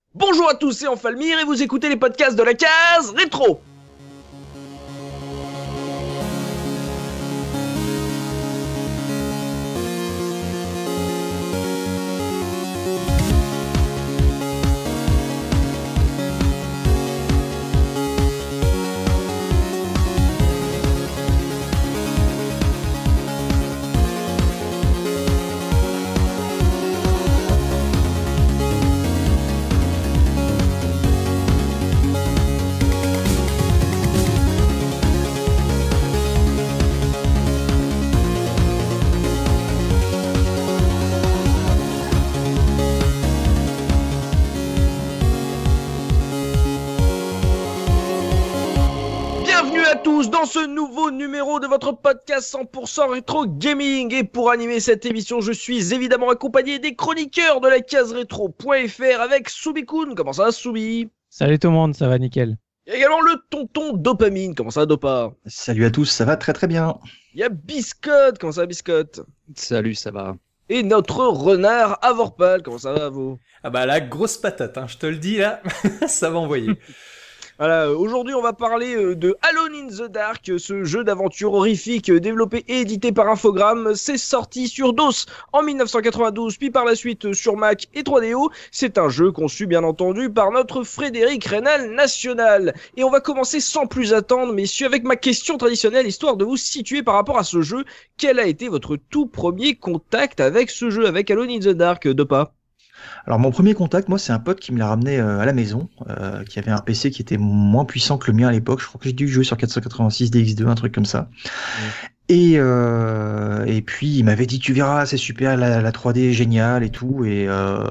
Bonjour à tous, c'est Enfalmir et vous écoutez les podcasts de la case rétro. Dans ce nouveau numéro de votre podcast 100% rétro gaming, et pour animer cette émission je suis évidemment accompagné des chroniqueurs de la case rétro.fr avec Soubikoun. Comment ça va Soubi? Salut tout le monde, ça va nickel. Il y a également le tonton Dopamine. Comment ça va Dopa? Salut à tous, ça va très très bien. Il y a Biscotte. Comment ça va Biscotte? Salut, ça va. Et notre renard Avorpal. Comment ça va Avo? Ah bah la grosse patate, hein, je te le dis là, ça va envoyer. Voilà, aujourd'hui on va parler de Alone in the Dark, ce jeu d'aventure horrifique développé et édité par Infogrames. C'est sorti sur DOS en 1992, puis par la suite sur Mac et 3DO. C'est un jeu conçu bien entendu par notre Frédéric Reynal National. Et on va commencer sans plus attendre, messieurs, avec ma question traditionnelle, histoire de vous situer par rapport à ce jeu. Quel a été votre tout premier contact avec ce jeu, avec Alone in the Dark, Dopa? Alors mon premier contact, moi, c'est un pote qui me l'a ramené à la maison, qui avait un PC qui était moins puissant que le mien à l'époque. Je crois que j'ai dû jouer sur 486 DX2, un truc comme ça. Et puis il m'avait dit tu verras, c'est super, la 3D est géniale et tout. Et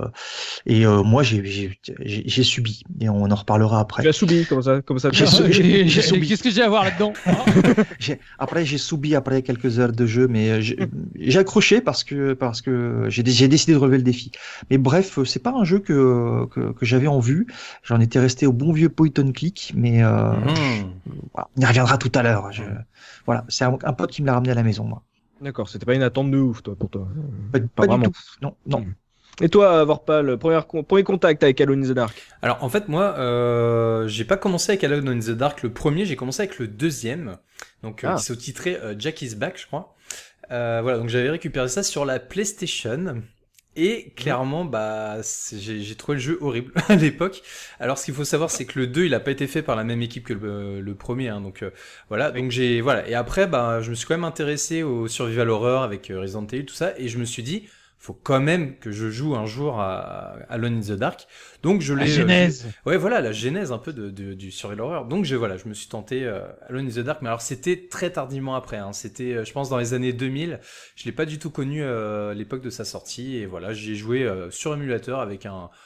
moi j'ai subi, et on en reparlera après. Tu as subi comme ça. J'ai subi. Qu'est-ce que j'ai à voir là-dedans? J'ai subi après quelques heures de jeu, mais j'ai accroché parce que j'ai décidé de relever le défi. Mais bref, c'est pas un jeu que j'avais en vue. J'en étais resté au bon vieux point and click, mais voilà, on y reviendra tout à l'heure. Voilà, c'est un pote qui me l'a ramené à la maison, moi. D'accord, c'était pas une attente de ouf, toi, pour toi. Pas du tout. Non. Et toi, Vorpal, premier contact avec Alone in the Dark? Alors en fait moi, j'ai pas commencé avec Alone in the Dark le premier, j'ai commencé avec le deuxième, donc qui s'est titré Jack is Back, je crois. Voilà, donc j'avais récupéré ça sur la PlayStation. Et clairement, j'ai trouvé le jeu horrible à l'époque. Alors, ce qu'il faut savoir, c'est que le 2, il a pas été fait par la même équipe que le premier, hein, donc voilà. Donc voilà. Et après, je me suis quand même intéressé au survival horror avec Resident Evil, tout ça, et je me suis dit, faut quand même que je joue un jour à Alone in the Dark. Donc je l'ai. La genèse. Ouais, voilà, la genèse un peu du survival horror. Donc je me suis tenté Alone in the Dark, mais alors c'était très tardivement après. Hein. C'était, je pense, dans les années 2000. Je l'ai pas du tout connu à l'époque de sa sortie, et voilà, j'y ai joué sur émulateur avec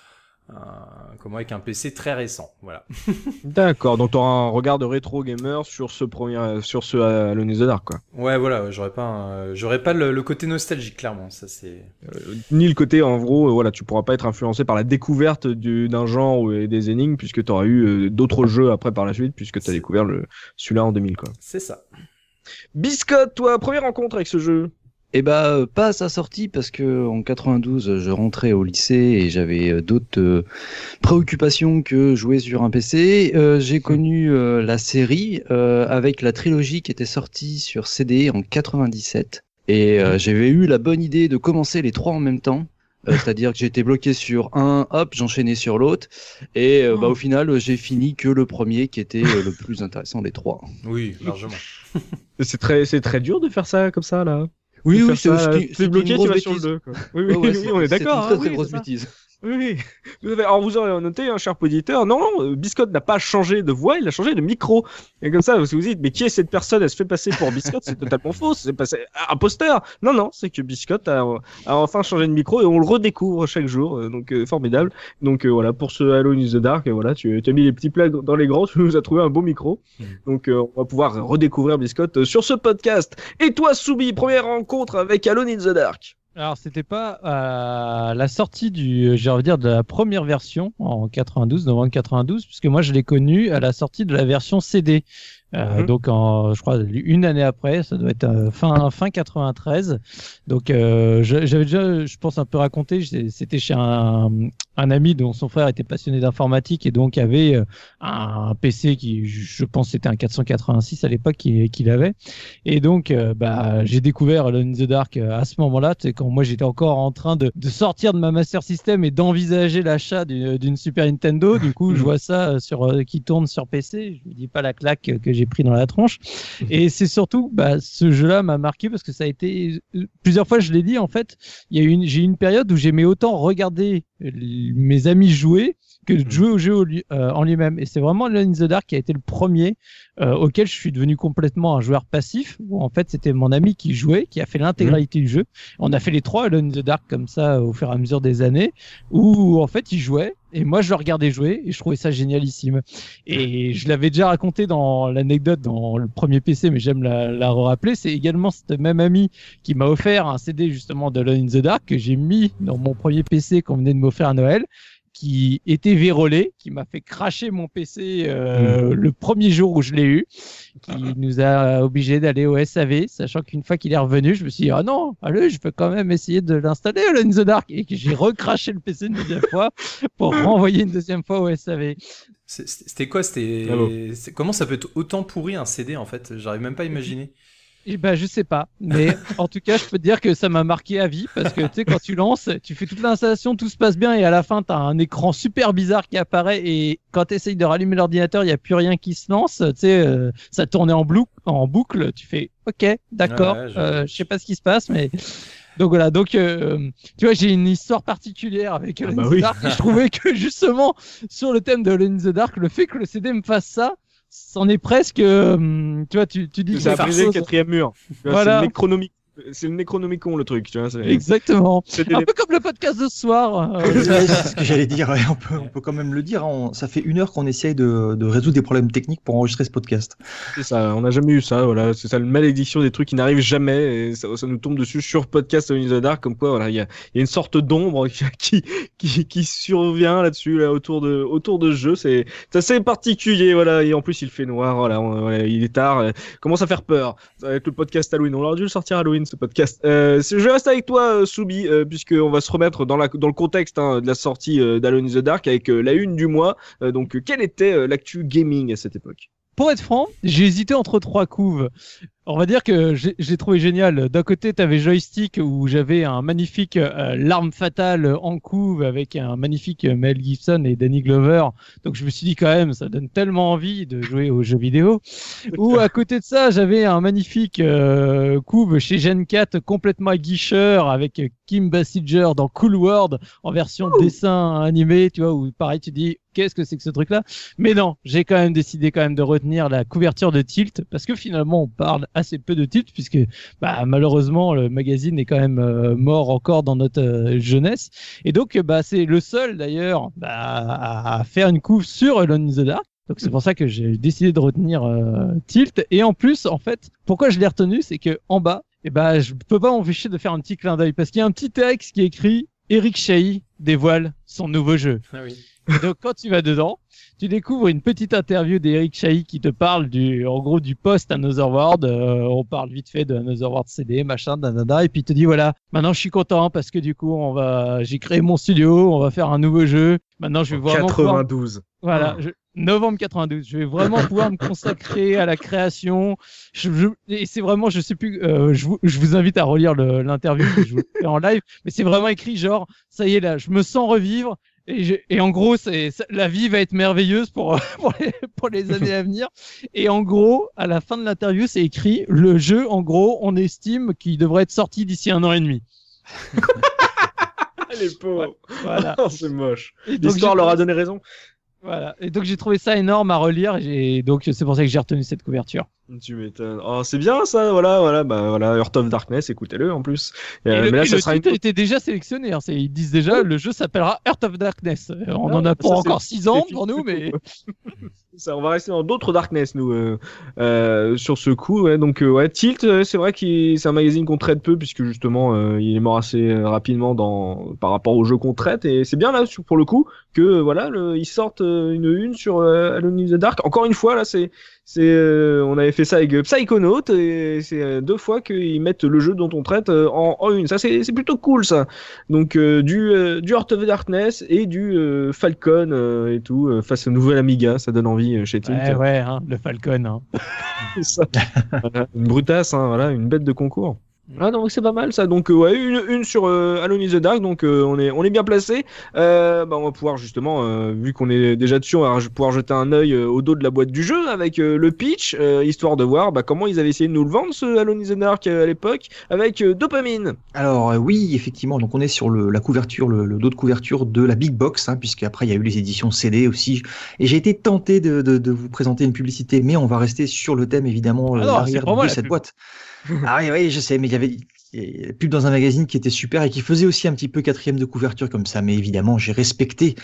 avec un PC très récent, voilà. D'accord, donc tu auras un regard de rétro gamer sur ce Alone in the Dark, quoi. Ouais, voilà, j'aurais pas le côté nostalgique, clairement, ça c'est. Ni le côté, en gros, voilà, tu pourras pas être influencé par la découverte d'un genre et des énigmes, puisque tu auras eu d'autres jeux après par la suite, puisque tu as découvert celui-là en 2000, quoi. C'est ça. Biscotte, toi, première rencontre avec ce jeu? Pas à sa sortie, parce que en 92, je rentrais au lycée et j'avais d'autres préoccupations que jouer sur un PC. J'ai connu la série avec la trilogie qui était sortie sur CD en 97. Et j'avais eu la bonne idée de commencer les trois en même temps. C'est-à-dire que j'étais bloqué sur un, hop, j'enchaînais sur l'autre, et au final, j'ai fini que le premier qui était le plus intéressant des trois. Oui, largement. C'est très dur de faire ça comme ça, là. Oui, c'est bloqué, tu vas sur le 2. Oui, on est d'accord. C'est une très grosse bêtise. Oui. Alors vous aurez noté, cher auditeur, non, Biscotte n'a pas changé de voix, il a changé de micro. Et comme ça, vous vous dites, mais qui est cette personne? Elle se fait passer pour Biscotte, c'est totalement faux, c'est passé imposteur. Non, c'est que Biscotte a enfin changé de micro et on le redécouvre chaque jour, donc formidable. Donc voilà, pour ce Alone in the Dark, voilà, tu as mis les petits plats dans les grands, tu nous as trouvé un beau micro. Donc on va pouvoir redécouvrir Biscotte sur ce podcast. Et toi, Soubi, première rencontre avec Alone in the Dark? Alors, c'était pas à la sortie de la première version en 92, novembre 92, puisque moi je l'ai connu à la sortie de la version CD. Donc je crois une année après, ça doit être fin 93. Donc j'avais déjà, je pense, un peu raconté, c'était chez un ami dont son frère était passionné d'informatique et donc avait un PC qui, je pense, c'était un 486 à l'époque qu'il avait. Et donc j'ai découvert Alone in the Dark à ce moment-là, quand moi j'étais encore en train de sortir de ma Master System et d'envisager l'achat d'une Super Nintendo. Du coup, je vois ça qui tourne sur PC, je me dis pas la claque que j'ai pris dans la tronche. Et c'est surtout ce jeu-là m'a marqué parce que ça a été plusieurs fois, je l'ai dit, en fait, j'ai eu une période où j'aimais autant regarder mes amis jouer que de jouer au jeu en lui-même. Et c'est vraiment Alone in the Dark qui a été le premier auquel je suis devenu complètement un joueur passif, où en fait c'était mon ami qui jouait, qui a fait l'intégralité du jeu. On a fait les 3 Alone in the Dark comme ça au fur et à mesure des années, où en fait il jouait et moi je le regardais jouer et je trouvais ça génialissime. Et je l'avais déjà raconté dans l'anecdote dans le premier PC, mais j'aime la rappeler. C'est également cette même ami qui m'a offert un CD justement d'Alone in the Dark que j'ai mis dans mon premier PC qu'on venait de m'offrir à Noël, qui était vérolé, qui m'a fait cracher mon PC le premier jour où je l'ai eu, qui nous a obligés d'aller au SAV, sachant qu'une fois qu'il est revenu, je me suis dit, ah non, allez, je peux quand même essayer de l'installer, Alone in the Dark, et que j'ai recraché le PC une deuxième fois pour renvoyer une deuxième fois au SAV. C'était quoi? Comment ça peut être autant pourri un CD en fait? J'arrive même pas à imaginer. Et je sais pas, mais en tout cas, je peux te dire que ça m'a marqué à vie parce que tu sais, quand tu lances, tu fais toute l'installation, tout se passe bien et à la fin, t'as un écran super bizarre qui apparaît et quand t'essayes de rallumer l'ordinateur, il y a plus rien qui se lance, tu sais, ça tournait en boucle, tu fais OK, d'accord, je sais pas ce qui se passe, mais donc voilà, tu vois, j'ai une histoire particulière avec Alone in the Dark et je trouvais que justement sur le thème de Alone in the Dark, le fait que le CD me fasse ça, c'en est presque, tu vois, tu dis. Ça a brisé le 4e mur. Voilà. C'est le Necronomicon le truc, tu vois. Exactement. Un peu comme le podcast de ce soir. C'est ce que j'allais dire. On peut quand même le dire. Ça fait 1 heure qu'on essaye de résoudre des problèmes techniques pour enregistrer ce podcast. C'est ça. On n'a jamais eu ça. Voilà. C'est ça, la malédiction des trucs qui n'arrivent jamais. Et ça nous tombe dessus sur podcast Alone in the Dark. Comme quoi, voilà, il y a une sorte d'ombre qui survient là-dessus, là, autour de ce jeu. C'est assez particulier. Voilà. Et en plus, il fait noir. Voilà. Il est tard. Commence à faire peur. Ça va être le podcast Halloween. On aurait dû le sortir Halloween, ce podcast. Je reste avec toi, Soubi, puisqu'on va se remettre dans le contexte de la sortie d'Alone in the Dark avec la une du mois. Donc, quelle était l'actu gaming à cette époque? Pour être franc, j'ai hésité entre 3 couves. On va dire que j'ai trouvé génial. D'un côté, t'avais Joystick où j'avais un magnifique L'arme fatale en couve avec un magnifique Mel Gibson et Danny Glover. Donc je me suis dit quand même, ça donne tellement envie de jouer aux jeux vidéo. Ou à côté de ça, j'avais un magnifique couve chez Gen 4 complètement aguicheur avec Kim Basinger dans Cool World en version dessin animé, tu vois, où pareil tu dis qu'est-ce que c'est que ce truc-là? Mais non, j'ai quand même décidé de retenir la couverture de Tilt parce que finalement on parle assez peu de Tilt puisque malheureusement le magazine est quand même mort encore dans notre jeunesse et donc c'est le seul d'ailleurs à faire une couve sur Alone in the Dark. Donc c'est pour ça que j'ai décidé de retenir Tilt et en plus en fait pourquoi je l'ai retenu c'est que en bas je peux pas m'empêcher de faire un petit clin d'œil parce qu'il y a un petit texte qui est écrit Eric Chahi dévoile son nouveau jeu. Ah oui. Et donc quand tu vas dedans, tu découvres une petite interview d'Eric Chahi qui te parle en gros du post Another World. On parle vite fait de Another World CD, machin, et puis il te dit voilà, maintenant je suis content parce que du coup j'ai créé mon studio, on va faire un nouveau jeu. Maintenant je vais vraiment 92. Voilà, novembre 92. Je vais vraiment pouvoir me consacrer à la création. Et c'est vraiment, je sais plus, je vous invite à relire l'interview que je vous fais en live, mais c'est vraiment écrit genre, ça y est là, je me sens revivre. Et en gros, la vie va être merveilleuse pour les années à venir. Et en gros, à la fin de l'interview, c'est écrit, le jeu, en gros, on estime qu'il devrait être sorti d'ici 1 an et demi. Les pauvres. Voilà. C'est moche. L'histoire leur a donné raison. Voilà. Et donc j'ai trouvé ça énorme à relire et donc c'est pour ça que j'ai retenu cette couverture. Tu m'étonnes. Oh, c'est bien ça, voilà, bah voilà, Heart of Darkness, écoutez-le en plus. Mais là, ça le sera titre était déjà sélectionné. Hein. Ils disent déjà, le jeu s'appellera Heart of Darkness. On en a pour encore 6 ans devant nous, mais. Ça, on va rester dans d'autres Darkness, nous, sur ce coup. Ouais, donc, ouais, Tilt, c'est vrai que c'est un magazine qu'on traite peu, puisque justement, il est mort assez rapidement par rapport aux jeux qu'on traite. Et c'est bien là, pour le coup, que voilà, ils sortent une sur Alone in the Dark. Encore une fois, là, on avait fait ça avec Psychonaut, et c'est 2 fois qu'ils mettent le jeu dont on traite en une. Ça, c'est plutôt cool, ça. Donc, du Heart of Darkness et du Falcon et tout, face au nouvel Amiga, ça donne envie chez Tilt. Ouais, hein, le Falcon. Hein. Ça. Voilà, une brutasse, hein, voilà, une bête de concours. Ah non, c'est pas mal ça. Donc ouais, une sur Alone in the Dark, donc on est bien placé. Bah on va pouvoir justement, vu qu'on est déjà dessus, on va pouvoir jeter un œil au dos de la boîte du jeu avec le pitch, histoire de voir comment ils avaient essayé de nous le vendre ce Alone in the Dark à l'époque avec Dopamine. Alors oui, effectivement, donc on est sur la couverture, le dos de couverture de la Big Box, hein, puisqu'après il y a eu les éditions CD aussi. Et j'ai été tenté de vous présenter une publicité, mais on va rester sur le thème évidemment l'arrière de cette boîte. Ah oui, je sais, mais il y avait la pub dans un magazine qui était super et qui faisait aussi un petit peu 4e de couverture comme ça. Mais évidemment, j'ai respecté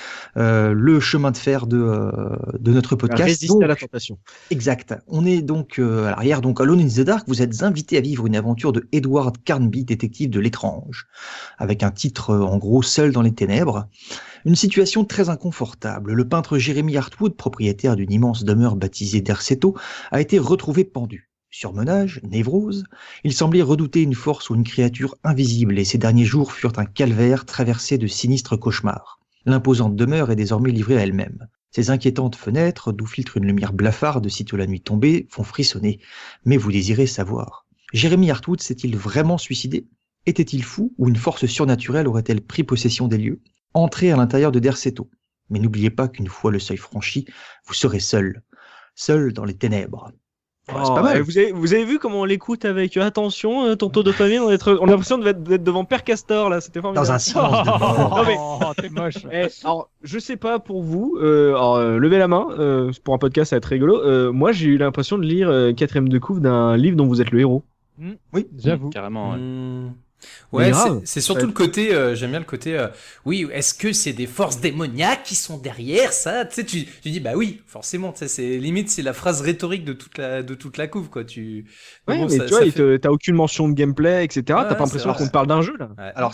le chemin de fer de notre podcast. Résister à la tentation. Exact. On est donc à l'arrière. Donc, Alone in the Dark, vous êtes invité à vivre une aventure de Edward Carnby, détective de l'étrange, avec un titre en gros Seul dans les ténèbres. Une situation très inconfortable. Le peintre Jeremy Hartwood, propriétaire d'une immense demeure baptisée Derceto, a été retrouvé pendu. Surmenage, névrose, il semblait redouter une force ou une créature invisible et ces derniers jours furent un calvaire traversé de sinistres cauchemars. L'imposante demeure est désormais livrée à elle-même. Ces inquiétantes fenêtres, d'où filtre une lumière blafarde sitôt la nuit tombée, font frissonner. Mais vous désirez savoir. Jeremy Hartwood s'est-il vraiment suicidé? Était-il fou ou une force surnaturelle aurait-elle pris possession des lieux? Entrez à l'intérieur de Derceto. Mais n'oubliez pas qu'une fois le seuil franchi, vous serez seul. Seul dans les ténèbres. Oh, c'est pas mal. Vous avez vu comment on l'écoute avec attention, tonton Dopamine, on a l'impression d'être devant Père Castor là, c'était formidable. Dans un silence de mort. Non mais t'es moche. Alors, je sais pas pour vous, levez la main, pour un podcast ça va être rigolo. Moi j'ai eu l'impression de lire 4e de couve d'un livre dont vous êtes le héros. Oui, j'avoue. Carrément. Ouais. Ouais, c'est surtout le côté, j'aime bien le côté, oui, est-ce que c'est des forces démoniaques qui sont derrière ça? Tu sais, tu dis, bah oui, forcément, tu sais, c'est la phrase rhétorique de toute la couve, quoi. Ouais, bon, mais tu vois, t'as aucune mention de gameplay, etc. T'as pas l'impression qu'on te parle d'un jeu, là. Ouais. Alors,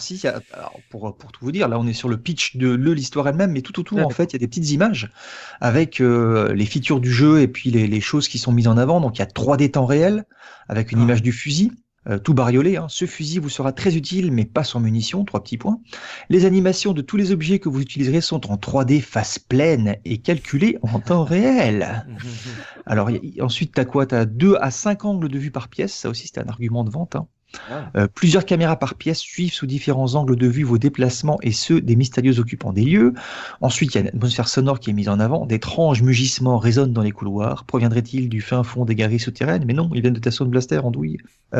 pour tout vous dire, là, on est sur le pitch de l'histoire elle-même, mais tout autour, en fait, il y a des petites images avec les features du jeu et puis les choses qui sont mises en avant. Donc, il y a 3D temps réel avec une image du fusil. Tout bariolé, hein. Ce fusil vous sera très utile, mais pas sans munitions, 3 petits points. Les animations de tous les objets que vous utiliserez sont en 3D face pleine et calculées en temps réel. Alors, ensuite, t'as quoi? T'as 2 à 5 angles de vue par pièce, ça aussi c'était un argument de vente, hein. Plusieurs caméras par pièce suivent sous différents angles de vue vos déplacements et ceux des mystérieux occupants des lieux. Ensuite, il y a une atmosphère sonore qui est mise en avant. D'étranges mugissements résonnent dans les couloirs. Proviendraient-ils du fin fond des galeries souterraines? Mais non, ils viennent de ta Sound Blaster, andouille.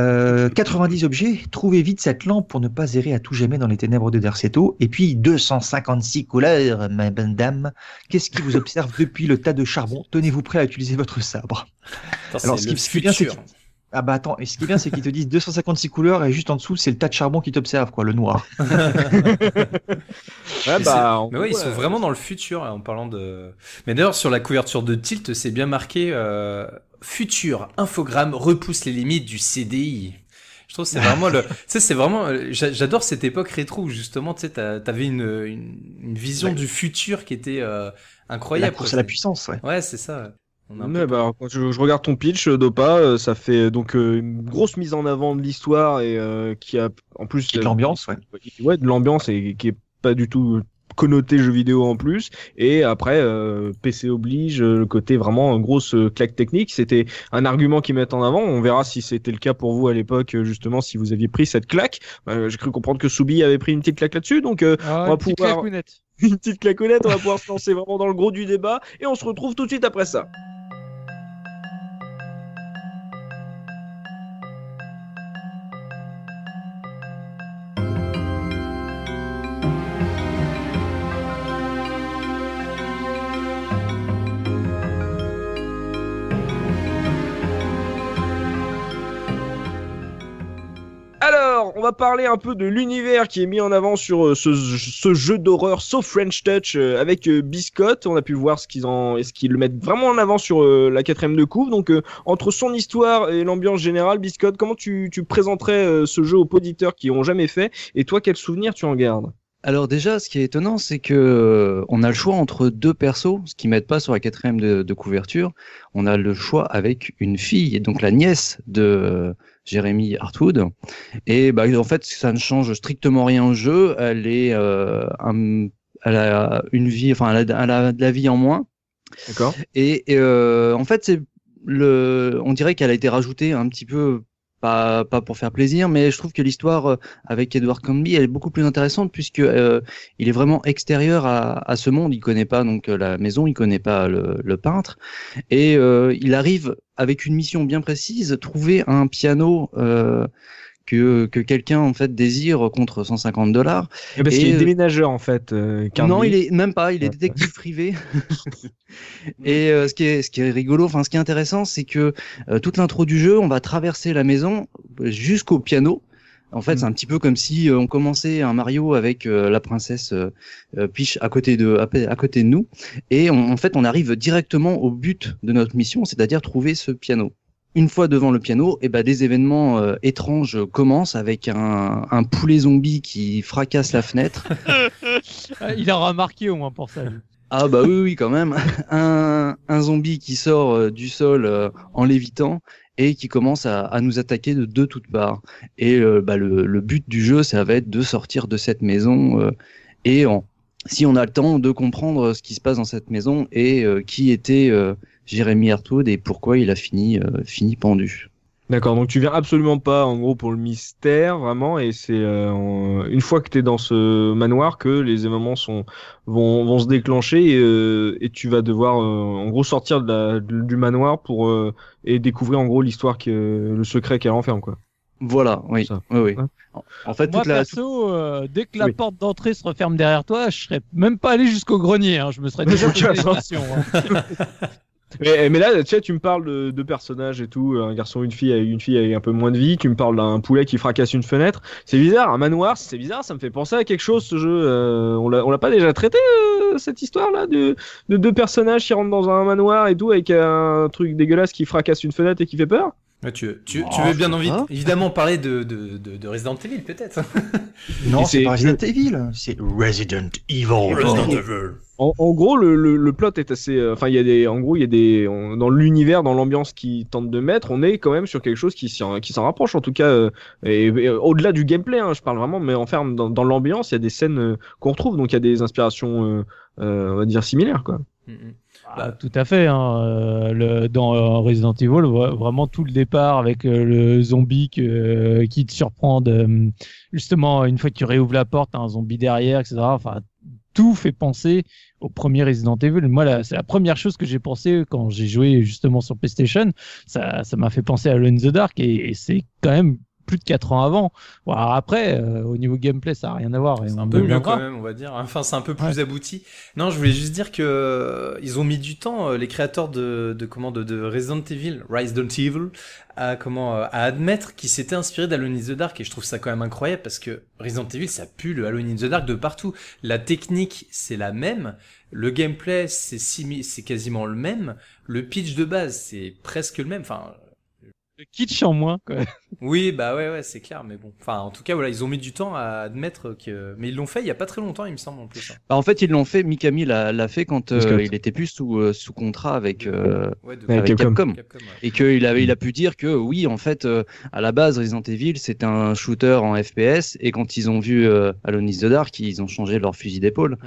90 objets. Trouvez vite cette lampe pour ne pas errer à tout jamais dans les ténèbres de Derceto. Et puis 256 couleurs, ma bonne dame. Qu'est-ce qui vous observe depuis le tas de charbon? Tenez-vous prêt à utiliser votre sabre. Alors, ce qui est bien, c'est ah bah attends, et ce qui est bien, c'est qu'ils te disent 256 couleurs et juste en dessous, c'est le tas de charbon qui t'observe, quoi, le noir. Mais ouais, ils sont vraiment dans le futur, en parlant de... Mais d'ailleurs, sur la couverture de Tilt, c'est bien marqué futur, infogramme repousse les limites du CDI. Je trouve que c'est vraiment tu sais, c'est vraiment, j'adore cette époque rétro où justement, tu sais, t'avais une vision du futur qui était incroyable. La course à la puissance, ouais. Ouais, c'est ça. Quand je regarde ton pitch, Dopa, ça fait donc une grosse mise en avant de l'histoire et qui a en plus de l'ambiance, ouais, de l'ambiance et qui est pas du tout connoté jeu vidéo en plus. Et après, PC oblige, le côté vraiment grosse claque technique. C'était un argument qu'ils mettent en avant. On verra si c'était le cas pour vous à l'époque, justement, si vous aviez pris cette claque. J'ai cru comprendre que Soubi avait pris une petite claque là-dessus, donc on va pouvoir une petite claquonnette. On va pouvoir se lancer vraiment dans le gros du débat et on se retrouve tout de suite après ça. va parler un peu de l'univers qui est mis en avant sur ce jeu d'horreur So French Touch avec Biscotte. On a pu voir ce qu'ils le mettent vraiment en avant sur la 4ème de couve. Donc entre son histoire et l'ambiance générale, Biscotte, comment tu présenterais ce jeu aux auditeurs qui n'ont jamais fait, et toi quel souvenir tu en gardes? Alors déjà, ce qui est étonnant, c'est que on a le choix entre deux persos, ce qu'ils mettent pas sur la 4ème de couverture. On a le choix avec une fille, donc la nièce de Jeremy Hartwood. Et bah en fait, ça ne change strictement rien au jeu. Elle a une vie, enfin elle a de la vie en moins. D'accord. Et en fait, on dirait qu'elle a été rajoutée un petit peu. Pas pour faire plaisir, mais je trouve que l'histoire avec Edward Canby elle est beaucoup plus intéressante puisque il est vraiment extérieur à ce monde. Il connaît pas donc la maison, il connaît pas le peintre, et il arrive avec une mission bien précise, trouver un piano que quelqu'un en fait désire contre $150. Parce qu'il est déménageur en fait. Non, il est même pas. Il est détective privé. Et ce qui est rigolo, enfin ce qui est intéressant, c'est que toute l'intro du jeu, on va traverser la maison jusqu'au piano. En fait, c'est un petit peu comme si on commençait un Mario avec la princesse Peach à côté de nous, et en fait, on arrive directement au but de notre mission, c'est-à-dire trouver ce piano. Une fois devant le piano, et des événements étranges commencent avec un poulet zombie qui fracasse la fenêtre. Il a remarqué au moins pour ça. Ah bah oui quand même. Un zombie qui sort du sol en lévitant et qui commence à nous attaquer de toutes parts. Et le but du jeu, ça va être de sortir de cette maison si on a le temps de comprendre ce qui se passe dans cette maison et qui était Jeremy Hartwood et pourquoi il a fini pendu. D'accord, donc tu viens absolument pas en gros pour le mystère vraiment, et c'est une fois que t'es dans ce manoir que les événements vont se déclencher, et tu vas devoir en gros sortir du manoir pour et découvrir en gros l'histoire le secret qu'elle renferme quoi. Voilà, oui. Oui. Ouais. En fait, moi, perso, dès que la porte d'entrée se referme derrière toi, je serais même pas allé jusqu'au grenier. Je me serais déjà posé des questions. Mais là, tu sais, tu me parles de deux personnages et tout, un garçon, une fille avec un peu moins de vie. Tu me parles d'un poulet qui fracasse une fenêtre. C'est bizarre, un manoir, c'est bizarre. Ça me fait penser à quelque chose, ce jeu. On l'a pas déjà traité cette histoire-là de deux personnages qui rentrent dans un manoir et tout avec un truc dégueulasse qui fracasse une fenêtre et qui fait peur. Tu veux bien évidemment parler de Resident Evil, peut-être. Non, c'est pas Resident Evil, c'est Resident Evil. En gros, le plot est assez. Enfin, il y a des. Dans l'univers, dans l'ambiance qu'ils tentent de mettre, on est quand même sur quelque chose qui s'en rapproche, en tout cas. Et au-delà du gameplay, je parle vraiment, mais dans l'ambiance, il y a des scènes qu'on retrouve, donc il y a des inspirations, on va dire, similaires, quoi. Tout à fait. Dans Resident Evil, vraiment tout le départ avec le zombie qui te surprend justement une fois que tu réouvres la porte, t'as un zombie derrière, etc. Enfin, tout fait penser au premier Resident Evil. Moi, c'est la première chose que j'ai pensé quand j'ai joué justement sur PlayStation. Ça m'a fait penser à Alone in the Dark et c'est quand même plus de 4 ans avant. Bon, alors après, au niveau gameplay, ça n'a rien à voir. C'est un peu mieux quand même, on va dire. Enfin, c'est un peu plus abouti. Non, je voulais juste dire que ils ont mis du temps, les créateurs de Resident Evil, à admettre qu'ils s'étaient inspirés d'Alone in the Dark, et je trouve ça quand même incroyable parce que Resident Evil, ça pue le Alone in the Dark de partout. La technique, c'est la même. Le gameplay, c'est quasiment le même. Le pitch de base, c'est presque le même. Enfin, le kitsch en moins, quoi. Oui, ouais, c'est clair, mais bon. Enfin, en tout cas, voilà, ils ont mis du temps à admettre mais ils l'ont fait il y a pas très longtemps, il me semble, en plus. En fait, ils l'ont fait, Mikami l'a fait quand il était plus sous contrat avec Capcom. Et qu'il a pu dire que oui, en fait, à la base, Resident Evil, c'était un shooter en FPS, et quand ils ont vu Alone in the Dark, ils ont changé leur fusil d'épaule.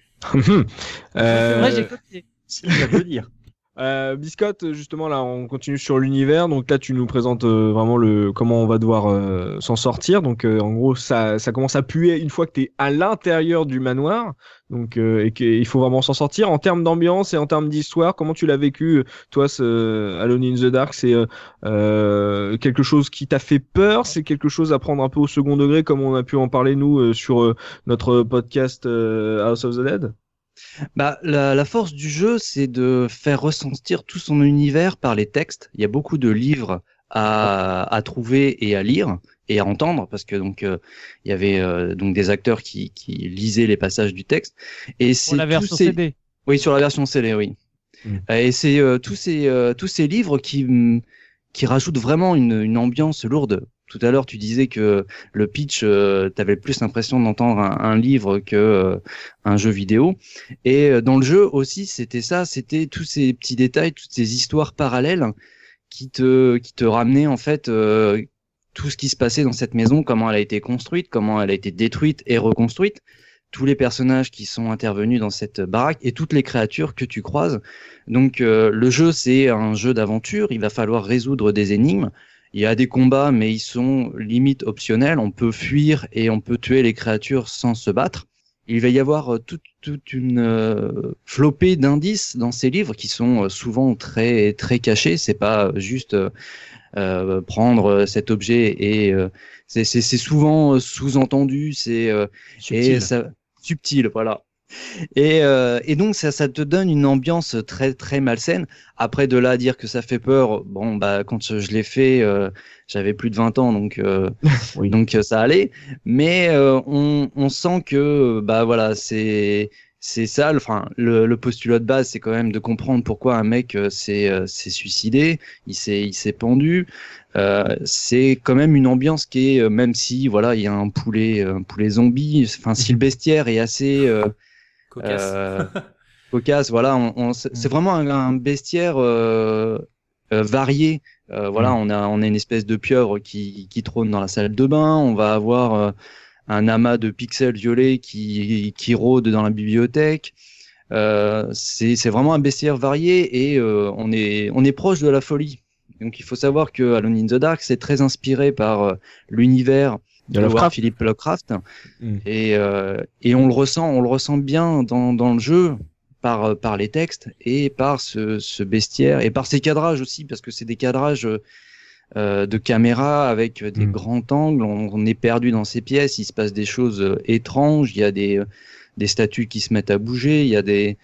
Moi, j'ai copié. C'est ce que je veux dire. Biscotte, justement, là, on continue sur l'univers. Donc là, tu nous présentes vraiment comment on va devoir s'en sortir. Donc, en gros, ça commence à puer une fois que t'es à l'intérieur du manoir. Donc, et qu'il faut vraiment s'en sortir. En termes d'ambiance et en termes d'histoire, comment tu l'as vécu, toi, Alone in the Dark? C'est quelque chose qui t'a fait peur? C'est quelque chose à prendre un peu au second degré, comme on a pu en parler, nous, sur notre podcast House of the Dead? La force du jeu, c'est de faire ressentir tout son univers par les textes. Il y a beaucoup de livres à trouver et à lire. et à entendre, parce que donc il y avait donc des acteurs qui lisaient les passages du texte. Et c'est Pour la version CD. Oui, sur la version CD, oui. Et c'est tous ces livres qui rajoutent vraiment une ambiance lourde. Tout à l'heure, tu disais que le pitch, t'avais plus l'impression d'entendre un livre que un jeu vidéo. Et dans le jeu aussi, c'était tous ces petits détails, toutes ces histoires parallèles qui te ramenaient en fait tout ce qui se passait dans cette maison, comment elle a été construite, comment elle a été détruite et reconstruite, tous les personnages qui sont intervenus dans cette baraque et toutes les créatures que tu croises. Donc le jeu, c'est un jeu d'aventure, il va falloir résoudre des énigmes. Il y a des combats, mais ils sont limite optionnels. On peut fuir et on peut tuer les créatures sans se battre. Il va y avoir toute une flopée d'indices dans ces livres qui sont souvent très très cachés. C'est pas juste prendre cet objet et c'est souvent sous-entendu. C'est subtil, voilà. Et donc ça te donne une ambiance très très malsaine. Après, de là à dire que ça fait peur, bon bah quand je l'ai fait, j'avais plus de 20 ans, donc oui, donc ça allait. Mais on sent que bah voilà, c'est ça. Enfin, le postulat de base, c'est quand même de comprendre pourquoi un mec s'est suicidé, il s'est pendu. C'est quand même une ambiance qui est, même si voilà, il y a un poulet zombie. Enfin, si le bestiaire est assez cocasse, voilà, c'est vraiment un bestiaire varié. Voilà, on a une espèce de pieuvre qui trône dans la salle de bain. On va avoir un amas de pixels violets qui rôde dans la bibliothèque. C'est vraiment un bestiaire varié et on est proche de la folie. Donc il faut savoir que Alone in the Dark, c'est très inspiré par l'univers de Philip Lovecraft. Et on le ressent bien dans le jeu par les textes et par ce bestiaire et par ses cadrages aussi, parce que c'est des cadrages de caméra avec des grands angles. On est perdu dans ces pièces, il se passe des choses étranges, il y a des statues qui se mettent à bouger, il y a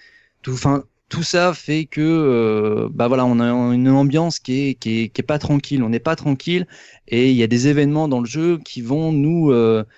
tout ça fait que bah voilà, on a une ambiance qui est pas tranquille, on n'est pas tranquille, et il y a des événements dans le jeu qui vont nous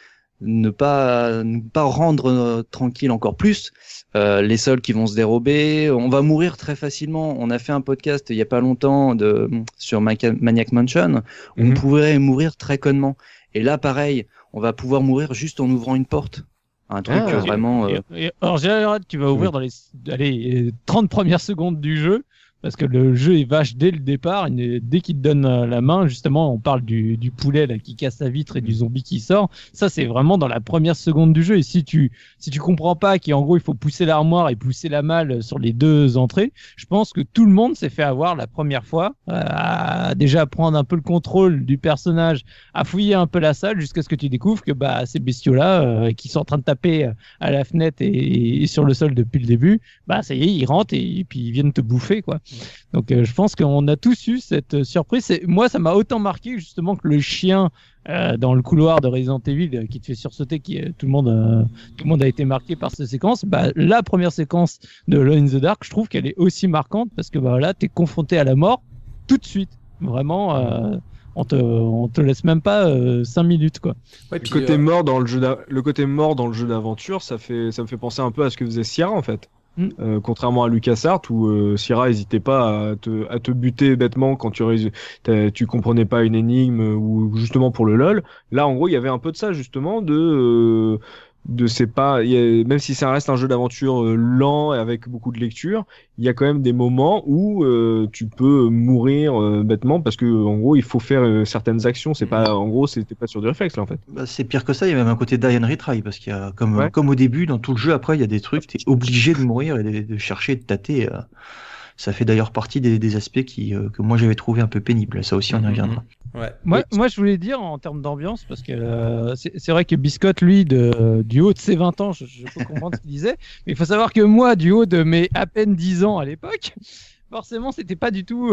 ne pas rendre tranquille encore plus. Les sols qui vont se dérober, on va mourir très facilement. On a fait un podcast il y a pas longtemps sur Maniac Mansion, on pourrait mourir très connement. Et là pareil, on va pouvoir mourir juste en ouvrant une porte. Un truc vraiment... En général, tu vas ouvrir dans les 30 premières secondes du jeu, parce que le jeu est vache dès le départ. Dès qu'il te donne la main, justement, on parle du poulet là, qui casse la vitre et du zombie qui sort. Ça, c'est vraiment dans la première seconde du jeu. Et si tu comprends pas qu'en gros, il faut pousser l'armoire et pousser la malle sur les deux entrées, je pense que tout le monde s'est fait avoir la première fois, à déjà prendre un peu le contrôle du personnage, à fouiller un peu la salle, jusqu'à ce que tu découvres que bah ces bestiaux-là, qui sont en train de taper à la fenêtre et sur le sol depuis le début, bah ça y est, ils rentrent et puis ils viennent te bouffer, quoi. Donc je pense qu'on a tous eu cette surprise. Moi, ça m'a autant marqué justement que le chien dans le couloir de Resident Evil qui te fait sursauter, tout le monde a été marqué par cette séquence. Bah, la première séquence de Alone in the Dark, je trouve qu'elle est aussi marquante parce que bah là, t'es confronté à la mort tout de suite. Vraiment, on te laisse même pas 5 minutes, quoi. Ouais, le côté mort dans le jeu d'aventure, ça me fait penser un peu à ce que faisait Sierra en fait. Contrairement à LucasArts où Sierra hésitait pas à te buter bêtement quand tu comprenais pas une énigme ou justement pour le LOL. Là, en gros, il y avait un peu de ça justement même si ça reste un jeu d'aventure lent et avec beaucoup de lecture, il y a quand même des moments où tu peux mourir bêtement parce que en gros il faut faire certaines actions. C'était pas sur du réflexe là en fait. Bah, c'est pire que ça. Il y a même un côté die and retry parce qu'il y a comme au début dans tout le jeu. Après il y a des trucs t'es obligé de mourir et de chercher, de tâter. Ça fait d'ailleurs partie des aspects que moi j'avais trouvé un peu pénibles. Ça aussi on y reviendra. Ouais. Moi, je voulais dire en termes d'ambiance, parce que c'est vrai que Biscotte, lui, du haut de ses 20 ans, je peux comprendre ce qu'il disait, mais il faut savoir que moi, du haut de mes à peine 10 ans à l'époque, forcément, c'était pas du tout,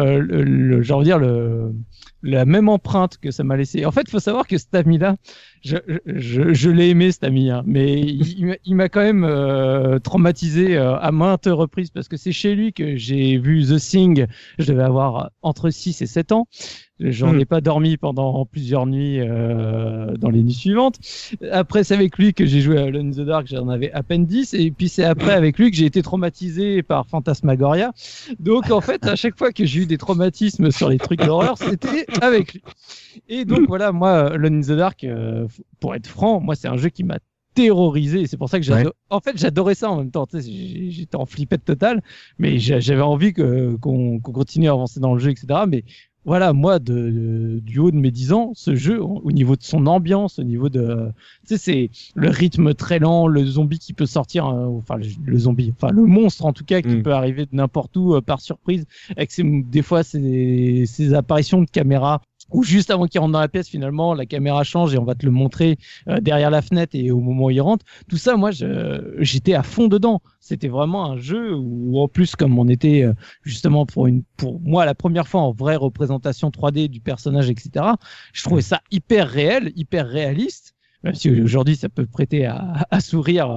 la même empreinte que ça m'a laissé. En fait, il faut savoir que cet ami-là, je l'ai aimé, cet ami, hein, mais il m'a quand même traumatisé à maintes reprises, parce que c'est chez lui que j'ai vu The Thing. Je devais avoir entre 6 et 7 ans. J'en ai pas dormi pendant plusieurs nuits dans les nuits suivantes. Après, c'est avec lui que j'ai joué à Alone in the Dark, j'en avais à peine 10. Et puis c'est après avec lui que j'ai été traumatisé par Phantasmagoria. Donc en fait, à chaque fois que j'ai eu des traumatismes sur les trucs d'horreur, c'était avec lui. Et donc voilà, moi, Alone in the Dark, pour être franc, moi c'est un jeu qui m'a terrorisé. C'est pour ça que en fait, j'adorais ça en même temps. Tu sais, j'étais en flippette totale, mais j'avais envie qu'on continue à avancer dans le jeu, etc. Mais voilà, moi, du haut de mes 10 ans, ce jeu, au niveau de son ambiance, au niveau de, tu sais, c'est le rythme très lent, le zombie qui peut sortir, enfin, le monstre en tout cas, qui peut arriver de n'importe où par surprise, avec des fois, ces apparitions de caméra ou juste avant qu'il rentre dans la pièce, finalement, la caméra change et on va te le montrer derrière la fenêtre et au moment où il rentre. Tout ça, moi, j'étais à fond dedans. C'était vraiment un jeu où, en plus, comme on était justement pour moi la première fois en vraie représentation 3D du personnage, etc., je trouvais ça hyper réel, hyper réaliste. Même si aujourd'hui ça peut prêter à sourire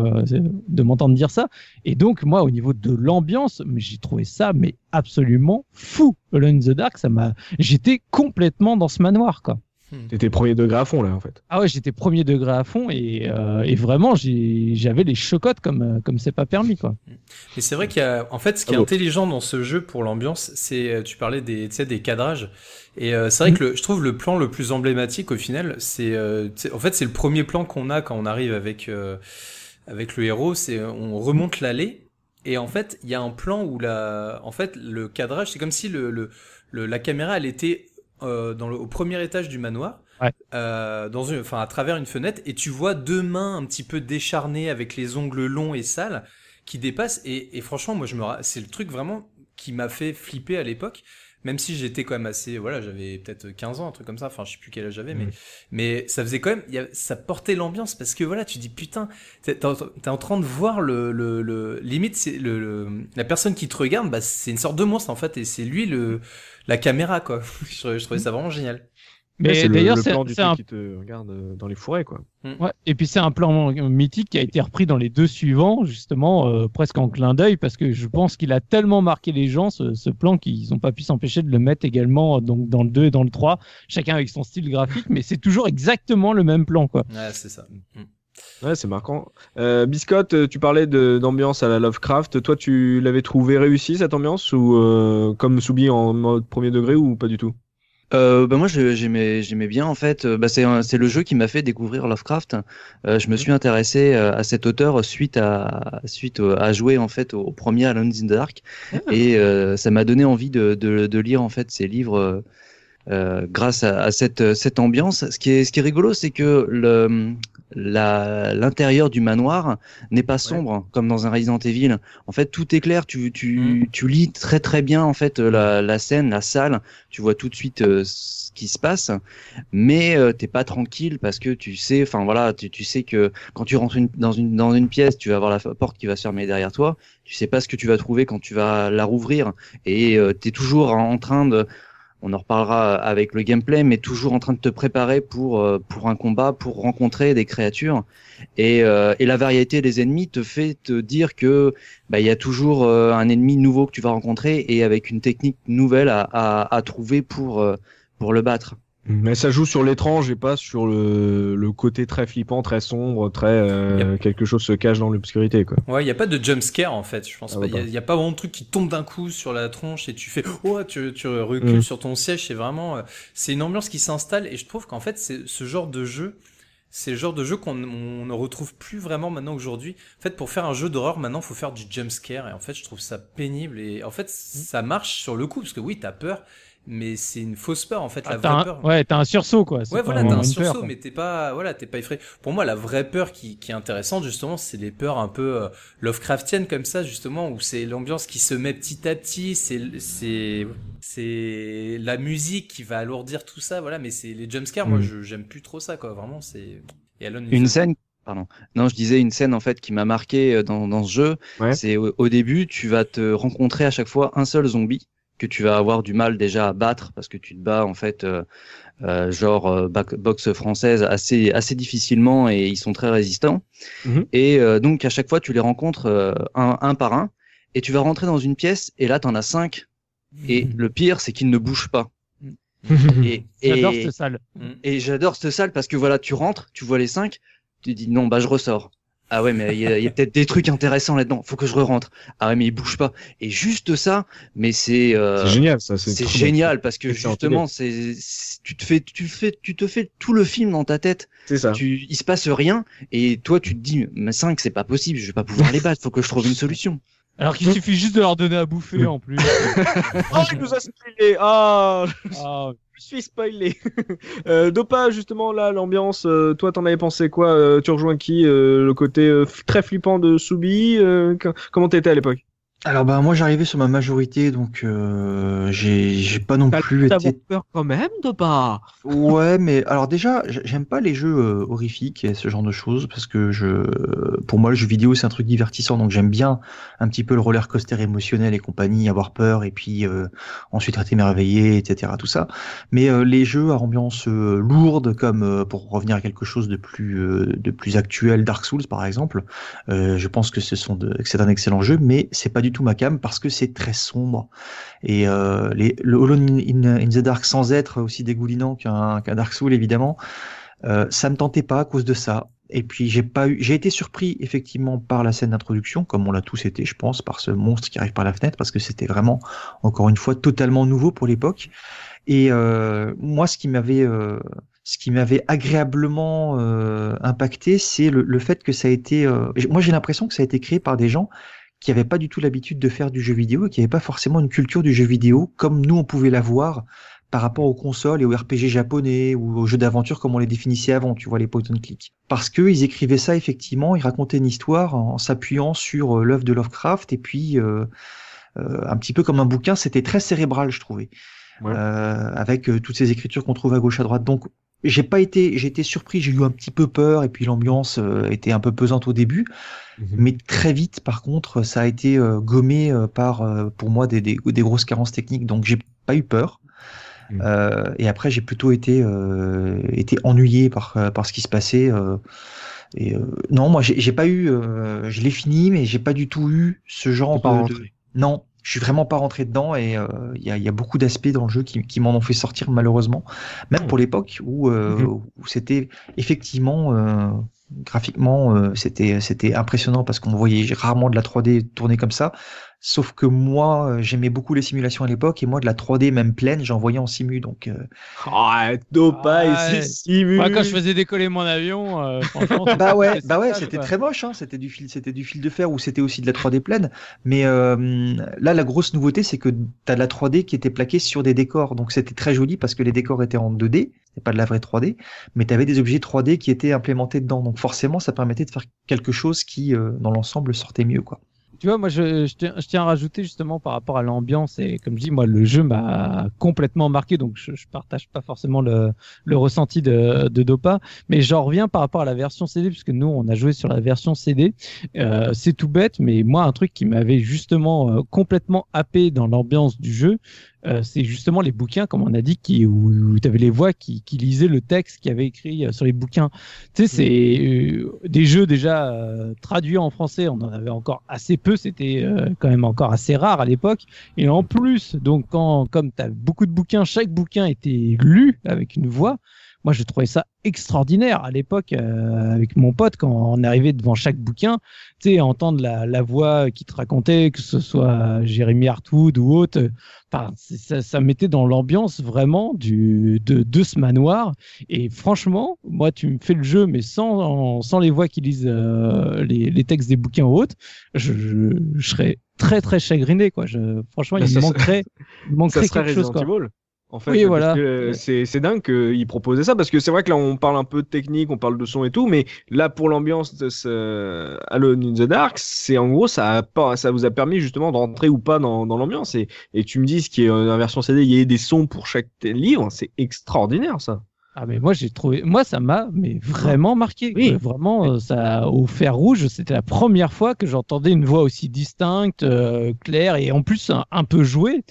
de m'entendre dire ça. Et donc moi au niveau de l'ambiance, mais j'ai trouvé ça mais absolument fou. Alone in the Dark, j'étais complètement dans ce manoir quoi. T'étais premier degré à fond là en fait. Ah ouais, j'étais premier degré à fond et vraiment j'avais les chocottes comme c'est pas permis quoi. Et c'est vrai qu'il y a en fait ce qui est intelligent dans ce jeu pour l'ambiance, c'est tu parlais des cadrages et c'est vrai que je trouve le plan le plus emblématique au final, c'est en fait c'est le premier plan qu'on a quand on arrive avec le héros, c'est on remonte l'allée et en fait il y a un plan où en fait le cadrage c'est comme si la caméra elle était au premier étage du manoir, ouais. À travers une fenêtre, et tu vois deux mains un petit peu décharnées avec les ongles longs et sales qui dépassent. Et franchement, moi, c'est le truc vraiment qui m'a fait flipper à l'époque. Même si j'étais quand même assez, voilà, j'avais peut-être 15 ans, un truc comme ça. Enfin, je sais plus quel âge j'avais, mais ça faisait quand même, ça portait l'ambiance parce que voilà, tu dis putain, t'es en train de voir limite, c'est la personne qui te regarde, bah, c'est une sorte de monstre en fait, et c'est lui la caméra quoi. Je trouvais ça vraiment génial. Mais d'ailleurs, c'est le plan du truc qui te regarde dans les forêts, quoi. Ouais. Et puis c'est un plan mythique qui a été repris dans les deux suivants, justement, presque en clin d'œil, parce que je pense qu'il a tellement marqué les gens, ce plan, qu'ils n'ont pas pu s'empêcher de le mettre également donc, dans le 2 et dans le 3, chacun avec son style graphique, mais c'est toujours exactement le même plan, quoi. Ouais, c'est ça. Ouais, c'est marquant. Biscotte, tu parlais d'ambiance à la Lovecraft. Toi, tu l'avais trouvé réussi, cette ambiance, ou comme Soubi en mode premier degré, ou pas du tout? Moi j'aimais bien en fait. C'est le jeu qui m'a fait découvrir Lovecraft. Je me suis intéressé à cet auteur suite à jouer en fait au premier Alone in the Dark et ça m'a donné envie de lire en fait ses livres grâce à cette ambiance. Ce qui est rigolo, c'est que l'intérieur du manoir n'est pas sombre comme dans un Resident Evil. En fait, tout est clair. Tu lis très très bien en fait la scène, la salle. Tu vois tout de suite ce qui se passe, mais t'es pas tranquille parce que tu sais, enfin voilà, tu sais que quand tu rentres dans une pièce, tu vas avoir la porte qui va se fermer derrière toi. Tu sais pas ce que tu vas trouver quand tu vas la rouvrir et t'es toujours en train de on en reparlera avec le gameplay, mais toujours en train de te préparer pour un combat, pour rencontrer des créatures. Et la variété des ennemis te fait te dire que il y a toujours un ennemi nouveau que tu vas rencontrer et avec une technique nouvelle à trouver pour le battre. Mais ça joue sur l'étrange et pas sur le côté très flippant, très sombre, très quelque chose se cache dans l'obscurité quoi. Ouais, il y a pas de jump scare en fait, je pense pas. Il y a pas vraiment de truc qui tombe d'un coup sur la tronche et tu fais tu recules sur ton siège, c'est vraiment c'est une ambiance qui s'installe et je trouve qu'en fait c'est ce genre de jeu, c'est le genre de jeu qu'on ne retrouve plus vraiment maintenant aujourd'hui. En fait, pour faire un jeu d'horreur maintenant, faut faire du jump scare et en fait, je trouve ça pénible et en fait, ça marche sur le coup parce que oui, t'as peur. Mais c'est une fausse peur en fait, la vraie peur. Ouais, t'as un sursaut quoi. Ouais, voilà, t'as un sursaut, mais t'es pas effrayé. Pour moi, la vraie peur qui est intéressante justement, c'est les peurs un peu Lovecraftiennes comme ça justement, où c'est l'ambiance qui se met petit à petit, c'est la musique qui va alourdir tout ça, voilà. Mais c'est les jumpscares, moi, j'aime plus trop ça quoi. Vraiment, c'est une scène. Pardon. Non, je disais une scène en fait qui m'a marqué dans ce jeu. Ouais. C'est au début, tu vas te rencontrer à chaque fois un seul zombie que tu vas avoir du mal déjà à battre parce que tu te bats en fait boxe française assez difficilement et ils sont très résistants. Et donc à chaque fois tu les rencontres un par un et tu vas rentrer dans une pièce et là t'en as 5 et le pire c'est qu'ils ne bougent pas. J'adore cette salle. Et j'adore cette salle parce que voilà, tu rentres, tu vois les 5, tu dis non, bah je ressors. Ah ouais, mais il y a peut-être des trucs intéressants là-dedans. Faut que je re-rentre. Ah ouais, mais il bouge pas. Et juste ça, mais c'est génial ça. C'est génial parce que justement, tu te fais tout le film dans ta tête. C'est ça. Il se passe rien et toi tu te dis mais 5 c'est pas possible, je vais pas pouvoir les battre. Faut que je trouve une solution. Alors qu'il suffit juste de leur donner à bouffer en plus. Oh, il nous a spoilé. Je suis spoilé. Dopa, justement, là, l'ambiance, toi, t'en avais pensé quoi? Tu rejoins qui? Le côté très flippant de Subi? Comment t'étais à l'époque? Alors bah moi j'arrivais sur ma majorité donc j'ai pas non plus été peur quand même de pas. Ouais mais alors déjà j'aime pas les jeux horrifiques et ce genre de choses parce que pour moi le jeu vidéo c'est un truc divertissant donc j'aime bien un petit peu le roller coaster émotionnel et compagnie, avoir peur et puis ensuite être émerveillé etc tout ça mais les jeux à ambiance lourde comme pour revenir à quelque chose de plus actuel, Dark Souls par exemple, je pense que c'est un excellent jeu mais c'est pas du tout ma came parce que c'est très sombre et le Alone in the Dark sans être aussi dégoulinant qu'un Dark Souls évidemment ça me tentait pas à cause de ça et puis j'ai été surpris effectivement par la scène d'introduction comme on l'a tous été je pense par ce monstre qui arrive par la fenêtre parce que c'était vraiment encore une fois totalement nouveau pour l'époque et moi ce qui m'avait agréablement impacté c'est le fait que ça a été moi j'ai l'impression que ça a été créé par des gens qui n'avaient pas du tout l'habitude de faire du jeu vidéo et qui n'avaient pas forcément une culture du jeu vidéo comme nous on pouvait l'avoir par rapport aux consoles et aux RPG japonais ou aux jeux d'aventure comme on les définissait avant, tu vois, les point and click. Parce que ils écrivaient ça effectivement, ils racontaient une histoire en s'appuyant sur l'œuvre de Lovecraft et puis un petit peu comme un bouquin, c'était très cérébral je trouvais, avec toutes ces écritures qu'on trouve à gauche à droite. Donc j'ai été surpris, j'ai eu un petit peu peur et puis l'ambiance était un peu pesante au début, mais très vite par contre ça a été gommé par pour moi des grosses carences techniques donc j'ai pas eu peur. Et après j'ai plutôt été ennuyé par ce qui se passait non moi j'ai pas eu je l'ai fini mais j'ai pas du tout eu ce genre non je suis vraiment pas rentré dedans et il y a beaucoup d'aspects dans le jeu qui m'en ont fait sortir malheureusement même pour l'époque où c'était effectivement graphiquement c'était impressionnant parce qu'on voyait rarement de la 3D tourner comme ça. Sauf que moi, j'aimais beaucoup les simulations à l'époque, et moi, de la 3D même pleine, j'en voyais en simu, donc... Dopa et c'est simu. Quand je faisais décoller mon avion, franchement... c'était très moche, hein, c'était du fil de fer, ou c'était aussi de la 3D pleine, mais là, la grosse nouveauté, c'est que t'as de la 3D qui était plaquée sur des décors, donc c'était très joli, parce que les décors étaient en 2D, c'était pas de la vraie 3D, mais t'avais des objets 3D qui étaient implémentés dedans, donc forcément, ça permettait de faire quelque chose qui, dans l'ensemble, sortait mieux, quoi. Tu vois, moi, je tiens à rajouter justement par rapport à l'ambiance et comme je dis, moi, le jeu m'a complètement marqué, donc je partage pas forcément le ressenti de Dopa, mais j'en reviens par rapport à la version CD, puisque nous, on a joué sur la version CD. C'est tout bête, mais moi, un truc qui m'avait justement complètement happé dans l'ambiance du jeu, c'est justement les bouquins, comme on a dit, où tu avais les voix qui lisaient le texte qu'il y avait écrit sur les bouquins. Tu sais, c'est des jeux déjà traduits en français, on en avait encore assez peu, c'était quand même encore assez rare à l'époque. Et en plus, donc comme tu as beaucoup de bouquins, chaque bouquin était lu avec une voix. Moi, je trouvais ça extraordinaire à l'époque avec mon pote quand on arrivait devant chaque bouquin, tu sais, entendre la voix qui te racontait, que ce soit Jérémy Hartwood ou autre. Enfin, ça mettait dans l'ambiance vraiment de ce manoir. Et franchement, moi, tu me fais le jeu, mais sans les voix qui lisent les textes des bouquins ou autres, je serais très très chagriné, quoi. Franchement, il me manquerait quelque chose, quoi. En fait, oui, voilà. C'est dingue qu'ils proposaient ça parce que c'est vrai que là on parle un peu de technique, on parle de son et tout, mais là pour l'ambiance de ce Alone in the Dark, c'est en gros ça vous a permis justement de rentrer ou pas dans l'ambiance et tu me dis ce qui est en version CD, il y a des sons pour chaque livre, c'est extraordinaire ça. Ah mais moi ça m'a vraiment marqué. Oui. Vraiment ça au fer rouge, c'était la première fois que j'entendais une voix aussi distincte, claire et en plus un peu jouée.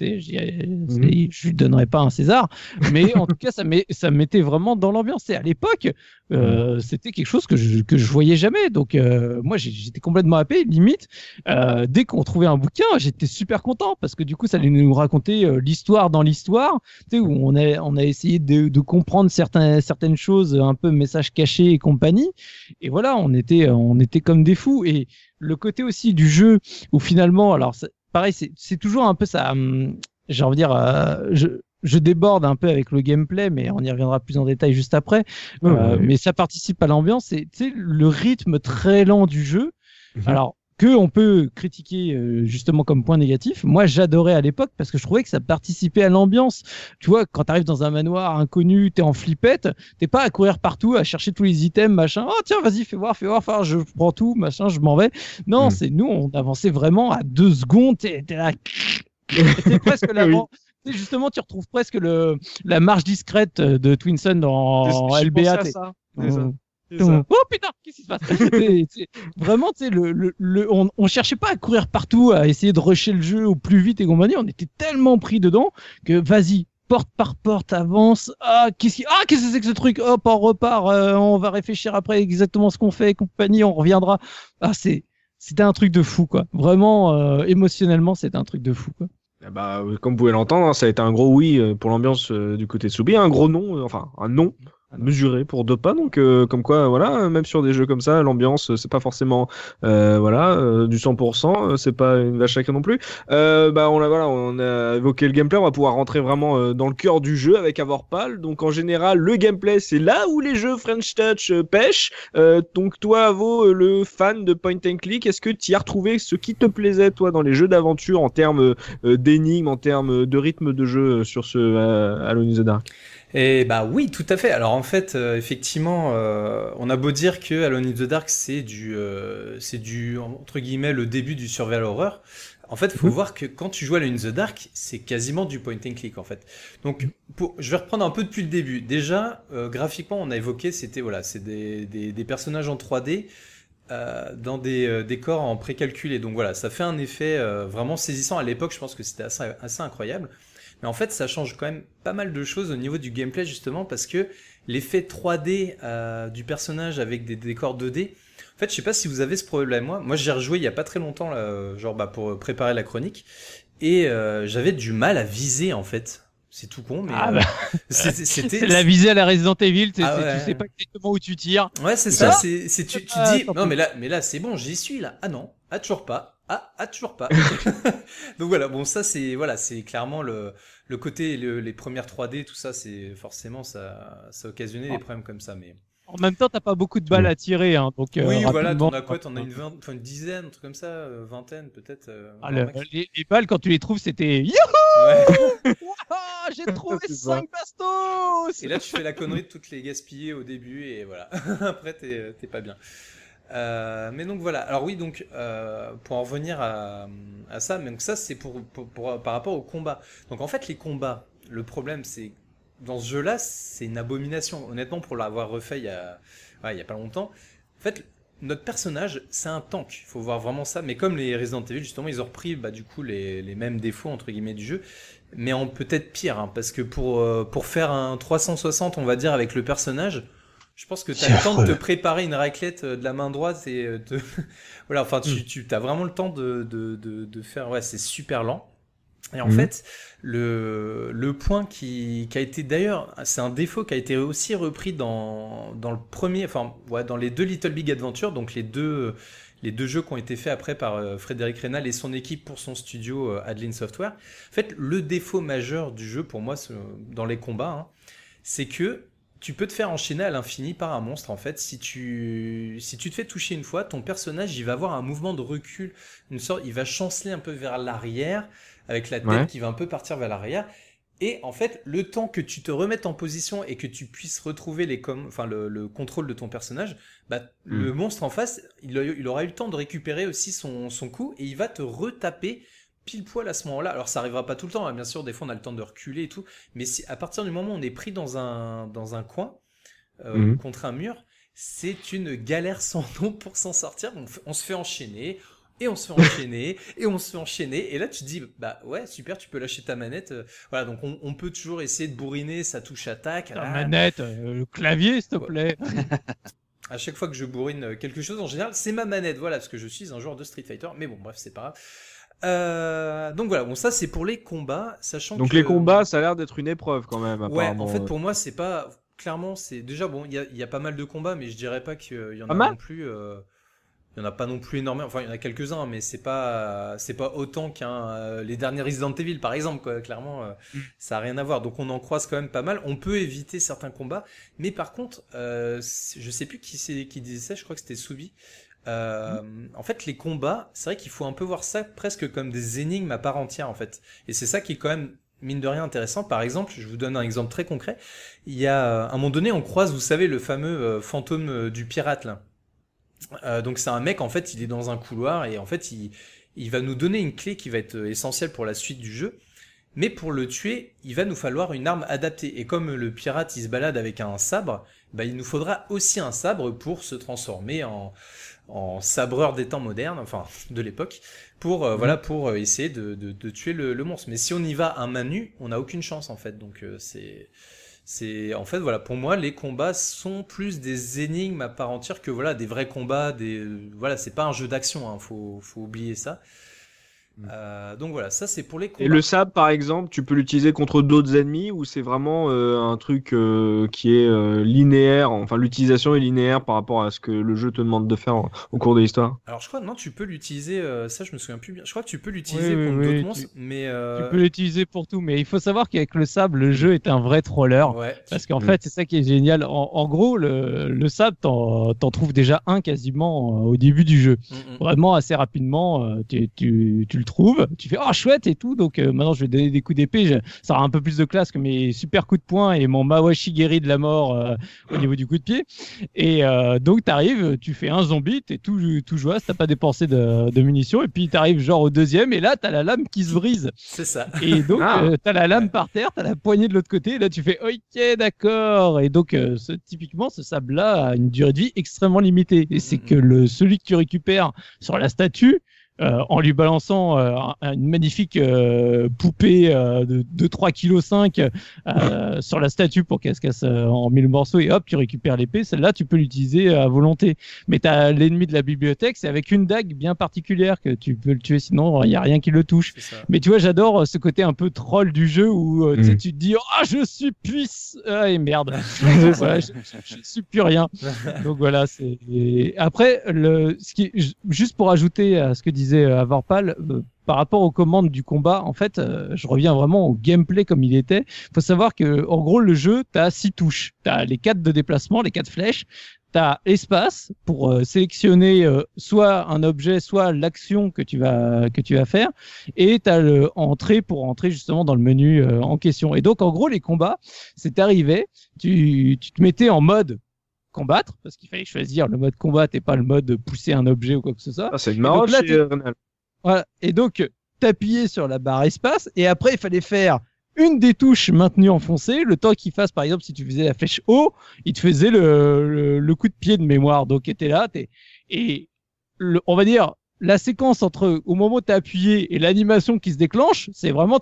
Je lui donnerais pas un César, mais en tout cas ça me mettait vraiment dans l'ambiance. Et à l'époque, c'était quelque chose que je voyais jamais. Donc moi j'étais complètement happé. Limite, dès qu'on trouvait un bouquin, j'étais super content parce que du coup ça allait nous raconter l'histoire dans l'histoire. Tu sais, où on a essayé de comprendre certaines choses, un peu messages cachés et compagnie. Et voilà, on était comme des fous. Et le côté aussi du jeu où finalement, alors pareil, c'est toujours un peu ça. J'ai envie de dire, je déborde un peu avec le gameplay, mais on y reviendra plus en détail juste après. Mais ça participe à l'ambiance. C'est, tu sais, le rythme très lent du jeu. Alors, on peut critiquer justement comme point négatif. Moi, j'adorais à l'époque parce que je trouvais que ça participait à l'ambiance. Tu vois, quand t'arrives dans un manoir inconnu, t'es en flippette, t'es pas à courir partout, à chercher tous les items, machin. Oh tiens, vas-y, fais voir, je prends tout, machin, je m'en vais. Non, c'est nous, on avançait vraiment à 2 secondes. T'es là, t'es presque l'avant. Oui. Justement, tu retrouves presque la marche discrète de Twinsun dans LBA. Oh putain, qu'est-ce qui se passe? Vraiment, tu sais, on cherchait pas à courir partout, à essayer de rusher le jeu au plus vite et compagnie. On était tellement pris dedans que vas-y, porte par porte, avance. Qu'est-ce que c'est que ce truc? Hop, on repart. On va réfléchir après exactement ce qu'on fait et compagnie. On reviendra. C'était un truc de fou, quoi. Vraiment, émotionnellement, c'était un truc de fou, quoi. Bah, comme vous pouvez l'entendre, ça a été un gros oui pour l'ambiance du côté de Soubi, un gros non, enfin un non mesuré pour 2 pas. Donc comme quoi, voilà, même sur des jeux comme ça, l'ambiance c'est pas forcément du 100%, c'est pas une vache sacrée non plus. On a évoqué le gameplay, on va pouvoir rentrer vraiment dans le cœur du jeu avec Avorpal. Donc en général, le gameplay c'est là où les jeux French Touch pêchent. Donc toi, Avo, le fan de point and click, est-ce que tu y as retrouvé ce qui te plaisait toi dans les jeux d'aventure en termes d'énigmes, en termes de rythme de jeu sur ce Alone in the Dark? Et bah oui, tout à fait. Alors en fait, effectivement, on a beau dire que Alone in the Dark c'est du entre guillemets le début du survival horror. En fait, faut voir que quand tu joues à Alone in the Dark, c'est quasiment du point and click en fait. Donc, je vais reprendre un peu depuis le début. Déjà, graphiquement, on a évoqué, c'est des personnages en 3D. Dans des décors en précalculé. Donc voilà, ça fait un effet vraiment saisissant. À l'époque, je pense que c'était assez incroyable. Mais en fait, ça change quand même pas mal de choses au niveau du gameplay, justement, parce que l'effet 3D du personnage avec des décors 2D, en fait, je sais pas si vous avez ce problème. Moi j'ai rejoué il y a pas très longtemps, là, pour préparer la chronique, et j'avais du mal à viser, en fait. C'est tout con, mais c'était la visée à la Resident Evil. Tu sais pas exactement où tu tires. Ouais, c'est ça. Tu dis non, mais là c'est bon, j'y suis là. Ah non, toujours pas. Toujours pas. Donc voilà, bon ça c'est clairement le côté les premières 3D, tout ça, c'est forcément ça occasionnait des problèmes comme ça, mais en même temps, t'as pas beaucoup de balles à tirer, hein, donc oui, voilà, t'en as quoi? T'en as une dizaine, un truc comme ça, vingtaine peut-être. Les balles, quand tu les trouves, c'était youhou! J'ai trouvé 5 bastos! Et là, tu fais la connerie de toutes les gaspiller au début, et voilà. Après, t'es pas bien. Mais donc voilà. Alors oui, donc pour en revenir à ça, donc ça c'est pour par rapport au combat. Donc en fait, les combats, le problème c'est dans ce jeu-là, c'est une abomination. Honnêtement, pour l'avoir refait il y a pas longtemps, en fait, notre personnage, c'est un tank. Il faut voir vraiment ça. Mais comme les Resident Evil, justement, ils ont repris du coup les mêmes défauts entre guillemets du jeu, mais en peut-être pire, hein, parce que pour faire un 360, on va dire, avec le personnage, je pense que tu as le temps de te préparer une raclette de la main droite et voilà, enfin tu as vraiment le temps de faire, c'est super lent. Et en fait, le point qui a été d'ailleurs, c'est un défaut qui a été aussi repris dans le premier, dans les 2 Little Big Adventure, donc les deux jeux qui ont été faits après par Frédéric Reynal et son équipe pour son studio Adeline Software. En fait, le défaut majeur du jeu pour moi dans les combats, c'est que tu peux te faire enchaîner à l'infini par un monstre. En fait, si tu te fais toucher une fois, ton personnage, il va avoir un mouvement de recul, il va chanceler un peu vers l'arrière, avec la tête qui va un peu partir vers l'arrière. Et en fait, le temps que tu te remettes en position et que tu puisses retrouver le contrôle de ton personnage, le monstre en face, il aura eu le temps de récupérer aussi son coup et il va te retaper pile poil à ce moment-là. Alors ça arrivera pas tout le temps, hein, bien sûr, des fois on a le temps de reculer et tout, mais si à partir du moment où on est pris dans un coin, contre un mur, c'est une galère sans nom pour s'en sortir. On se fait enchaîner. Et on se fait enchaîner, et on se fait enchaîner, et là tu te dis, bah ouais, super, tu peux lâcher ta manette. Voilà, donc on peut toujours essayer de bourriner sa touche attaque. La manette, le clavier, s'il te plaît. À chaque fois que je bourrine quelque chose, en général, c'est ma manette, voilà, parce que je suis un joueur de Street Fighter, mais bon, bref, c'est pas grave. Donc voilà, bon, ça c'est pour les combats, sachant donc que... les combats, ça a l'air d'être une épreuve quand même, apparemment. Ouais, en fait, pour moi, c'est pas... Clairement, c'est... Déjà, bon, il y a pas mal de combats, mais je dirais pas qu'il y en a non plus... Il y en a pas non plus énormément, enfin il y en a quelques-uns, mais c'est pas autant les derniers Resident Evil par exemple, quoi. Clairement ça a rien à voir. Donc on en croise quand même pas mal. On peut éviter certains combats, mais par contre je sais plus qui disait ça, je crois que c'était Soubi. En fait les combats, c'est vrai qu'il faut un peu voir ça presque comme des énigmes à part entière en fait. Et c'est ça qui est quand même mine de rien intéressant. Par exemple, je vous donne un exemple très concret. Il y a à un moment donné on croise, vous savez, le fameux fantôme du pirate là. Donc c'est un mec, en fait il est dans un couloir et en fait il va nous donner une clé qui va être essentielle pour la suite du jeu, mais pour le tuer il va nous falloir une arme adaptée, et comme le pirate il se balade avec un sabre, bah il nous faudra aussi un sabre pour se transformer en sabreur des temps modernes, enfin de l'époque, pour voilà, pour essayer de tuer le monstre. Mais si on y va à main nue, on n'a aucune chance en fait. Donc c'est en fait voilà, pour moi les combats sont plus des énigmes à part entière que voilà des vrais combats, voilà, c'est pas un jeu d'action, hein, faut oublier ça. Donc voilà, ça c'est pour les combats. Et le sabre par exemple, tu peux l'utiliser contre d'autres ennemis, ou c'est vraiment un truc qui est linéaire, enfin l'utilisation est linéaire par rapport à ce que le jeu te demande de faire au cours de l'histoire? Alors je crois non, tu peux l'utiliser, ça je me souviens plus bien, je crois que tu peux l'utiliser contre d'autres monstres, mais tu peux l'utiliser pour tout, mais il faut savoir qu'avec le sabre le jeu est un vrai troller, parce qu'en fait c'est ça qui est génial. En gros le sabre t'en trouves déjà un quasiment au début du jeu, vraiment assez rapidement, tu le trouves, tu fais oh chouette et tout, donc maintenant je vais donner des coups d'épée, ça aura un peu plus de classe que mes super coups de poing et mon Mawashi Geri de la mort au niveau du coup de pied. Et donc t'arrives, tu fais un zombie, t'es tout joyeux, t'as pas dépensé de munitions, et puis t'arrives genre au deuxième et là t'as la lame qui se brise. C'est ça. Et donc t'as la lame par terre, t'as la poignée de l'autre côté, et là tu fais ok d'accord. Et donc typiquement ce sable là a une durée de vie extrêmement limitée, et c'est que celui que tu récupères sur la statue, en lui balançant une magnifique poupée de 3,5 kg sur la statue pour qu'elle se casse en 1000 morceaux, et hop, tu récupères l'épée. Celle-là, tu peux l'utiliser à volonté. Mais tu as l'ennemi de la bibliothèque, c'est avec une dague bien particulière que tu peux le tuer, sinon il n'y a rien qui le touche. Mais tu vois, j'adore ce côté un peu troll du jeu où tu te dis « Ah, je suis et merde voilà, je suis plus rien ». Donc voilà, c'est... Après, juste pour ajouter à ce que disait Avorpal, par rapport aux commandes du combat, en fait, je reviens vraiment au gameplay comme il était. Faut savoir que, en gros, le jeu, t'as 6 touches. T'as les 4 de déplacement, les 4 flèches. T'as espace pour sélectionner soit un objet, soit l'action que tu vas faire, et t'as le entrée pour entrer justement dans le menu en question. Et donc, en gros, les combats, c'est t'arrivais, tu te mettais en mode combattre, parce qu'il fallait choisir le mode combat et pas le mode pousser un objet ou quoi que ce soit. Ah, c'est une marotte chez Renal. Voilà. Et donc, t'appuyais sur la barre espace, et après, il fallait faire une des touches maintenue enfoncée, le temps qu'il fasse, par exemple, si tu faisais la flèche haut, il te faisait le coup de pied de mémoire. Donc, t'es là, on va dire, la séquence entre au moment où t'as appuyé et l'animation qui se déclenche, c'est vraiment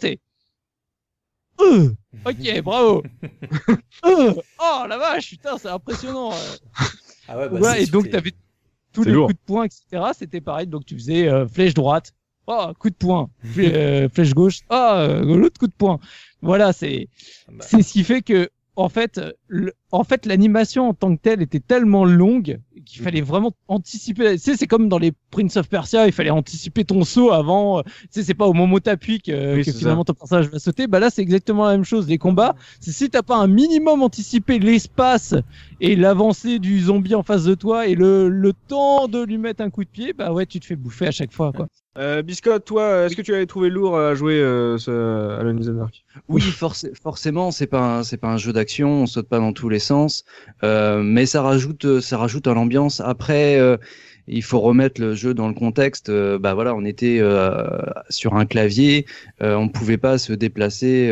ok, bravo. Oh la vache, putain, c'est impressionnant. Ah ouais, bah voilà, et donc t'avais tous les coups de poing, etc. C'était pareil, donc tu faisais flèche droite, oh coup de poing, flèche gauche, l'autre coup de poing. Voilà, c'est ce qui fait que en fait l'animation en tant que telle était tellement longue qu'il fallait vraiment anticiper. Tu sais, c'est comme dans les Prince of Persia, il fallait anticiper ton saut avant. Tu sais, c'est pas au moment où t'appuies que finalement ton personnage va sauter. Bah là, c'est exactement la même chose. Les combats, c'est si t'as pas un minimum anticipé l'espace et l'avancée du zombie en face de toi et le temps de lui mettre un coup de pied, bah ouais, tu te fais bouffer à chaque fois, quoi. Biscotte, toi, est-ce que tu avais trouvé lourd à jouer à Alone in the Dark? Oui, forcément, c'est pas un jeu d'action, on saute pas dans tous les sens, mais ça rajoute à l'ambiance. Après, il faut remettre le jeu dans le contexte. Bah voilà, on était sur un clavier, on pouvait pas se déplacer.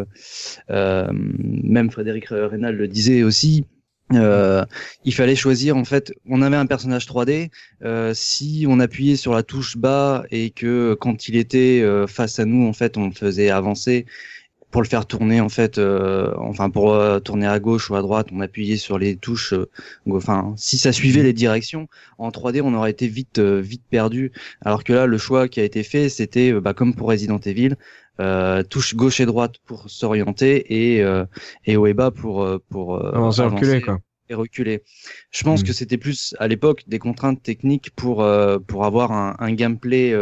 Même Frédéric Reynal le disait aussi. Il fallait choisir, en fait, on avait un personnage 3D, si on appuyait sur la touche bas et que quand il était face à nous, en fait, on le faisait avancer pour le faire tourner, en fait, pour tourner à gauche ou à droite, on appuyait sur les touches, si ça suivait les directions, en 3D, on aurait été vite perdu, alors que là, le choix qui a été fait, c'était, comme pour Resident Evil, touche gauche et droite pour s'orienter et haut et bas pour avancer et reculer. Je pense que c'était plus à l'époque des contraintes techniques pour avoir un gameplay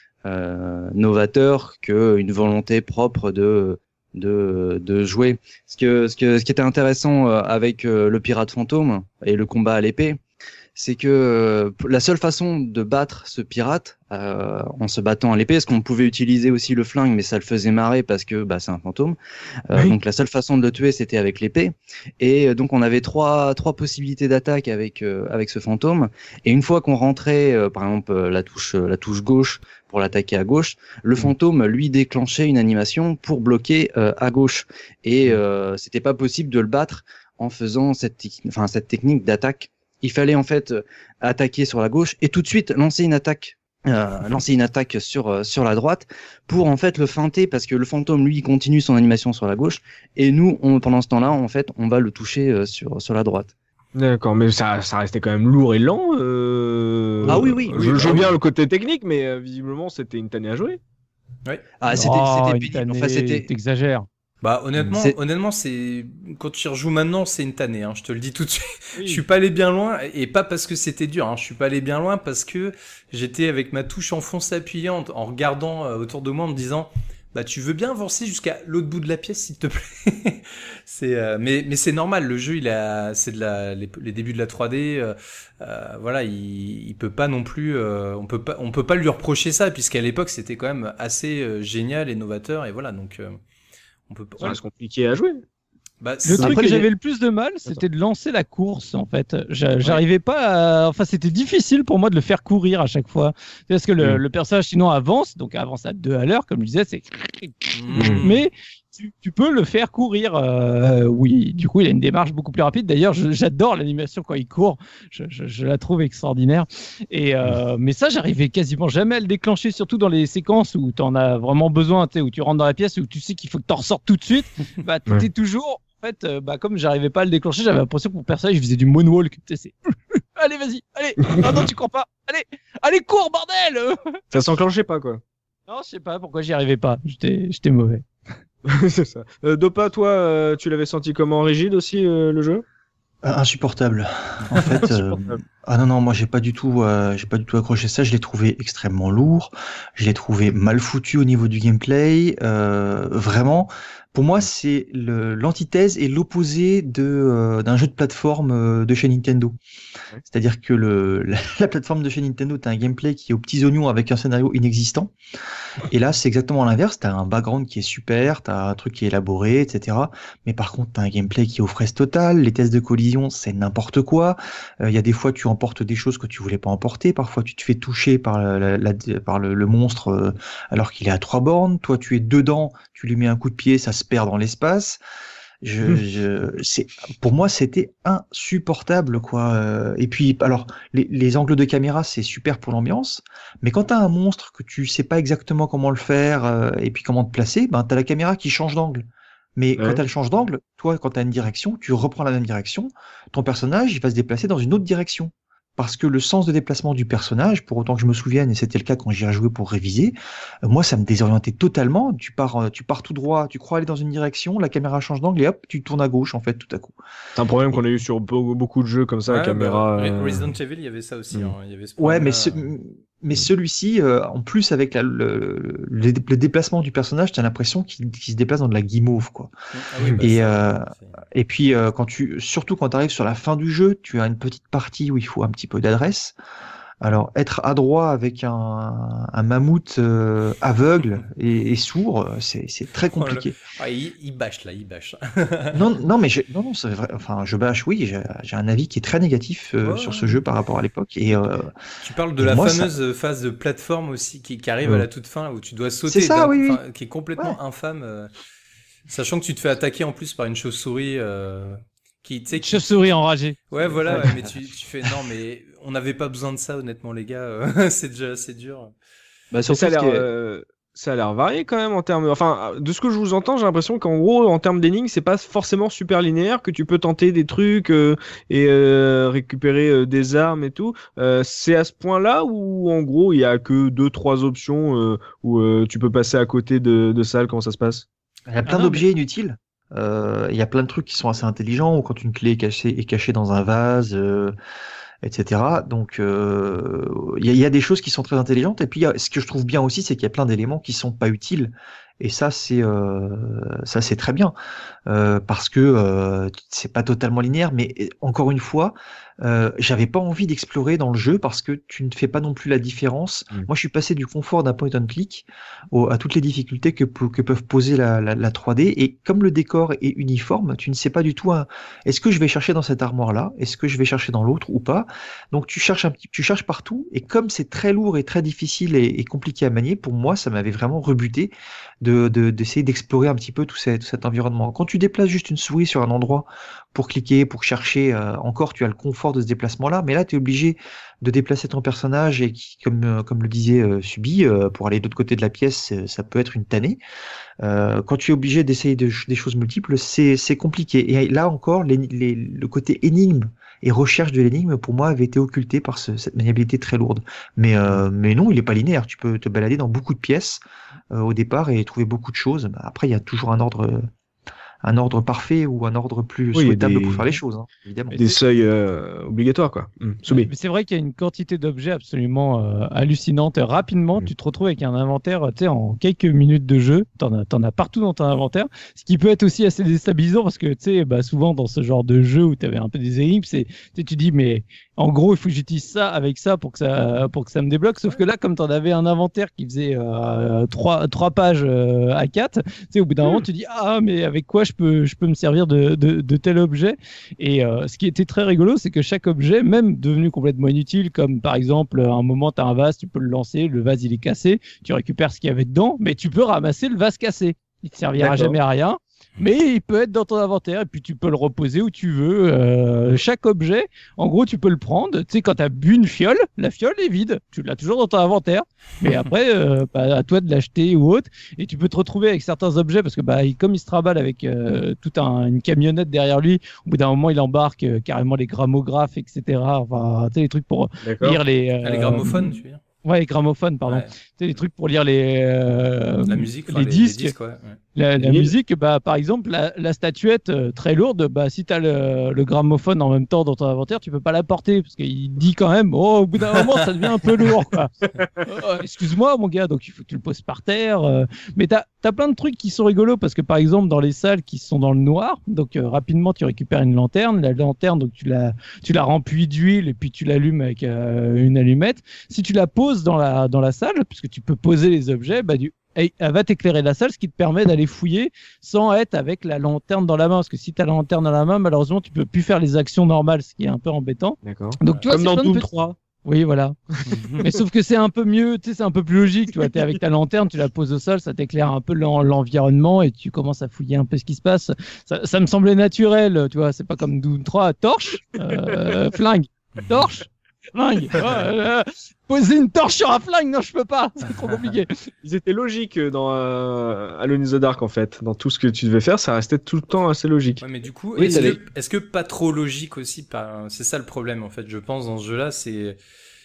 novateur qu'une volonté propre de jouer. Ce qui était intéressant avec le pirate fantôme et le combat à l'épée, c'est que la seule façon de battre ce pirate en se battant à l'épée, parce qu'on pouvait utiliser aussi le flingue, mais ça le faisait marrer parce que c'est un fantôme. Oui. Donc la seule façon de le tuer, c'était avec l'épée. Et donc on avait trois possibilités d'attaque avec ce fantôme. Et une fois qu'on rentrait, par exemple la touche gauche pour l'attaquer à gauche, le fantôme lui déclenchait une animation pour bloquer à gauche. Et c'était pas possible de le battre en faisant cette technique d'attaque. Il fallait en fait attaquer sur la gauche et tout de suite lancer une attaque sur la droite pour en fait le feinter, parce que le fantôme lui continue son animation sur la gauche et nous pendant ce temps-là en fait on va le toucher sur la droite. D'accord, mais ça restait quand même lourd et lent. Ah oui. Je veux bien le côté technique, mais visiblement c'était une tannée à jouer. Oui. Ah c'était pénible. Enfin c'était. T'exagères. Honnêtement, c'est quand tu y rejoues maintenant, c'est une tannée. Je te le dis tout de suite. Oui. Je suis pas allé bien loin, et pas parce que c'était dur. Je suis pas allé bien loin parce que j'étais avec ma touche enfoncée appuyée en regardant autour de moi en me disant, tu veux bien avancer jusqu'à l'autre bout de la pièce, s'il te plaît. Mais c'est normal. Le jeu, c'est les débuts de la 3D. Il peut pas non plus. On peut pas lui reprocher ça, puisqu'à l'époque, c'était quand même assez génial et novateur. Et voilà, donc. Ça reste compliqué à jouer. Le truc que j'avais le plus de mal, c'était de lancer la course, en fait. J'arrivais pas à... Enfin, c'était difficile pour moi de le faire courir à chaque fois. Parce que le personnage, sinon, avance à 2 à l'heure, comme je disais, c'est... Mais tu peux le faire courir. Oui, du coup, il a une démarche beaucoup plus rapide. D'ailleurs, j'adore l'animation quand il court. Je la trouve extraordinaire. Et mais ça, j'arrivais quasiment jamais à le déclencher, surtout dans les séquences où tu en as vraiment besoin, où tu rentres dans la pièce, où tu sais qu'il faut que tu en ressortes tout de suite. T'es toujours... En fait, comme j'arrivais pas à le déclencher, j'avais l'impression que mon personnage faisait du moonwalk. C'est allez, vas-y, allez. Non, tu cours pas. Allez, cours, bordel. Ça s'enclenchait pas, quoi. Non, je sais pas pourquoi j'y arrivais pas. J'étais mauvais. C'est ça. Dopa, toi, tu l'avais senti comment, rigide aussi, le jeu? Insupportable. En fait, non, moi j'ai pas du tout accroché ça. Je l'ai trouvé extrêmement lourd. Je l'ai trouvé mal foutu au niveau du gameplay. Vraiment, pour moi, c'est l'antithèse et l'opposé d'un jeu de plateforme de chez Nintendo. C'est-à-dire que la plateforme de chez Nintendo, t'as un gameplay qui est aux petits oignons avec un scénario inexistant. Et là, c'est exactement l'inverse. T'as un background qui est super, t'as un truc qui est élaboré, etc. Mais par contre, t'as un gameplay qui est aux fraises totales. Les tests de collision, c'est n'importe quoi. Il y a des fois, tu emportes des choses que tu voulais pas emporter. Parfois, tu te fais toucher par le monstre alors qu'il est à 3 bornes. Toi, tu es dedans, tu lui mets un coup de pied, ça se perd dans l'espace. Pour moi, c'était insupportable, quoi. Et puis, alors, les angles de caméra, c'est super pour l'ambiance, mais quand t'as un monstre que tu sais pas exactement comment le faire et puis comment te placer, t'as la caméra qui change d'angle. Mais quand elle change d'angle, toi, quand t'as une direction, tu reprends la même direction, ton personnage, il va se déplacer dans une autre direction. Parce que le sens de déplacement du personnage, pour autant que je me souvienne, et c'était le cas quand j'y ai joué pour réviser, moi ça me désorientait totalement. Tu pars tout droit, tu crois aller dans une direction, la caméra change d'angle et hop, tu tournes à gauche en fait tout à coup. C'est un problème qu'on a eu sur beaucoup de jeux comme ça, la caméra. Resident Evil, il y avait ça aussi. Il y avait ce mais celui-ci, en plus avec le déplacement du personnage, t'as l'impression qu'il se déplace dans de la guimauve, quoi. Et puis surtout quand t'arrives sur la fin du jeu, tu as une petite partie où il faut un petit peu d'adresse. Alors, être adroit avec un mammouth aveugle et sourd, c'est très compliqué. Ah, il bâche là, il bâche. Non, mais non, c'est vrai. Enfin, je bâche. Oui, j'ai un avis qui est très négatif sur ce jeu par rapport à l'époque. Et tu parles de la fameuse phase de plateforme aussi qui arrive à la toute fin où tu dois sauter. C'est ça, oui. Qui est complètement infâme. Sachant que tu te fais attaquer en plus par une chauve-souris chauve-souris enragée. Ouais, voilà, ouais, mais tu fais non, mais on n'avait pas besoin de ça, honnêtement, les gars. C'est déjà assez dur. Bah, ça a l'air varié quand même en termes. Enfin, de ce que je vous entends, j'ai l'impression qu'en gros, en termes d'énigmes, c'est pas forcément super linéaire, que tu peux tenter des trucs et récupérer des armes et tout. C'est à ce point-là où, en gros, il y a que 2-3 options où tu peux passer à côté de salles. Comment ça se passe? Il y a plein d'objets inutiles. Il y a plein de trucs qui sont assez intelligents, ou quand une clé est cachée dans un vase, etc. Donc, il y a des choses qui sont très intelligentes. Et puis, ce que je trouve bien aussi, c'est qu'il y a plein d'éléments qui sont pas utiles. Et ça, c'est très bien parce que c'est pas totalement linéaire. Mais encore une fois, j'avais pas envie d'explorer dans le jeu parce que tu ne fais pas non plus la différence. Moi, je suis passé du confort d'un point and click à toutes les difficultés que peuvent poser la 3D. Et comme le décor est uniforme, tu ne sais pas du tout est-ce que je vais chercher dans cette armoire-là, est-ce que je vais chercher dans l'autre ou pas. Donc tu cherches partout. Et comme c'est très lourd et très difficile et compliqué à manier, pour moi, ça m'avait vraiment rebuté d'essayer d'explorer un petit peu tout cet environnement. Quand tu déplaces juste une souris sur un endroit pour cliquer, pour chercher, encore tu as le confort de ce déplacement-là, mais là tu es obligé de déplacer ton personnage et comme le disait Subi, pour aller de l'autre côté de la pièce, ça peut être une tannée. Quand tu es obligé d'essayer des choses multiples, c'est compliqué. Et là encore, le côté énigme et recherche de l'énigme, pour moi, avait été occulté par cette maniabilité très lourde. Mais non, il est pas linéaire. Tu peux te balader dans beaucoup de pièces au départ et trouver beaucoup de choses. Après, il y a toujours un ordre parfait ou un ordre plus souhaitable pour faire les choses, hein, évidemment. Des seuils obligatoires, quoi. Mais c'est vrai qu'il y a une quantité d'objets absolument hallucinante. Rapidement, tu te retrouves avec un inventaire, tu sais, en quelques minutes de jeu, t'en as partout dans ton inventaire, ce qui peut être aussi assez déstabilisant parce que, tu sais, souvent dans ce genre de jeu où t'avais un peu des énigmes, tu dis, mais en gros, il faut que j'utilise ça avec ça pour que ça me débloque. Sauf que là, comme t'en avais un inventaire qui faisait 3 pages à 4, tu sais, au bout d'un moment, tu dis, mais avec quoi je peux me servir de tel objet. Et ce qui était très rigolo, c'est que chaque objet, même devenu complètement inutile, comme par exemple, à un moment, tu as un vase, tu peux le lancer, le vase il est cassé, tu récupères ce qu'il y avait dedans, mais tu peux ramasser le vase cassé. Il ne servira jamais à rien. Mais il peut être dans ton inventaire et puis tu peux le reposer où tu veux. Chaque objet, en gros, tu peux le prendre. Tu sais, quand tu as bu une fiole, la fiole est vide. Tu l'as toujours dans ton inventaire. Mais après, à toi de l'acheter ou autre. Et tu peux te retrouver avec certains objets parce que comme il se traballe avec toute une camionnette derrière lui, au bout d'un moment, il embarque carrément les grammographes, etc. Enfin, tu sais, les trucs pour lire les gramophones, tu veux dire? Ouais, les gramophones, pardon. Ouais. Tu sais, les trucs pour lire la musique, les disques. Ouais. La musique, par exemple, la statuette très lourde, si tu as le gramophone en même temps dans ton inventaire, tu peux pas la porter parce qu'il dit quand même, au bout d'un moment, ça devient un peu lourd, quoi. Excuse-moi, mon gars, donc il faut que tu le poses par terre. Mais t'as plein de trucs qui sont rigolos parce que, par exemple, dans les salles qui sont dans le noir, donc rapidement, tu récupères une lanterne. La lanterne, donc tu la remplis d'huile et puis tu l'allumes avec une allumette. Si tu la poses dans la salle, puisque tu peux poser les objets, elle va t'éclairer la salle, ce qui te permet d'aller fouiller sans être avec la lanterne dans la main. Parce que si tu as la lanterne dans la main, malheureusement, tu peux plus faire les actions normales, ce qui est un peu embêtant. D'accord. Donc, tu vois, comme dans Doom 3. Oui, voilà. Mais sauf que c'est un peu mieux, tu sais, c'est un peu plus logique. Tu vois, t'es avec ta lanterne, tu la poses au sol, ça t'éclaire un peu l'environnement et tu commences à fouiller un peu ce qui se passe. Ça me semblait naturel, tu vois. C'est pas comme Doom 3, torche, flingue, torche. Flingue. Poser une torche sur un flingue, non, je peux pas. C'est trop compliqué. Ils étaient logiques dans Alone in the Dark, en fait. Dans tout ce que tu devais faire, ça restait tout le temps assez logique. Ouais, mais du coup, oui, est-ce que pas trop logique aussi, c'est ça le problème, en fait, je pense, dans ce jeu-là, c'est,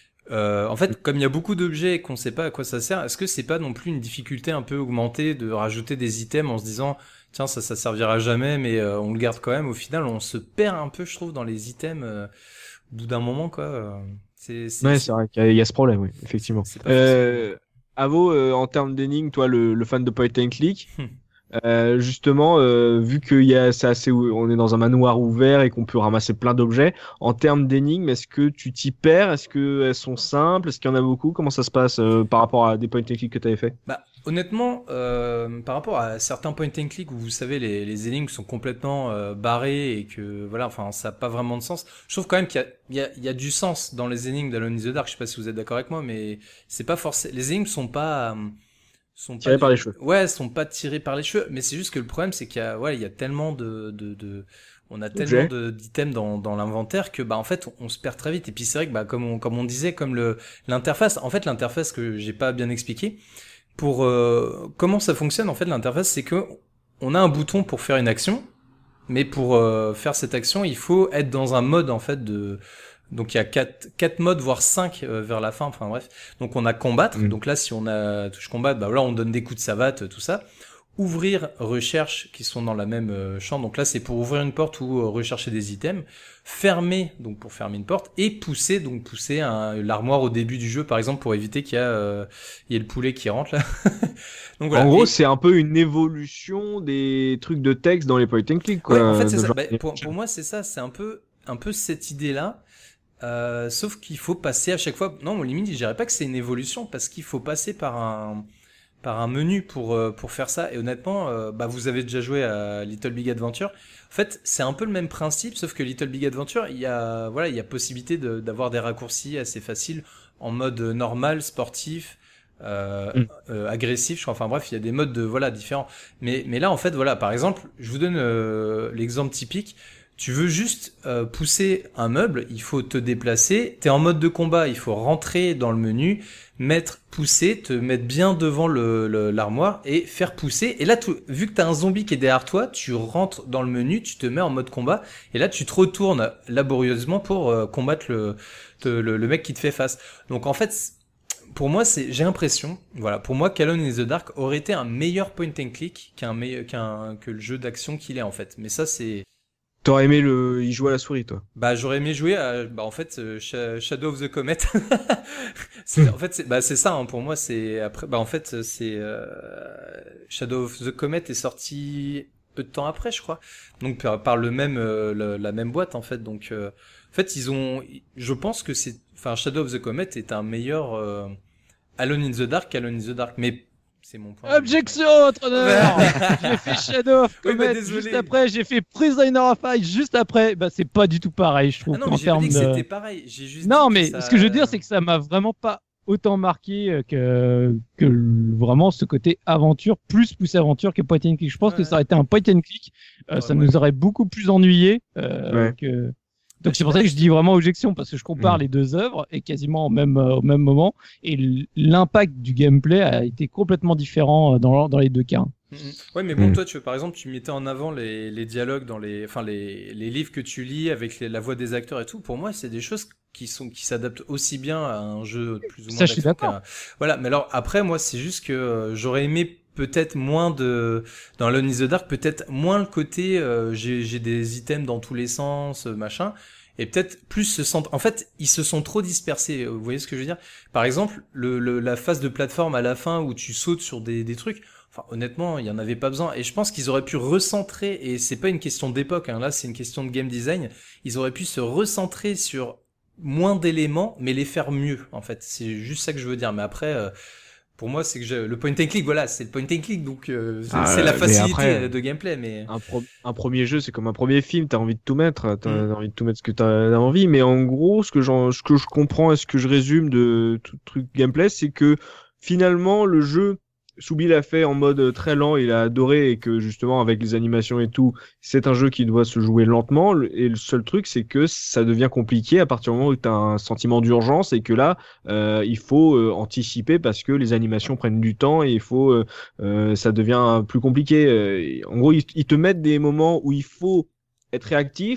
en fait, comme il y a beaucoup d'objets et qu'on sait pas à quoi ça sert, est-ce que c'est pas non plus une difficulté un peu augmentée de rajouter des items en se disant, tiens, ça servira jamais, mais on le garde quand même. Au final, on se perd un peu, je trouve, dans les items, au bout d'un moment, quoi. Ouais, c'est vrai qu'il y a ce problème, oui, effectivement. Avo, en termes d'énigmes, toi, le fan de point and click, Justement, vu on est dans un manoir ouvert et qu'on peut ramasser plein d'objets, en termes d'énigmes, est-ce que tu t'y perds? Est-ce qu'elles sont simples? Est-ce qu'il y en a beaucoup? Comment ça se passe par rapport à des point and click que tu avais fait? Bah, honnêtement, par rapport à certains point and click où vous savez les énigmes sont complètement barrées et que voilà, enfin ça n'a pas vraiment de sens. Je trouve quand même qu'il y a du sens dans les énigmes d'Alone in the Dark. Je sais pas si vous êtes d'accord avec moi, mais c'est pas forcément. Les énigmes sont pas tirés par les cheveux. Ouais, sont pas tirés par les cheveux, mais c'est juste que le problème c'est qu'il y a tellement on a tellement d'items dans l'inventaire que bah en fait on se perd très vite. Et puis c'est vrai que bah comme on disait, comme l'interface, en fait l'interface que j'ai pas bien expliqué. Pour comment ça fonctionne en fait l'interface, c'est que on a un bouton pour faire une action, mais pour faire cette action, il faut être dans un mode en fait donc il y a quatre modes voire 5 vers la fin, enfin bref. Donc on a combattre, donc là si on a touche combattre, bah là on donne des coups de savate, tout ça. Ouvrir, recherche, qui sont dans la même champ. Donc là, c'est pour ouvrir une porte ou rechercher des items. Fermer, donc pour fermer une porte. Et pousser, donc pousser l'armoire au début du jeu, par exemple, pour éviter qu'il y ait le poulet qui rentre là. Donc voilà. En gros, c'est un peu une évolution des trucs de texte dans les point and click, quoi. Ouais, en fait, c'est ça. Bah, pour moi, c'est ça. C'est un peu cette idée-là. Sauf qu'il faut passer à chaque fois. Non, mon limite, je dirais pas que c'est une évolution parce qu'il faut passer par un menu pour faire ça. Et honnêtement, bah vous avez déjà joué à Little Big Adventure. En fait, c'est un peu le même principe, sauf que Little Big Adventure, il y a possibilité d'avoir des raccourcis assez faciles en mode normal, sportif, agressif, je crois. Enfin bref, il y a des modes différents. Mais là, en fait, voilà, par exemple, je vous donne l'exemple typique. Tu veux juste pousser un meuble, il faut te déplacer. T'es en mode de combat, il faut rentrer dans le menu, pousser, te mettre bien devant l'armoire et faire pousser. Et là, vu que t'as un zombie qui est derrière toi, tu rentres dans le menu, tu te mets en mode combat. Et là, tu te retournes laborieusement pour combattre le mec qui te fait face. Donc en fait, pour moi, j'ai l'impression, pour moi, qu'Alone in the Dark aurait été un meilleur point and click que le jeu d'action qu'il est en fait. Mais ça, c'est... T'aurais aimé y jouer à la souris, toi? Bah, j'aurais aimé jouer à, Shadow of the Comet. C'est ça, hein, pour moi, c'est, après, en fait, c'est, Shadow of the Comet est sorti peu de temps après, je crois. Donc, par la même boîte, en fait. Donc, en fait, je pense que Shadow of the Comet est un meilleur, Alone in the Dark qu'Alone in the Dark. Mais, c'est mon point. Objection, entraîneur. J'ai fait Shadow of Comet, juste après, j'ai fait Prisoner of Ice, juste après. Bah, c'est pas du tout pareil, je trouve. Ah non, mais j'ai pas dit que c'était pareil. J'ai juste non, mais ce que je veux dire, c'est que ça m'a vraiment pas autant marqué que vraiment ce côté aventure, plus poussé aventure que point and click. Je pense que ça aurait été un point and click, ça nous aurait beaucoup plus ennuyé que... Donc c'est pour ça que je dis vraiment objection, parce que je compare les deux œuvres et quasiment au même moment, et l'impact du gameplay a été complètement différent dans les deux cas. Ouais, mais bon, toi, par exemple, tu mettais en avant les dialogues dans les livres que tu lis avec la voix des acteurs et tout. Pour moi, c'est des choses qui s'adaptent aussi bien à un jeu plus ou moins. Ça, je suis d'accord. Voilà. Mais alors après, moi, c'est juste que j'aurais aimé peut-être moins dans Alone in the Dark, peut-être moins le côté j'ai des items dans tous les sens, machin, et peut-être plus en fait, ils se sont trop dispersés, vous voyez ce que je veux dire? Par exemple, la phase de plateforme à la fin où tu sautes sur des trucs, enfin honnêtement, il y en avait pas besoin, et je pense qu'ils auraient pu recentrer, et c'est pas une question d'époque, hein, là c'est une question de game design, ils auraient pu se recentrer sur moins d'éléments, mais les faire mieux, en fait. C'est juste ça que je veux dire, mais après... pour moi, c'est que le point and click, voilà, c'est le point and click, donc c'est la facilité après, de gameplay. Mais un premier jeu, c'est comme un premier film, t'as envie de tout mettre, envie de tout mettre ce que t'as envie. Mais en gros, ce que je comprends et ce que je résume de tout truc gameplay, c'est que finalement le jeu, Soubi l'a fait en mode très lent, il a adoré, et que justement avec les animations et tout, c'est un jeu qui doit se jouer lentement, et le seul truc c'est que ça devient compliqué à partir du moment où tu as un sentiment d'urgence, et que là il faut anticiper parce que les animations prennent du temps, et il faut ça devient plus compliqué. En gros, ils te mettent des moments où il faut être réactif,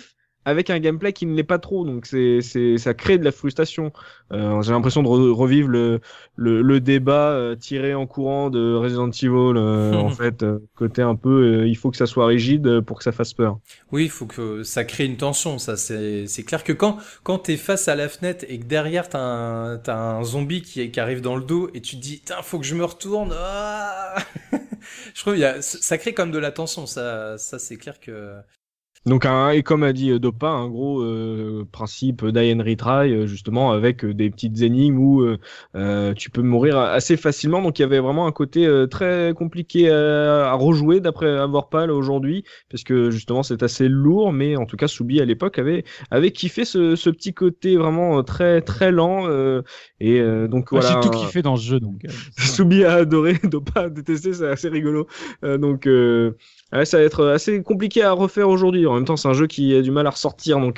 avec un gameplay qui ne l'est pas trop, donc ça crée de la frustration. J'ai l'impression de revivre le débat tiré en courant de Resident Evil, en fait, côté un peu, il faut que ça soit rigide pour que ça fasse peur. Oui, il faut que ça crée une tension, ça c'est clair que quand t'es face à la fenêtre et que derrière t'as un zombie qui arrive dans le dos et tu te dis tiens, faut que je me retourne. Ah je trouve ça crée comme de la tension, ça c'est clair que. Donc et comme a dit Dopa, un gros principe die and retry, justement avec des petites énigmes où tu peux mourir assez facilement. Donc il y avait vraiment un côté très compliqué à rejouer d'après avoir pas là aujourd'hui, parce que justement c'est assez lourd, mais en tout cas Soubi à l'époque avait kiffé ce petit côté vraiment très très lent et donc voilà. J'ai tout kiffé dans ce jeu donc. Soubi a adoré, Dopa a détesté, c'est assez rigolo. Donc ouais, ça va être assez compliqué à refaire aujourd'hui. En même temps, c'est un jeu qui a du mal à ressortir. Donc,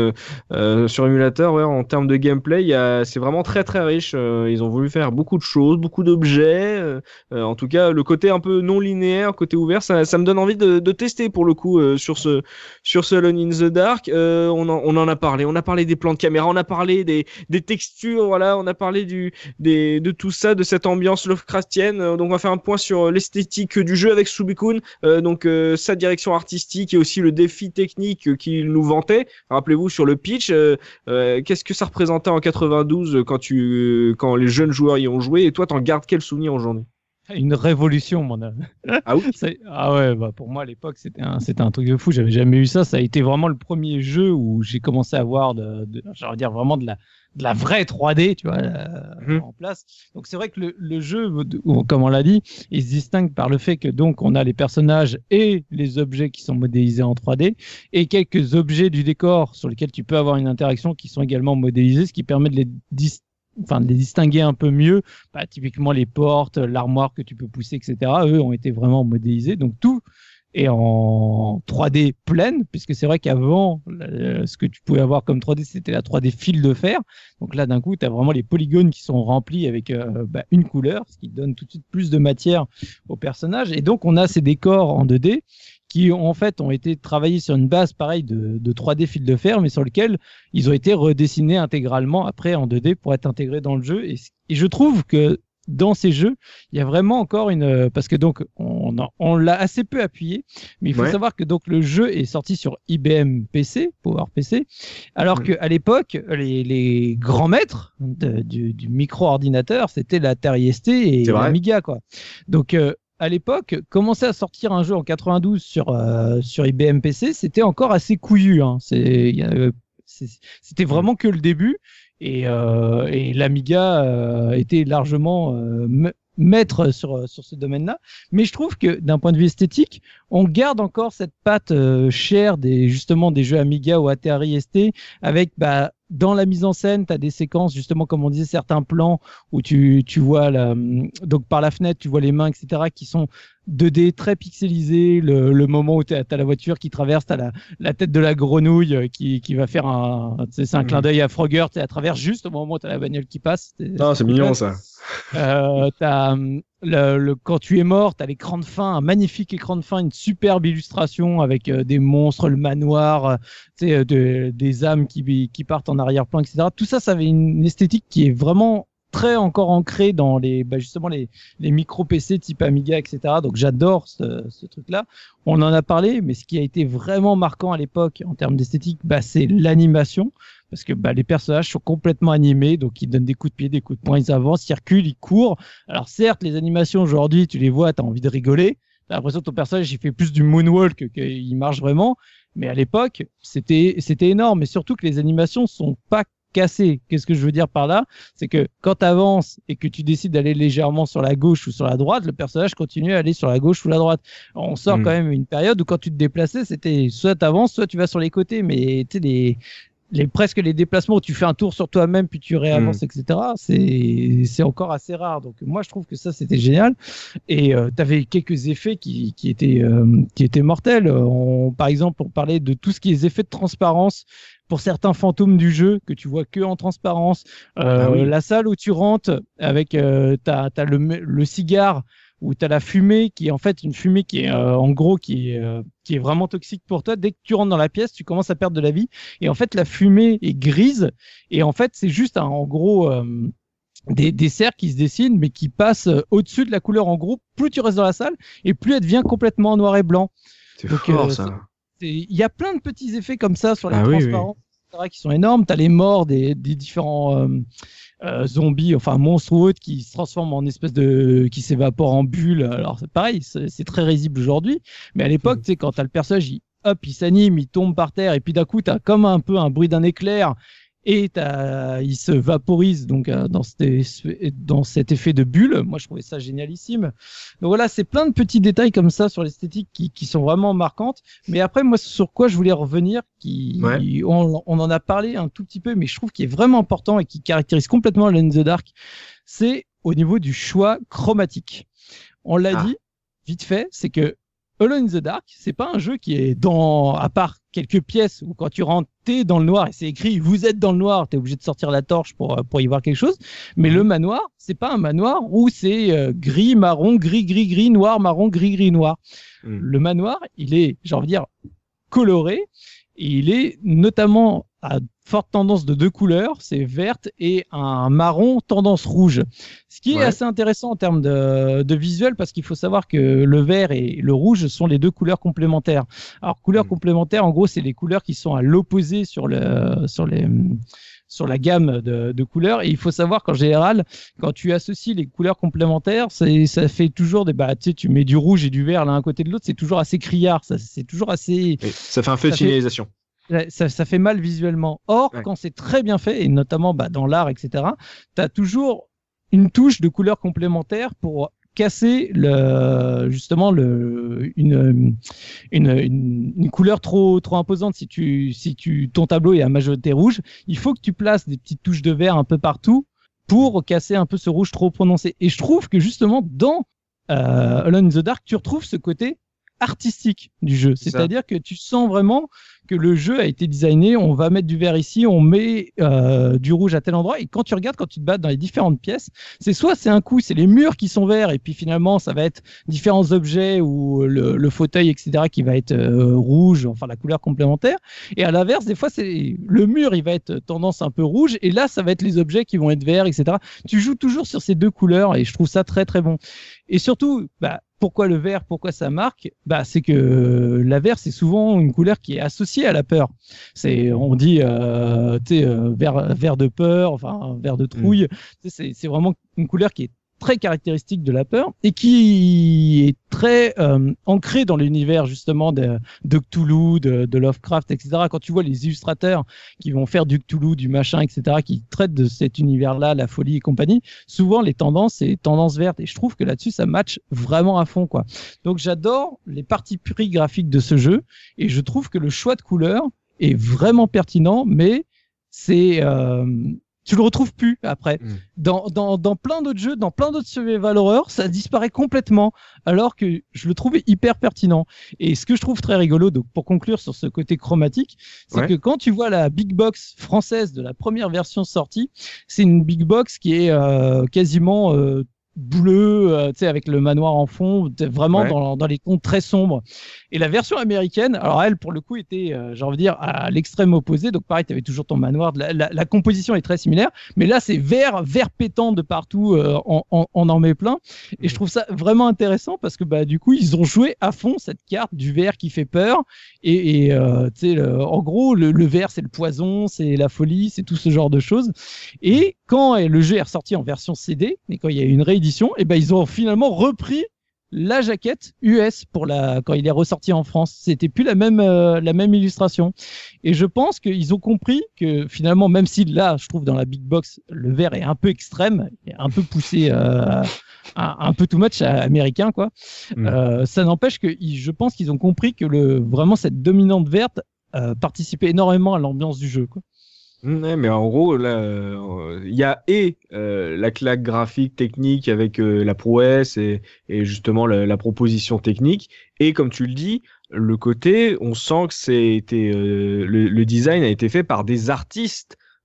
sur émulateur, ouais, en termes de gameplay, c'est vraiment très très riche. Ils ont voulu faire beaucoup de choses, beaucoup d'objets. En tout cas, le côté un peu non linéaire, côté ouvert, ça me donne envie de tester pour le coup sur ce Alone in the Dark. On en a parlé. On a parlé des plans de caméra, on a parlé des textures, voilà, on a parlé de tout ça, de cette ambiance Lovecraftienne. Donc, on va faire un point sur l'esthétique du jeu avec Subikun. Donc sa direction artistique et aussi le défi technique qu'il nous vantait. Rappelez-vous sur le pitch, qu'est-ce que ça représentait en 92 quand les jeunes joueurs y ont joué, et toi t'en gardes quel souvenir aujourd'hui? Une révolution, mon homme. Ah oui. Ah ouais, bah pour moi à l'époque c'était un truc de fou. J'avais jamais eu ça. Ça a été vraiment le premier jeu où j'ai commencé à voir j'allais dire vraiment de la vraie 3D, tu vois, en place. Donc c'est vrai que le jeu, comme on l'a dit, il se distingue par le fait que donc on a les personnages et les objets qui sont modélisés en 3D et quelques objets du décor sur lesquels tu peux avoir une interaction qui sont également modélisés, ce qui permet de les distinguer un peu mieux. Bah, typiquement les portes, l'armoire que tu peux pousser, etc. Eux ont été vraiment modélisés. Donc tout est en 3D pleine, puisque c'est vrai qu'avant, ce que tu pouvais avoir comme 3D, c'était la 3D fil de fer. Donc là, d'un coup, tu as vraiment les polygones qui sont remplis avec une couleur, ce qui donne tout de suite plus de matière au personnage. Et donc, on a ces décors en 2D qui en fait ont été travaillés sur une base pareille de 3D fil de fer, mais sur lequel ils ont été redessinés intégralement après en 2D pour être intégrés dans le jeu. Et je trouve que dans ces jeux, il y a vraiment encore parce que donc on l'a assez peu appuyé, mais il faut savoir que donc le jeu est sorti sur IBM PC, PowerPC, alors qu'à l'époque, les grands maîtres du micro-ordinateur, c'était la Atari ST et l'Amiga, quoi. Donc à l'époque, commencer à sortir un jeu en 92 sur IBM PC, c'était encore assez couillu, hein. C'était vraiment que le début. Et l'Amiga était largement maître sur ce domaine-là. Mais je trouve que d'un point de vue esthétique, on garde encore cette patte chère justement des jeux Amiga ou Atari ST avec dans la mise en scène, tu as des séquences, justement, comme on disait, certains plans où tu vois donc par la fenêtre, tu vois les mains, etc., qui sont 2D très pixelisés. Le moment où tu as la voiture qui traverse, tu as la tête de la grenouille qui va faire c'est un clin d'œil à Frogger, à travers juste au moment où tu as la bagnole qui passe. C'est mignon ça. T'as quand tu es mort, t'as l'écran de fin, un magnifique écran de fin, une superbe illustration avec des monstres, le manoir, des âmes qui partent en arrière-plan, etc. Tout ça, ça avait une esthétique qui est vraiment très encore ancrée dans justement les micro PC type Amiga, etc. Donc j'adore ce truc-là. On en a parlé, mais ce qui a été vraiment marquant à l'époque en termes d'esthétique, c'est l'animation. Parce que les personnages sont complètement animés, donc ils donnent des coups de pied, des coups de poing, ils avancent, ils reculent, ils courent. Alors certes, les animations aujourd'hui, tu les vois, t'as envie de rigoler. T'as l'impression que ton personnage, il fait plus du moonwalk qu'il marche vraiment. Mais à l'époque, c'était énorme. Et surtout que les animations sont pas cassées. Qu'est-ce que je veux dire par là? C'est que quand t'avances et que tu décides d'aller légèrement sur la gauche ou sur la droite, le personnage continue à aller sur la gauche ou la droite. Alors, on sort quand même une période où quand tu te déplaçais, c'était soit t'avances, soit tu vas sur les côtés. Mais tu sais, presque les déplacements où tu fais un tour sur toi-même puis tu réavances, etc. C'est encore assez rare. Donc moi je trouve que ça c'était génial. Et t'avais quelques effets qui étaient mortels. Par exemple, on parlait de tout ce qui est effets de transparence pour certains fantômes du jeu que tu vois que en transparence. La salle où tu rentres avec t'as le cigare où tu as la fumée qui est en fait une fumée qui est en gros qui est vraiment toxique pour toi. Dès que tu rentres dans la pièce, tu commences à perdre de la vie. Et en fait, la fumée est grise. Et en fait, c'est juste en gros des cercles qui se dessinent, mais qui passent au-dessus de la couleur. En gros, plus tu restes dans la salle, et plus elle devient complètement noir et blanc. C'est fort, ça. Il y a plein de petits effets comme ça sur les Ah oui, transparents, etc., qui sont énormes. T'as les morts des différents zombies, enfin monstres ou autres, qui se transforment en espèce qui s'évaporent en bulles. Alors c'est pareil, c'est très risible aujourd'hui, mais à l'époque, tu sais, quand t'as le personnage, il s'anime, il tombe par terre, et puis d'un coup, t'as comme un peu un bruit d'un éclair. Et il se vaporise donc dans cet effet de bulle. Moi, je trouvais ça génialissime. Donc voilà, c'est plein de petits détails comme ça sur l'esthétique qui sont vraiment marquantes. Mais après, moi, sur quoi je voulais revenir, on en a parlé un tout petit peu, mais je trouve qu'il est vraiment important et qui caractérise complètement Alone in the Dark, c'est au niveau du choix chromatique. On l'a dit vite fait, c'est que Alone in the Dark, c'est pas un jeu qui est à part quelques pièces où quand tu rentres, t'es dans le noir et c'est écrit vous êtes dans le noir, t'es obligé de sortir la torche pour y voir quelque chose. Mais le manoir, c'est pas un manoir où c'est gris, marron, gris, gris, gris, noir, marron, gris, gris, noir. Le manoir, il est, j'ai envie de dire, coloré et il est notamment à forte tendance de 2 couleurs, c'est verte et un marron tendance rouge. Ce qui est assez intéressant en termes de visuel, parce qu'il faut savoir que le vert et le rouge sont les 2 couleurs complémentaires. Alors, couleurs complémentaires, en gros, c'est les couleurs qui sont à l'opposé sur la gamme de couleurs. Et il faut savoir qu'en général, quand tu associes les couleurs complémentaires, ça fait toujours tu sais, tu mets du rouge et du vert l'un à côté de l'autre, c'est toujours assez criard, c'est toujours assez... Oui, ça fait un feu de signalisation. Ça fait mal visuellement. Or, quand c'est très bien fait, et notamment dans l'art, etc., tu as toujours une touche de couleur complémentaire pour casser une couleur trop imposante. Si ton tableau est à majorité rouge, il faut que tu places des petites touches de vert un peu partout pour casser un peu ce rouge trop prononcé. Et je trouve que justement dans Alone in the Dark, tu retrouves ce côté artistique du jeu. C'est-à-dire que tu sens vraiment que le jeu a été designé, on va mettre du vert ici, on met du rouge à tel endroit, et quand tu regardes, quand tu te bats dans les différentes pièces, c'est un coup, c'est les murs qui sont verts, et puis finalement, ça va être différents objets ou le fauteuil, etc., qui va être rouge, enfin la couleur complémentaire, et à l'inverse, des fois, c'est le mur, il va être tendance un peu rouge, et là, ça va être les objets qui vont être verts, etc. Tu joues toujours sur ces 2 couleurs, et je trouve ça très, très bon. Et surtout, pourquoi le vert, pourquoi ça marque? C'est que la vert, c'est souvent une couleur qui est associée à la peur. On dit, vert de peur, enfin, vert de trouille. C'est vraiment une couleur qui est très caractéristique de la peur et qui est très ancrée dans l'univers justement de Cthulhu, de Lovecraft, etc. Quand tu vois les illustrateurs qui vont faire du Cthulhu, du machin, etc., qui traitent de cet univers-là, la folie et compagnie, souvent les tendances, c'est tendances vertes. Et je trouve que là-dessus, ça match vraiment à fond, quoi. Donc j'adore les parties pris graphiques de ce jeu et je trouve que le choix de couleurs est vraiment pertinent, mais tu le retrouves plus après. Dans plein d'autres jeux, dans plein d'autres survival horror, ça disparaît complètement, alors que je le trouvais hyper pertinent. Et ce que je trouve très rigolo, donc pour conclure sur ce côté chromatique, c'est que quand tu vois la big box française de la première version sortie, c'est une big box qui est quasiment bleu, tu sais, avec le manoir en fond, vraiment dans les tons très sombres. Et la version américaine, alors elle, pour le coup, était, j'ai envie de dire, à l'extrême opposé. Donc pareil, tu avais toujours ton manoir. La composition est très similaire, mais là, c'est vert pétant de partout, on en met plein. Et je trouve ça vraiment intéressant parce que du coup, ils ont joué à fond cette carte du vert qui fait peur. Et tu sais, en gros, le vert, c'est le poison, c'est la folie, c'est tout ce genre de choses. Et quand le jeu est ressorti en version CD, et quand il y a eu une réédition, et ils ont finalement repris la jaquette US quand il est ressorti en France. C'était plus la même illustration. Et je pense qu'ils ont compris que finalement, même si là, je trouve dans la big box, le vert est un peu extrême, un peu poussé, un peu too much américain, quoi. Ça n'empêche que je pense qu'ils ont compris que vraiment cette dominante verte participait énormément à l'ambiance du jeu, quoi. Ouais, mais en gros, là, il y a la claque graphique technique avec la prouesse et justement la proposition technique, et comme tu le dis, le côté, on sent que le design a été fait par des artistes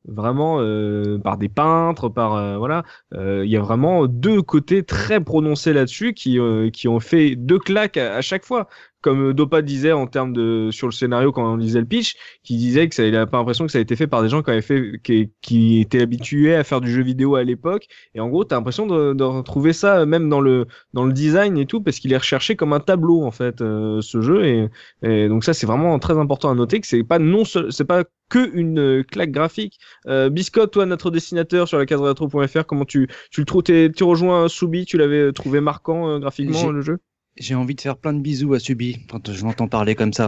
vraiment par des peintres, voilà. Il y a vraiment deux côtés très prononcés là-dessus qui ont fait deux claques à chaque fois. Comme Dopa disait en termes sur le scénario quand on lisait le pitch, qui disait que il a pas l'impression que ça a été fait par des gens qui étaient habitués à faire du jeu vidéo à l'époque. Et en gros, t'as l'impression de retrouver ça même dans le design et tout, parce qu'il est recherché comme un tableau en fait, ce jeu. Et donc ça, c'est vraiment très important à noter que c'est pas que une claque graphique. Biscotte, toi, notre dessinateur sur la case retro.fr, comment tu le trouves? Tu rejoins Soubi, tu l'avais trouvé marquant graphiquement le jeu? J'ai envie de faire plein de bisous à Subi quand je l'entends parler comme ça.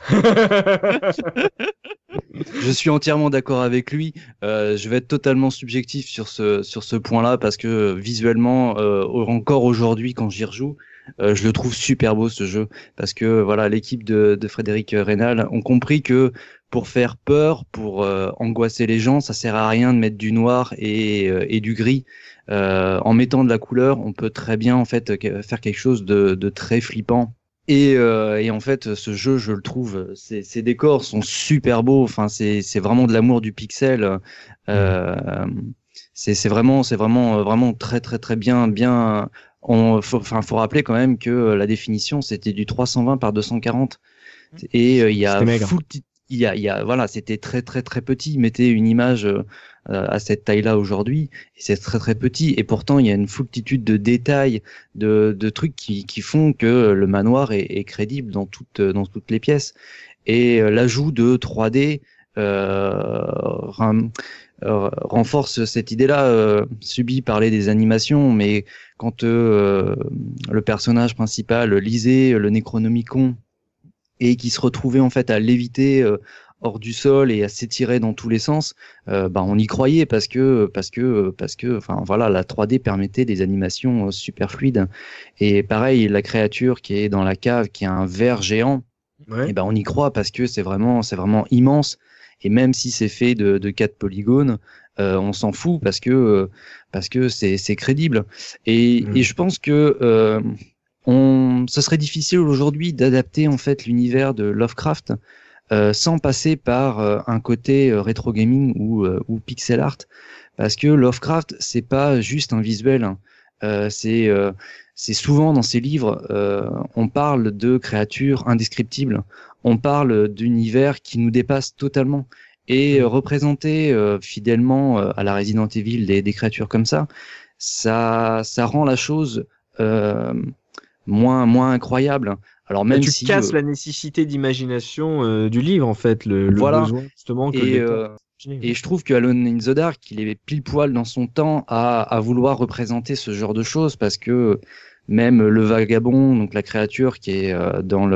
Je suis entièrement d'accord avec lui. Je vais être totalement subjectif sur ce point-là parce que visuellement, encore aujourd'hui, quand j'y rejoue, je le trouve super beau ce jeu parce que voilà, l'équipe de Frédéric Reynal ont compris que pour faire peur, pour angoisser les gens, ça sert à rien de mettre du noir et du gris. En mettant de la couleur, on peut très bien en fait faire quelque chose de très flippant. Et en fait, ce jeu, je le trouve, ces décors sont super beaux. Enfin, c'est vraiment de l'amour du pixel. C'est vraiment très très très bien. Faut rappeler quand même que la définition c'était du 320 par 240 et il y a voilà, c'était très très très petit. Mettez une image à cette taille-là aujourd'hui, et c'est très très petit. Et pourtant, il y a une foultitude de détails, de trucs qui font que le manoir est crédible dans toutes les pièces. Et l'ajout de 3D renforce cette idée-là. Subi parlait des animations, mais quand le personnage principal lisait le Necronomicon et qui se retrouvait en fait à léviter hors du sol et à s'étirer dans tous les sens, on y croyait parce que enfin voilà, la 3D permettait des animations super fluides. Et pareil, la créature qui est dans la cave, qui a un ver géant, et on y croit parce que c'est vraiment immense. Et même si c'est fait de 4 polygones, on s'en fout parce que c'est crédible. Et je pense que ce serait difficile aujourd'hui d'adapter en fait l'univers de Lovecraft sans passer par un côté rétro gaming ou pixel art, parce que Lovecraft c'est pas juste un visuel, c'est souvent dans ses livres on parle de créatures indescriptibles, on parle d'univers qui nous dépassent totalement, et représenter fidèlement à la Resident Evil des créatures comme ça rend la chose moins incroyable. Alors même tu si casses la nécessité d'imagination du livre en fait, le besoin justement que et je trouve que Alone in the Dark, il est pile poil dans son temps à vouloir représenter ce genre de choses, parce que même le vagabond, donc la créature qui est dans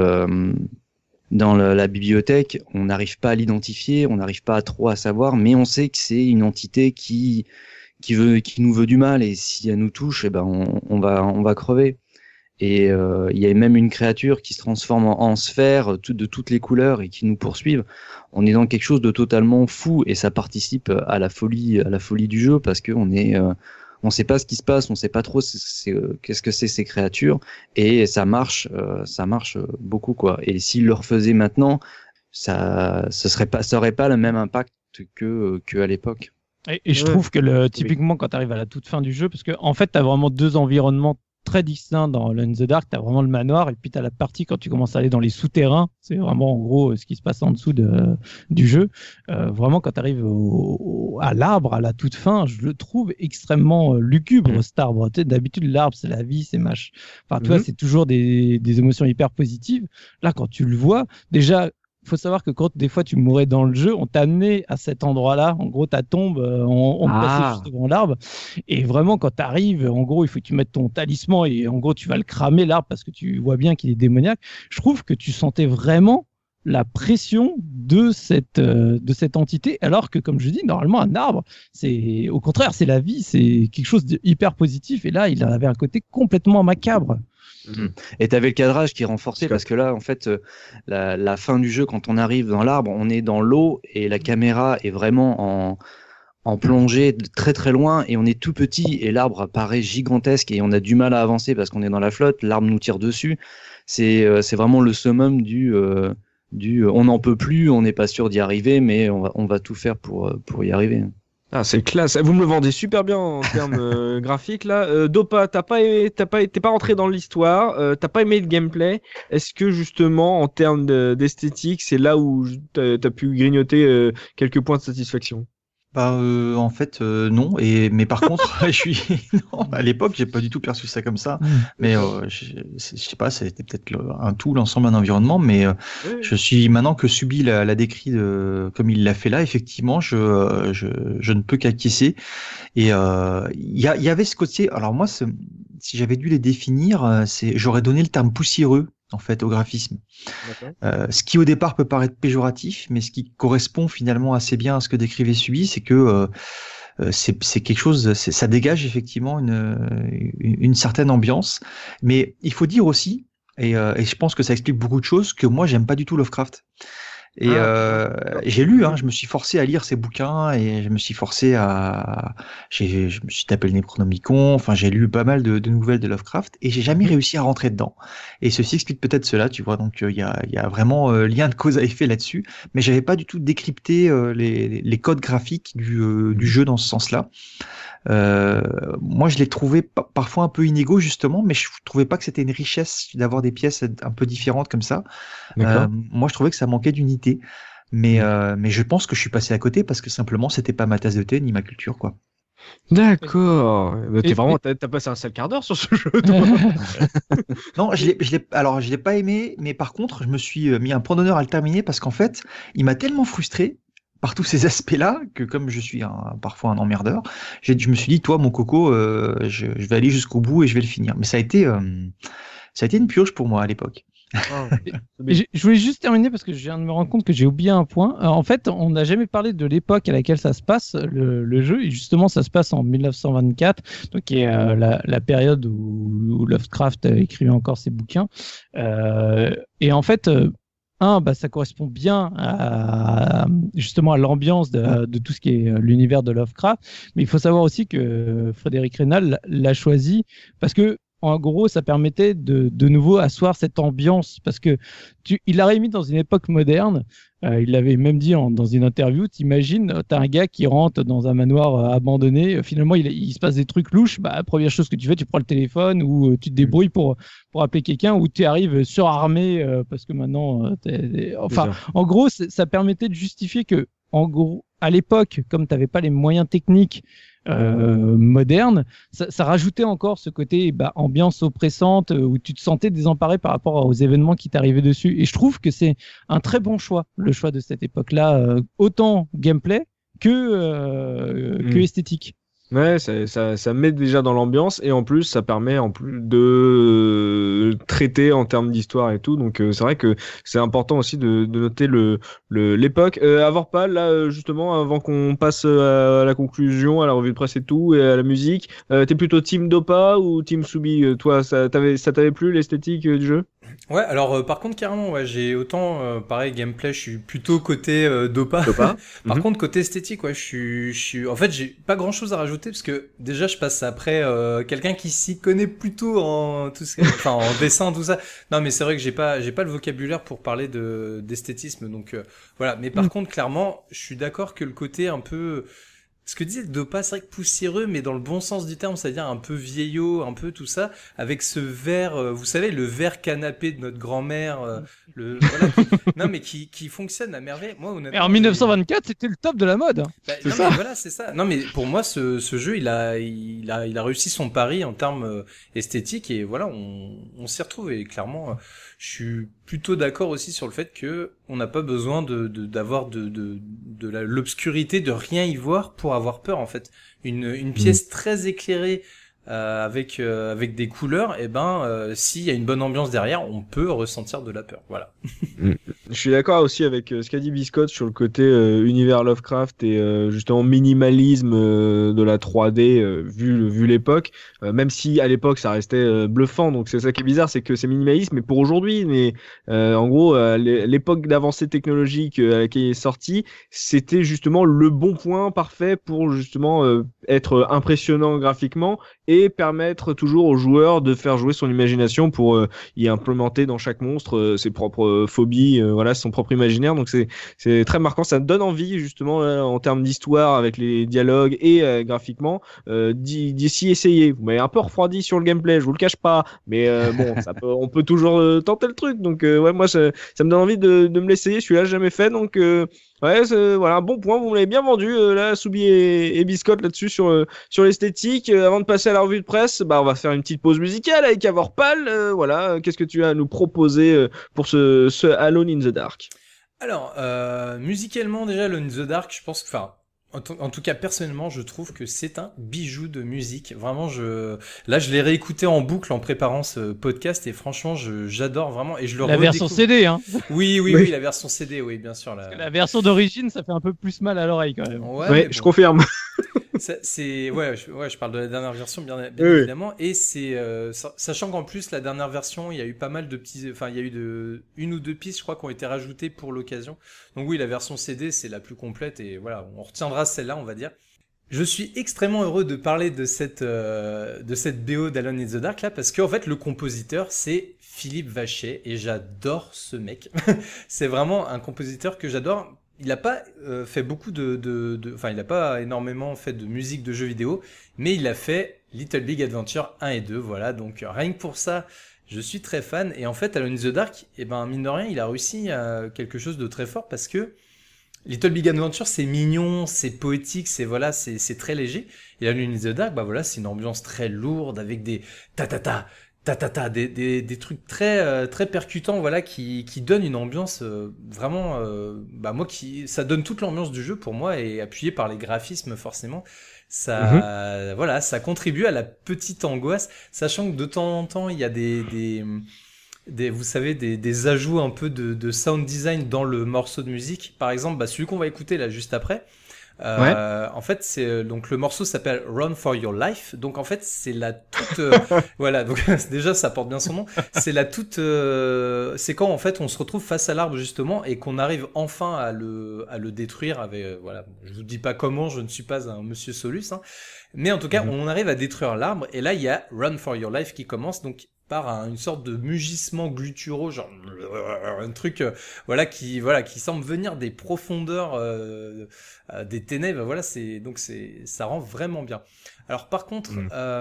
la bibliothèque, on n'arrive pas à l'identifier, on n'arrive pas à savoir, mais on sait que c'est une entité qui nous veut du mal, et si elle nous touche, on va crever. Et il y a même une créature qui se transforme en sphère de toutes les couleurs et qui nous poursuivent. On est dans quelque chose de totalement fou, et ça participe à la folie du jeu, parce que on sait pas ce qui se passe, on sait pas trop qu'est-ce que c'est ces créatures, et ça marche beaucoup quoi. Et s'ils le refaisaient maintenant, ça aurait pas le même impact que à l'époque. Et je trouve que typiquement quand tu arrives à la toute fin du jeu, parce que en fait tu as vraiment deux environnements très distincts dans Alone in the Dark. Tu as vraiment le manoir, et puis tu as la partie quand tu commences à aller dans les souterrains, c'est vraiment en gros ce qui se passe en dessous du jeu. Vraiment quand tu arrives à l'arbre, à la toute fin, je le trouve extrêmement lugubre cet arbre. Tu sais, d'habitude l'arbre c'est la vie, c'est enfin tu vois, c'est toujours des émotions hyper positives. Là quand tu le vois, déjà faut savoir que quand des fois tu mourais dans le jeu, on t'amenait à cet endroit-là. En gros, ta tombe, on te passait juste devant l'arbre. Et vraiment, quand tu arrives, en gros, il faut que tu mettes ton talisman, et en gros, tu vas le cramer l'arbre parce que tu vois bien qu'il est démoniaque. Je trouve que tu sentais vraiment la pression de cette entité, alors que, comme je dis, normalement, un arbre, c'est au contraire, c'est la vie, c'est quelque chose d'hyper positif. Et là, il avait un côté complètement macabre. Et t'avais le cadrage qui renforçait, parce que là en fait la fin du jeu, quand on arrive dans l'arbre, on est dans l'eau et la caméra est vraiment en plongée très très loin, et on est tout petit et l'arbre paraît gigantesque et on a du mal à avancer parce qu'on est dans la flotte, l'arbre nous tire dessus. C'est vraiment le summum on n'en peut plus, on n'est pas sûr d'y arriver, mais on va tout faire pour y arriver. Ah, c'est classe. Vous me le vendez super bien en termes graphiques là. Dopa, t'es pas rentré dans l'histoire, t'as pas aimé le gameplay. Est-ce que justement en termes d'esthétique, c'est là où t'as pu grignoter quelques points de satisfaction? En fait non, mais par contre non, à l'époque j'ai pas du tout perçu ça comme ça, mais je sais pas, c'était peut-être l'ensemble d'un environnement, mais je suis maintenant que Subi l'a décrit comme il l'a fait là, effectivement je ne peux qu'acquiescer, et il y avait ce côté, alors moi si j'avais dû les définir, j'aurais donné le terme poussiéreux en fait au graphisme. Ce qui au départ peut paraître péjoratif, mais ce qui correspond finalement assez bien à ce que décrivait Subi, c'est que c'est quelque chose, ça dégage effectivement une certaine ambiance, mais il faut dire aussi, et je pense que ça explique beaucoup de choses, que moi j'aime pas du tout Lovecraft. Et j'ai lu, je me suis forcé à lire ces bouquins, et je me suis forcé je me suis tapé le Necronomicon, enfin j'ai lu pas mal de nouvelles de Lovecraft, et j'ai jamais réussi à rentrer dedans. Et ceci explique peut-être cela, tu vois, donc il y a vraiment lien de cause à effet là-dessus, mais j'avais pas du tout décrypté les codes graphiques du jeu dans ce sens-là. Moi je l'ai trouvé parfois un peu inégaux justement, mais je trouvais pas que c'était une richesse d'avoir des pièces un peu différentes comme ça. Moi je trouvais que ça manquait d'unité, mais je pense que je suis passé à côté parce que simplement c'était pas ma tasse de thé ni ma culture, quoi. D'accord. T'as passé un sale quart d'heure sur ce jeu, toi. Non, je l'ai pas aimé, mais par contre je me suis mis un point d'honneur à le terminer parce qu'en fait il m'a tellement frustré par tous ces aspects-là, que comme je suis parfois un emmerdeur, je me suis dit, toi, mon coco, je vais aller jusqu'au bout et je vais le finir. Mais ça a été une pioche pour moi à l'époque. Je voulais juste terminer parce que je viens de me rendre compte que j'ai oublié un point. En fait, on n'a jamais parlé de l'époque à laquelle ça se passe, le jeu. Et justement, ça se passe en 1924, donc qui est la période où Lovecraft écrivait encore ses bouquins. Et en fait... ça correspond bien justement à l'ambiance de tout ce qui est l'univers de Lovecraft, mais il faut savoir aussi que Frédéric Reynal l'a choisi parce que en gros, ça permettait de nouveau asseoir cette ambiance, parce que il l'a remis dans une époque moderne. Il l'avait même dit dans une interview. T'imagines, t'as un gars qui rentre dans un manoir abandonné. Finalement, il se passe des trucs louches. Première chose que tu fais, tu prends le téléphone ou tu te débrouilles pour appeler quelqu'un, ou tu arrives surarmé parce que maintenant, en gros, ça permettait de justifier que, en gros, à l'époque, comme t'avais pas les moyens techniques moderne, ça rajoutait encore ce côté ambiance oppressante où tu te sentais désemparé par rapport aux événements qui t'arrivaient dessus. Et je trouve que c'est un très bon choix, le choix de cette époque-là, autant gameplay que esthétique. Ouais, ça met déjà dans l'ambiance, et en plus ça permet de traiter en termes d'histoire et tout, donc c'est vrai que c'est important aussi de noter l'époque. Avorpal, là justement, avant qu'on passe à la conclusion, à la revue de presse et tout, et à la musique, t'es plutôt team Dopa ou team Subi? Toi, ça t'avait plu l'esthétique du jeu? Ouais, alors par contre carrément, ouais, j'ai autant pareil gameplay, je suis plutôt côté Dopa. Par contre côté esthétique, ouais, je suis en fait, j'ai pas grand-chose à rajouter parce que déjà je passe après quelqu'un qui s'y connaît plutôt en tout ce en dessin, tout ça. Non, mais c'est vrai que j'ai pas le vocabulaire pour parler d'esthétisme, donc voilà, mais par contre clairement, je suis d'accord que le côté un peu ce que disait Dopa, c'est vrai que poussiéreux, mais dans le bon sens du terme, c'est-à-dire un peu vieillot, un peu tout ça, avec ce verre, vous savez, le verre canapé de notre grand-mère, non mais qui fonctionne à merveille. Moi, honnêtement, en 1924, c'était le top de la mode. C'est ça. Mais voilà, c'est ça. Non mais pour moi, ce jeu, il a réussi son pari en termes esthétiques, et voilà, on s'y retrouve, et clairement, je suis plutôt d'accord aussi sur le fait que on n'a pas besoin d'avoir de l'obscurité, de rien y voir pour avoir peur, en fait. Une pièce très éclairée avec des couleurs, s'il y a une bonne ambiance derrière, on peut ressentir de la peur. Voilà. Je suis d'accord aussi avec ce qu'a dit Biscotte sur le côté univers Lovecraft et justement minimalisme de la 3D vu l'époque, même si à l'époque ça restait bluffant, donc c'est ça qui est bizarre, c'est que c'est minimaliste mais pour aujourd'hui, mais en gros l'époque d'avancée technologique à laquelle il est sorti, c'était justement le bon point parfait pour justement être impressionnant graphiquement et permettre toujours aux joueurs de faire jouer son imagination pour y implémenter dans chaque monstre ses propres phobies, voilà, son propre imaginaire. Donc c'est très marquant. Ça donne envie justement en termes d'histoire avec les dialogues et graphiquement d'y essayer. Vous m'avez un peu refroidi sur le gameplay, je vous le cache pas, mais bon, on peut toujours tenter le truc. Donc ouais, moi ça me donne envie de me l'essayer. Celui-là, j'ai jamais fait, donc ouais, voilà, un bon point. Vous me l'avez bien vendu là, Soubi et Biscotte là-dessus sur l'esthétique. Avant de passer à la revue de presse, bah on va faire une petite pause musicale avec Avorpal. Voilà, qu'est-ce que tu as à nous proposer pour ce Alone in the Dark? Alors, musicalement déjà, Alone in the Dark, je pense que, enfin, en tout cas, personnellement, je trouve que c'est un bijou de musique. Vraiment, là, je l'ai réécouté en boucle en préparant ce podcast et franchement, j'adore vraiment et je le redécouvre. La version CD, hein. Oui, la version CD, oui, bien sûr. Parce que la version d'origine, ça fait un peu plus mal à l'oreille quand même. Ouais, je confirme. Je parle de la dernière version, bien évidemment, et sachant qu'en plus la dernière version, il y a eu pas mal de il y a eu une ou deux pistes, je crois, qui ont été rajoutées pour l'occasion. Donc oui, la version CD, c'est la plus complète, et voilà, on retiendra celle-là, on va dire. Je suis extrêmement heureux de parler de cette BO d'Alone in the Dark là, parce qu'en fait, le compositeur, c'est Philippe Vacher, et j'adore ce mec. C'est vraiment un compositeur que j'adore. Il n'a pas fait beaucoup il n'a pas énormément fait de musique de jeux vidéo, mais il a fait Little Big Adventure 1 et 2, voilà. Donc rien que pour ça, je suis très fan. Et en fait, Alone in the Dark, mine de rien, il a réussi à quelque chose de très fort parce que Little Big Adventure, c'est mignon, c'est poétique, c'est très léger. Et Alone in the Dark, c'est une ambiance très lourde avec des des trucs très percutants, voilà, qui donnent une ambiance vraiment ça donne toute l'ambiance du jeu pour moi, et appuyé par les graphismes forcément, ça ça contribue à la petite angoisse, sachant que de temps en temps il y a vous savez, des ajouts un peu de sound design dans le morceau de musique. Par exemple, celui qu'on va écouter là juste après. En fait, c'est donc le morceau s'appelle Run for Your Life. Donc en fait, c'est la toute voilà. Donc déjà, ça porte bien son nom. C'est la toute. C'est quand en fait on se retrouve face à l'arbre justement et qu'on arrive enfin à le détruire. Avec voilà. Je vous dis pas comment. Je ne suis pas un Monsieur Solus, hein. Mais en tout cas, on arrive à détruire l'arbre. Et là, il y a Run for Your Life qui commence. Donc par une sorte de mugissement gluturaux, genre un truc qui semble venir des profondeurs des ténèbres. Voilà, ça rend vraiment bien. Alors par contre,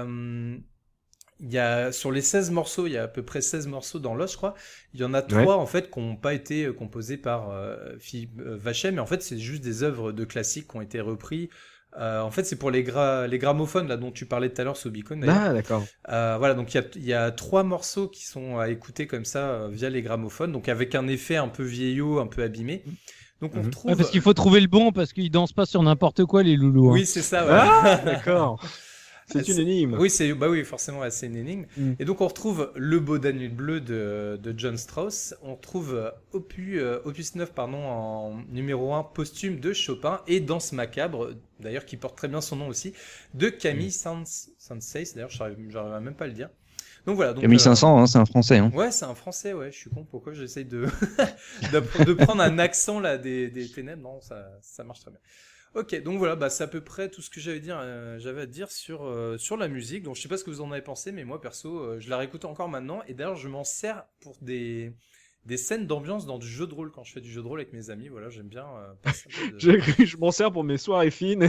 il y a sur les 16 morceaux, il y a à peu près 16 morceaux dans Lost, je crois. Il y en a 3 en fait qui n'ont pas été composés par Philippe Vacher, mais en fait c'est juste des œuvres de classiques qui ont été repris. En fait, c'est pour les gramophones là dont tu parlais tout à l'heure, Sobicon. Ah, d'accord. Voilà, donc il y a 3 morceaux qui sont à écouter comme ça via les gramophones, donc avec un effet un peu vieillot, un peu abîmé. Donc on retrouve. Parce qu'il faut trouver le bon, parce qu'ils dansent pas sur n'importe quoi les loulous. Hein. Oui, c'est ça. Ouais. Ah, d'accord. C'est une énigme. Oui, oui, forcément, c'est une énigme. Et donc, on retrouve Le Beau Danube Bleu de John Strauss. On retrouve Opus 9, en numéro 1 posthume de Chopin, et Danse macabre, d'ailleurs, qui porte très bien son nom aussi, de Camille Saint-Saëns. D'ailleurs, j'arrive même pas à le dire. Donc voilà. Donc, Camille 500, c'est un français. Hein. Ouais, c'est un français, ouais. Je suis con. Pourquoi j'essaye de prendre un accent là des ténèbres? Non, ça marche très bien. Ok, donc voilà, c'est à peu près tout ce que j'avais à dire sur la musique. Donc je sais pas ce que vous en avez pensé, mais moi perso, je la réécoute encore maintenant. Et d'ailleurs, je m'en sers pour des scènes d'ambiance dans du jeu de rôle quand je fais du jeu de rôle avec mes amis. Voilà, j'aime bien passer un peu de... je m'en sers pour mes soirées fines.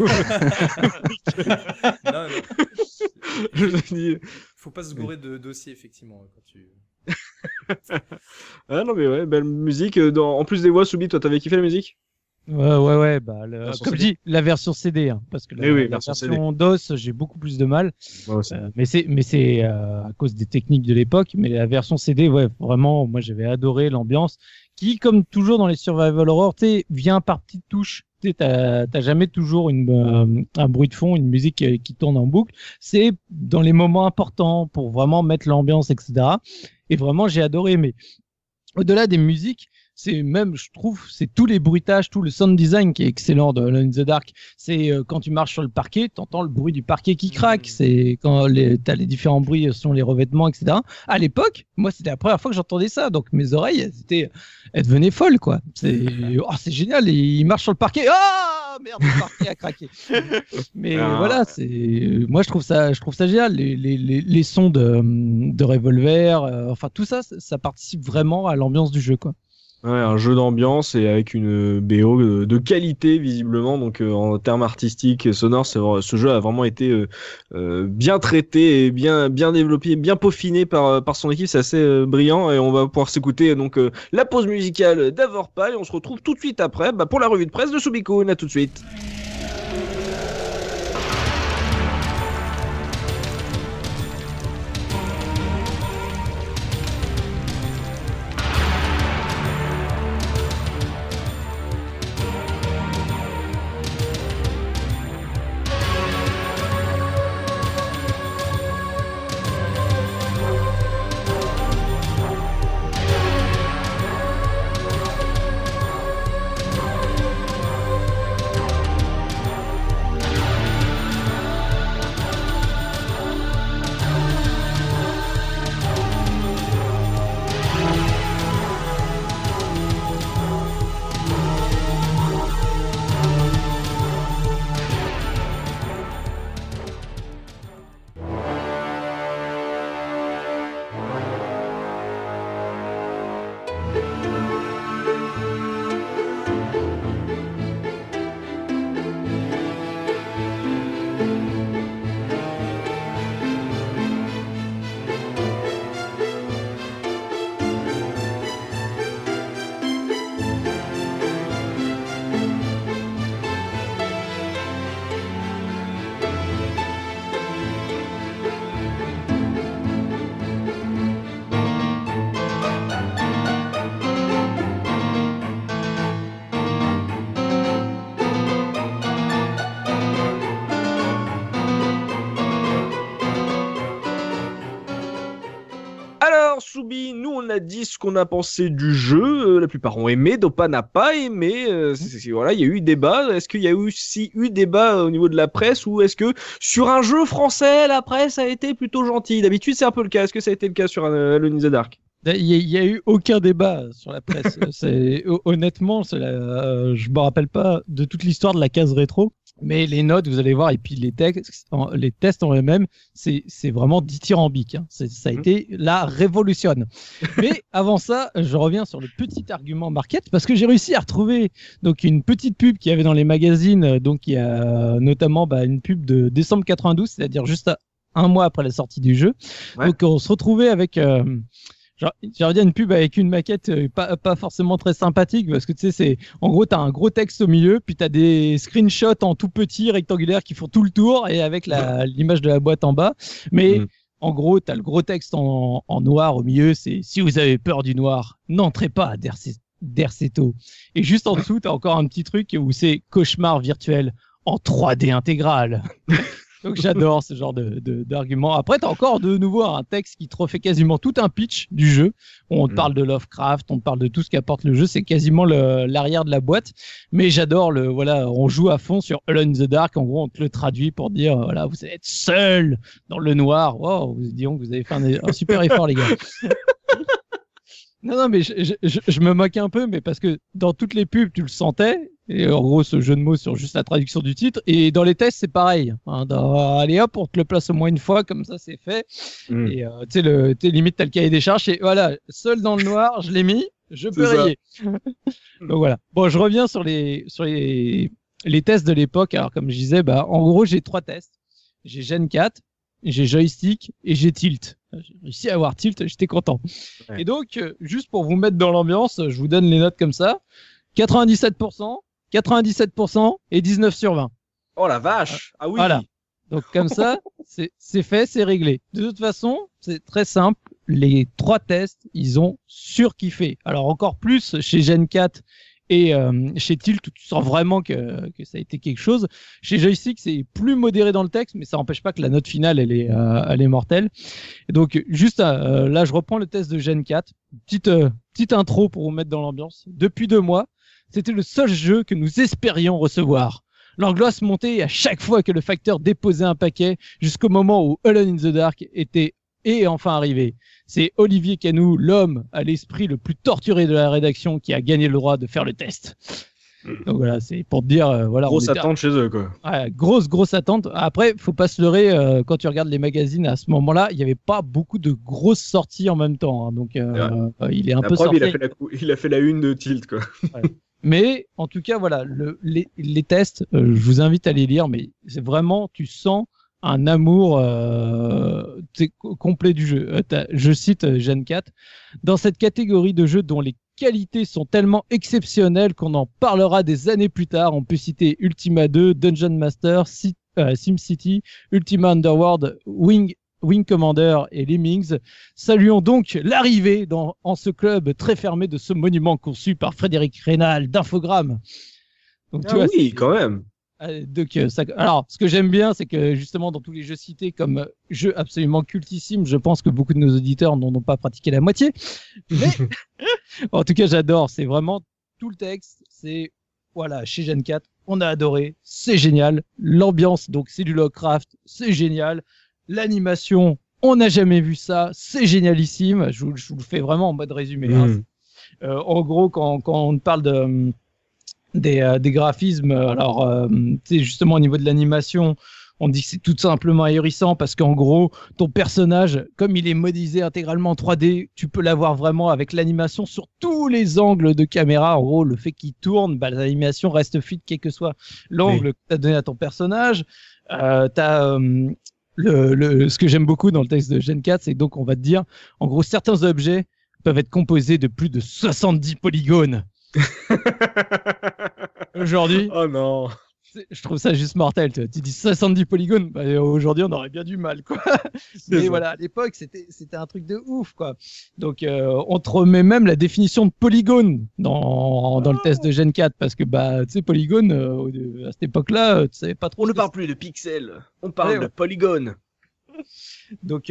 Non. Faut pas se gourer de dossiers, effectivement, quand tu... Ah non, mais ouais, belle musique. En plus des voix, Soubi, toi, t'avais kiffé la musique? Ouais, comme je dis, la version CD, hein, parce que la version DOS, j'ai beaucoup plus de mal. Mais c'est à cause des techniques de l'époque. Mais la version CD, ouais, vraiment, moi j'avais adoré l'ambiance, qui, comme toujours dans les survival horror, vient par petites touches. T'as jamais toujours un bruit de fond, une musique qui tourne en boucle. C'est dans les moments importants pour vraiment mettre l'ambiance, etc. Et vraiment, j'ai adoré. Mais au-delà des musiques, c'est même, je trouve, c'est tous les bruitages, tout le sound design qui est excellent de Alone in the Dark. C'est quand tu marches sur le parquet, t'entends le bruit du parquet qui craque. C'est quand t'as les différents bruits selon les revêtements, etc. À l'époque, moi, c'était la première fois que j'entendais ça. Donc, mes oreilles, elles devenaient folles, quoi. C'est génial. Il marche sur le parquet. Ah, merde, le parquet a craqué. Mais voilà, moi, je trouve ça génial. Les sons de revolver, enfin, tout ça, ça participe vraiment à l'ambiance du jeu, quoi. Ouais, un jeu d'ambiance et avec une BO de qualité visiblement, donc en termes artistiques et sonores, ce jeu a vraiment été bien traité et bien développé, bien peaufiné par son équipe, c'est assez brillant et on va pouvoir s'écouter donc la pause musicale d'Avorpa et on se retrouve tout de suite après pour la revue de presse de Subikun. À tout de suite. Soubi, nous on a dit ce qu'on a pensé du jeu, la plupart ont aimé, Dopa n'a pas aimé, voilà, il y a eu débat. Est-ce qu'il y a aussi eu débat au niveau de la presse ou est-ce que sur un jeu français la presse a été plutôt gentille? D'habitude c'est un peu le cas, est-ce que ça a été le cas sur Alone in the Dark? Il y a eu aucun débat sur la presse. Honnêtement, je me rappelle pas de toute l'histoire de la case rétro. Mais les notes, vous allez voir, et puis les tests en eux-mêmes, c'est vraiment dithyrambique. Hein. Ça a été la révolution. Mais avant ça, je reviens sur le petit argument market parce que j'ai réussi à retrouver donc une petite pub qu'il y avait dans les magazines. Donc il y a notamment une pub de décembre 92, c'est-à-dire juste un mois après la sortie du jeu. Ouais. Donc on se retrouvait avec j'ai dire une pub avec une maquette pas forcément très sympathique parce que tu sais c'est en gros t'as un gros texte au milieu puis t'as des screenshots en tout petit rectangulaire qui font tout le tour et avec l'image de la boîte en bas mais en gros t'as le gros texte en noir au milieu, c'est si vous avez peur du noir n'entrez pas à Derceto et juste en dessous t'as encore un petit truc où c'est cauchemar virtuel en 3D intégral. Donc j'adore ce genre d'argument. Après, t'as encore de nouveau un texte qui te refait quasiment tout un pitch du jeu. On te parle de Lovecraft, on te parle de tout ce qu'apporte le jeu. C'est quasiment l'arrière de la boîte. Mais j'adore on joue à fond sur Alone in the Dark. En gros, on te le traduit pour dire, voilà, vous êtes seul dans le noir. Wow, disons que vous avez fait un super effort, les gars. Non, mais je me moque un peu, mais parce que dans toutes les pubs, tu le sentais. Et en gros, ce jeu de mots sur juste la traduction du titre. Et dans les tests, c'est pareil. Hein, allez hop, on te le place au moins une fois, comme ça, c'est fait. Et tu sais, limite, t'as le cahier des charges. Et voilà, seul dans le noir, je l'ai mis, je peux rayer. Donc voilà. Bon, je reviens sur les tests de l'époque. Alors, comme je disais, en gros, j'ai 3 tests. J'ai Gen 4, j'ai Joystick et j'ai Tilt. J'ai réussi à avoir Tilt, j'étais content. Ouais. Et donc, juste pour vous mettre dans l'ambiance, je vous donne les notes comme ça. 97%, 97% et 19 sur 20. Oh la vache! Ah oui! Voilà. Donc comme ça, c'est fait, c'est réglé. De toute façon, c'est très simple. Les 3 tests, ils ont surkiffé. Alors encore plus chez Gen 4 et chez Tilt, tu sens vraiment que ça a été quelque chose. Chez Joystick, c'est plus modéré dans le texte, mais ça n'empêche pas que la note finale, elle est mortelle. Et donc juste là, je reprends le test de Gen 4. Petite intro pour vous mettre dans l'ambiance. Depuis 2 mois, c'était le seul jeu que nous espérions recevoir. L'angoisse montait à chaque fois que le facteur déposait un paquet, jusqu'au moment où Alone in the Dark est enfin arrivé. C'est Olivier Canoux, l'homme à l'esprit le plus torturé de la rédaction, qui a gagné le droit de faire le test. Donc voilà, c'est pour te dire, voilà. Grosse attente chez eux, quoi. Ouais, grosse attente. Après, faut pas se leurrer, quand tu regardes les magazines à ce moment-là, il y avait pas beaucoup de grosses sorties en même temps. Hein, donc il est un peu sorti. Il a fait la une de Tilt, quoi. Ouais. Mais en tout cas, voilà, les tests, je vous invite à les lire, mais c'est vraiment, tu sens un amour complet du jeu. Je cite Gen 4, dans cette catégorie de jeux dont les qualités sont tellement exceptionnelles qu'on en parlera des années plus tard. On peut citer Ultima 2, Dungeon Master, SimCity, Ultima Underworld, Wing Commander et Lemmings. Saluons donc l'arrivée en ce club très fermé de ce monument conçu par Frédéric Reynal d'Infogrames. Donc, tu vois, oui, quand même. Donc, alors, ce que j'aime bien, c'est que justement, dans tous les jeux cités comme jeux absolument cultissimes, je pense que beaucoup de nos auditeurs n'en ont pas pratiqué la moitié. Mais, en tout cas, j'adore. C'est vraiment tout le texte. C'est, voilà, chez Gen 4, on a adoré. C'est génial. L'ambiance, donc, c'est du Lovecraft. C'est génial. L'animation, on n'a jamais vu ça. C'est génialissime. Je vous le fais vraiment en mode résumé. Hein. En gros, quand on parle des graphismes, alors tu sais, justement au niveau de l'animation, on dit que c'est tout simplement ahurissant parce qu'en gros ton personnage, comme il est modélisé intégralement en 3D, tu peux l'avoir vraiment avec l'animation sur tous les angles de caméra. En gros, le fait qu'il tourne, l'animation reste fluide quel que soit l'angle que tu as donné à ton personnage. T'as ce que j'aime beaucoup dans le texte de Gen 4, c'est donc on va te dire en gros certains objets peuvent être composés de plus de 70 polygones. Aujourd'hui, oh non, je trouve ça juste mortel. Tu dis 70 polygones, aujourd'hui on aurait bien du mal, quoi. Mais voilà, à l'époque c'était un truc de ouf, quoi. Donc on te remet même la définition de polygone dans le test de Gen 4 parce que tu sais, polygone à cette époque-là, tu savais pas trop. On ne parle plus de pixels, on parle de polygone. Donc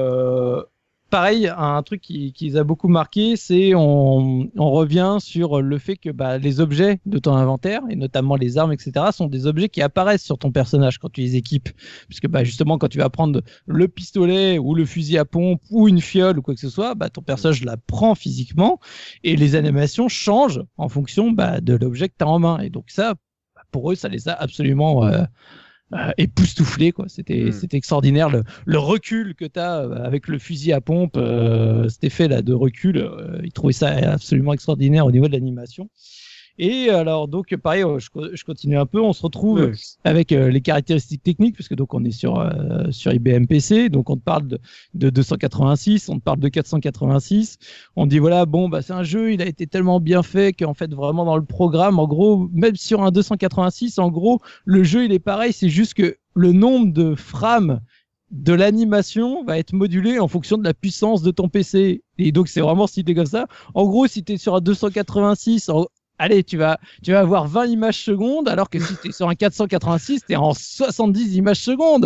pareil, un truc qui les a beaucoup marqué, c'est on revient sur le fait que les objets de ton inventaire, et notamment les armes, etc., sont des objets qui apparaissent sur ton personnage quand tu les équipes. Puisque justement, quand tu vas prendre le pistolet ou le fusil à pompe ou une fiole ou quoi que ce soit, ton personnage la prend physiquement et les animations changent en fonction de l'objet que tu as en main. Et donc ça, pour eux, ça les a absolument... époustouflé, quoi. C'était extraordinaire le recul que t'as avec le fusil à pompe, cet effet là de recul, ils trouvaient ça absolument extraordinaire au niveau de l'animation. Et alors donc pareil, je continue un peu, on se retrouve avec les caractéristiques techniques puisque donc on est sur IBM PC, donc on te parle de 286, on te parle de 486, on dit voilà c'est un jeu, il a été tellement bien fait qu'en fait vraiment dans le programme, en gros même sur un 286, en gros le jeu il est pareil, c'est juste que le nombre de frames de l'animation va être modulé en fonction de la puissance de ton PC. Et donc c'est vraiment cité comme ça. En gros si t'es sur un 286, allez, tu vas avoir 20 images secondes, alors que si tu es sur un 486, tu es en 70 images secondes.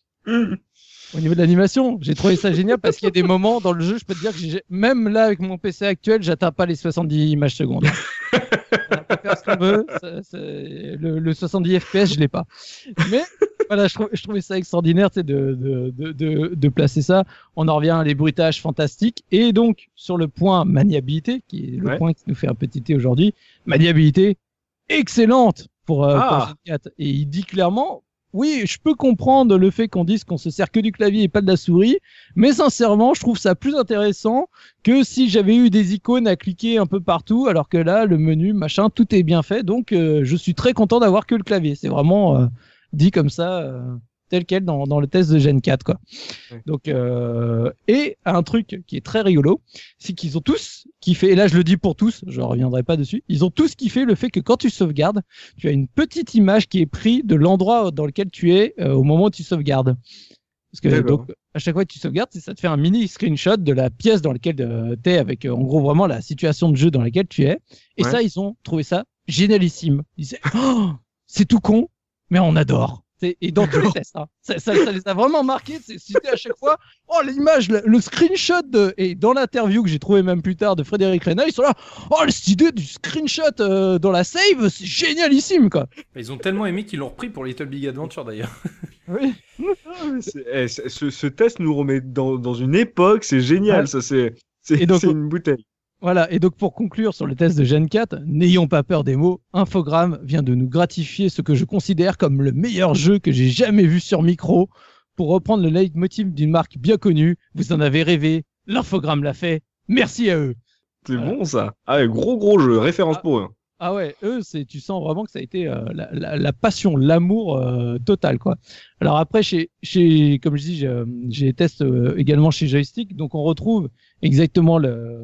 Au niveau de l'animation, j'ai trouvé ça génial parce qu'il y a des moments dans le jeu, je peux te dire que même là, avec mon PC actuel, j'atteins pas les 70 images secondes. On peut faire ce qu'on veut, le 70 FPS, je l'ai pas. Mais voilà, je trouvais ça extraordinaire de placer ça. On en revient à les bruitages fantastiques. Et donc, sur le point maniabilité, qui est le point qui nous fait un petit thé aujourd'hui, maniabilité excellente pour Gen 4. Et il dit clairement... Oui, je peux comprendre le fait qu'on dise qu'on se sert que du clavier et pas de la souris, mais sincèrement, je trouve ça plus intéressant que si j'avais eu des icônes à cliquer un peu partout, alors que là, le menu, machin, tout est bien fait. Donc, je suis très content d'avoir que le clavier. C'est vraiment dit comme ça, tel quel dans le test de Gen 4, quoi. Donc, et un truc qui est très rigolo, c'est qu'ils ont tous kiffé, et là je le dis pour tous, je reviendrai pas dessus, ils ont tous kiffé le fait que quand tu sauvegardes, tu as une petite image qui est prise de l'endroit dans lequel tu es au moment où tu sauvegardes. Parce que donc, à chaque fois que tu sauvegardes, ça te fait un mini screenshot de la pièce dans laquelle tu es, avec en gros vraiment la situation de jeu dans laquelle tu es. Et ça, ils ont trouvé ça génialissime. Ils disaient, c'est tout con, mais on adore. Et dans tous les tests, hein. Ça les a vraiment marqués. C'était à chaque fois, l'image, le screenshot et dans l'interview que j'ai trouvé même plus tard de Frédéric Reynal, ils sont là, cette idée du screenshot dans la save, c'est génialissime, quoi. Ils ont tellement aimé qu'ils l'ont repris pour Little Big Adventure, d'ailleurs. Oui. Ce test nous remet dans une époque, c'est génial, ça, c'est une bouteille. Voilà, et donc pour conclure sur le test de Gen 4, n'ayons pas peur des mots, Infogrames vient de nous gratifier ce que je considère comme le meilleur jeu que j'ai jamais vu sur micro. Pour reprendre le leitmotiv d'une marque bien connue, vous en avez rêvé, l'Infogramme l'a fait, merci à eux. C'est bon ça. Ah ouais, gros jeu, référence pour eux. Ah ouais, eux, tu sens vraiment que ça a été la passion, l'amour total, quoi. Alors après, comme je dis, j'ai des tests également chez Joystick, donc on retrouve exactement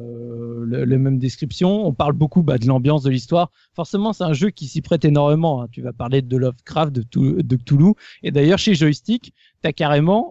le même description. On parle beaucoup de l'ambiance, de l'histoire. Forcément, c'est un jeu qui s'y prête énormément. Hein. Tu vas parler de Lovecraft, de Cthulhu. Et d'ailleurs, chez Joystick, t'as carrément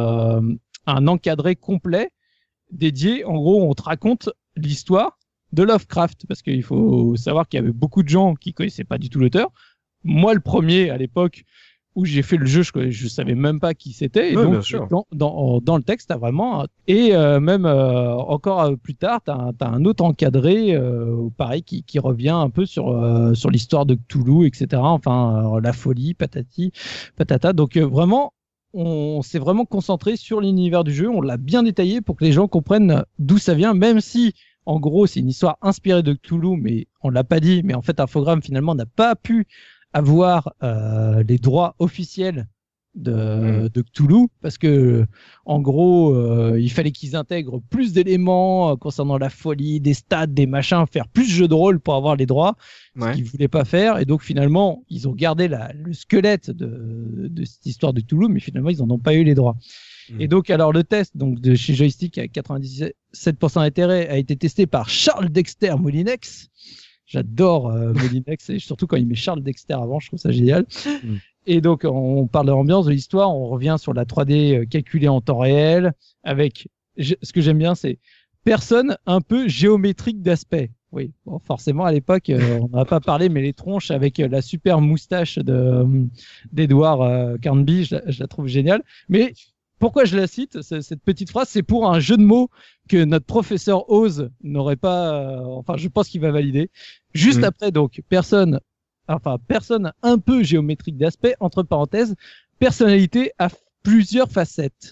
un encadré complet dédié. En gros, on te raconte l'histoire de Lovecraft, parce qu'il faut savoir qu'il y avait beaucoup de gens qui connaissaient pas du tout l'auteur. Moi, le premier, à l'époque où j'ai fait le jeu, je savais même pas qui c'était. Et donc, dans le texte, t'as vraiment... Et même encore plus tard, t'as un autre encadré, pareil, qui revient un peu sur l'histoire de Cthulhu, etc. Enfin, la folie, patati, patata. Donc, vraiment, on s'est vraiment concentré sur l'univers du jeu. On l'a bien détaillé pour que les gens comprennent d'où ça vient, même si... En gros, c'est une histoire inspirée de Cthulhu, mais on l'a pas dit. Mais en fait, Infogrames finalement n'a pas pu avoir les droits officiels de Cthulhu parce que, en gros, il fallait qu'ils intègrent plus d'éléments concernant la folie, des stats, des machins, faire plus de jeux de rôle pour avoir les droits, ce qu'ils voulaient pas faire. Et donc finalement, ils ont gardé le squelette de cette histoire de Cthulhu, mais finalement, ils en ont pas eu les droits. Et donc, alors, le test de chez Joystick à 97% d'intérêt a été testé par Charles Dexter Molinex. J'adore Molinex, et surtout quand il met Charles Dexter avant, je trouve ça génial. Et donc, on parle de l'ambiance, de l'histoire, on revient sur la 3D calculée en temps réel, avec, ce que j'aime bien, c'est personne un peu géométrique d'aspect. Oui, bon, forcément, à l'époque, on n'en a pas parlé, mais les tronches avec la super moustache d'Edward Carnby, je la trouve géniale. Mais pourquoi je la cite, cette petite phrase, c'est pour un jeu de mots que notre professeur Oz n'aurait pas, enfin, je pense qu'il va valider. Juste après, donc, personne un peu géométrique d'aspect, entre parenthèses, personnalité à plusieurs facettes.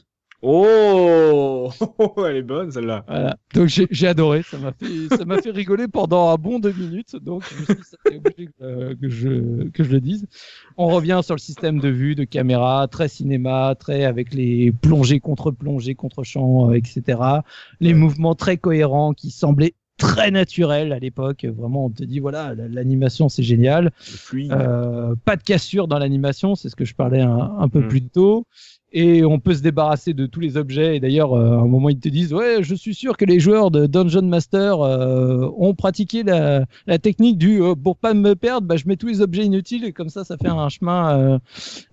Oh, elle est bonne celle-là. Voilà. Donc j'ai adoré, ça m'a fait rigoler pendant un bon 2 minutes. Donc je me suis dit, ça c'est obligé que je le dise. On revient sur le système de vue, de caméra, très cinéma, très avec les plongées, contre-champs, etc. Les mouvements très cohérents qui semblaient très naturels à l'époque. Vraiment, on te dit voilà, l'animation c'est génial. Pas de cassure dans l'animation, c'est ce que je parlais un peu plus tôt. Et on peut se débarrasser de tous les objets. Et d'ailleurs, à un moment, ils te disent « Ouais, je suis sûr que les joueurs de Dungeon Master ont pratiqué la technique du pour pas me perdre, je mets tous les objets inutiles et comme ça fait un chemin balisé. »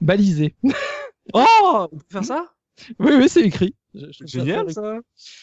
Oh, on peut faire ça? Oui, c'est écrit. Génial, ça.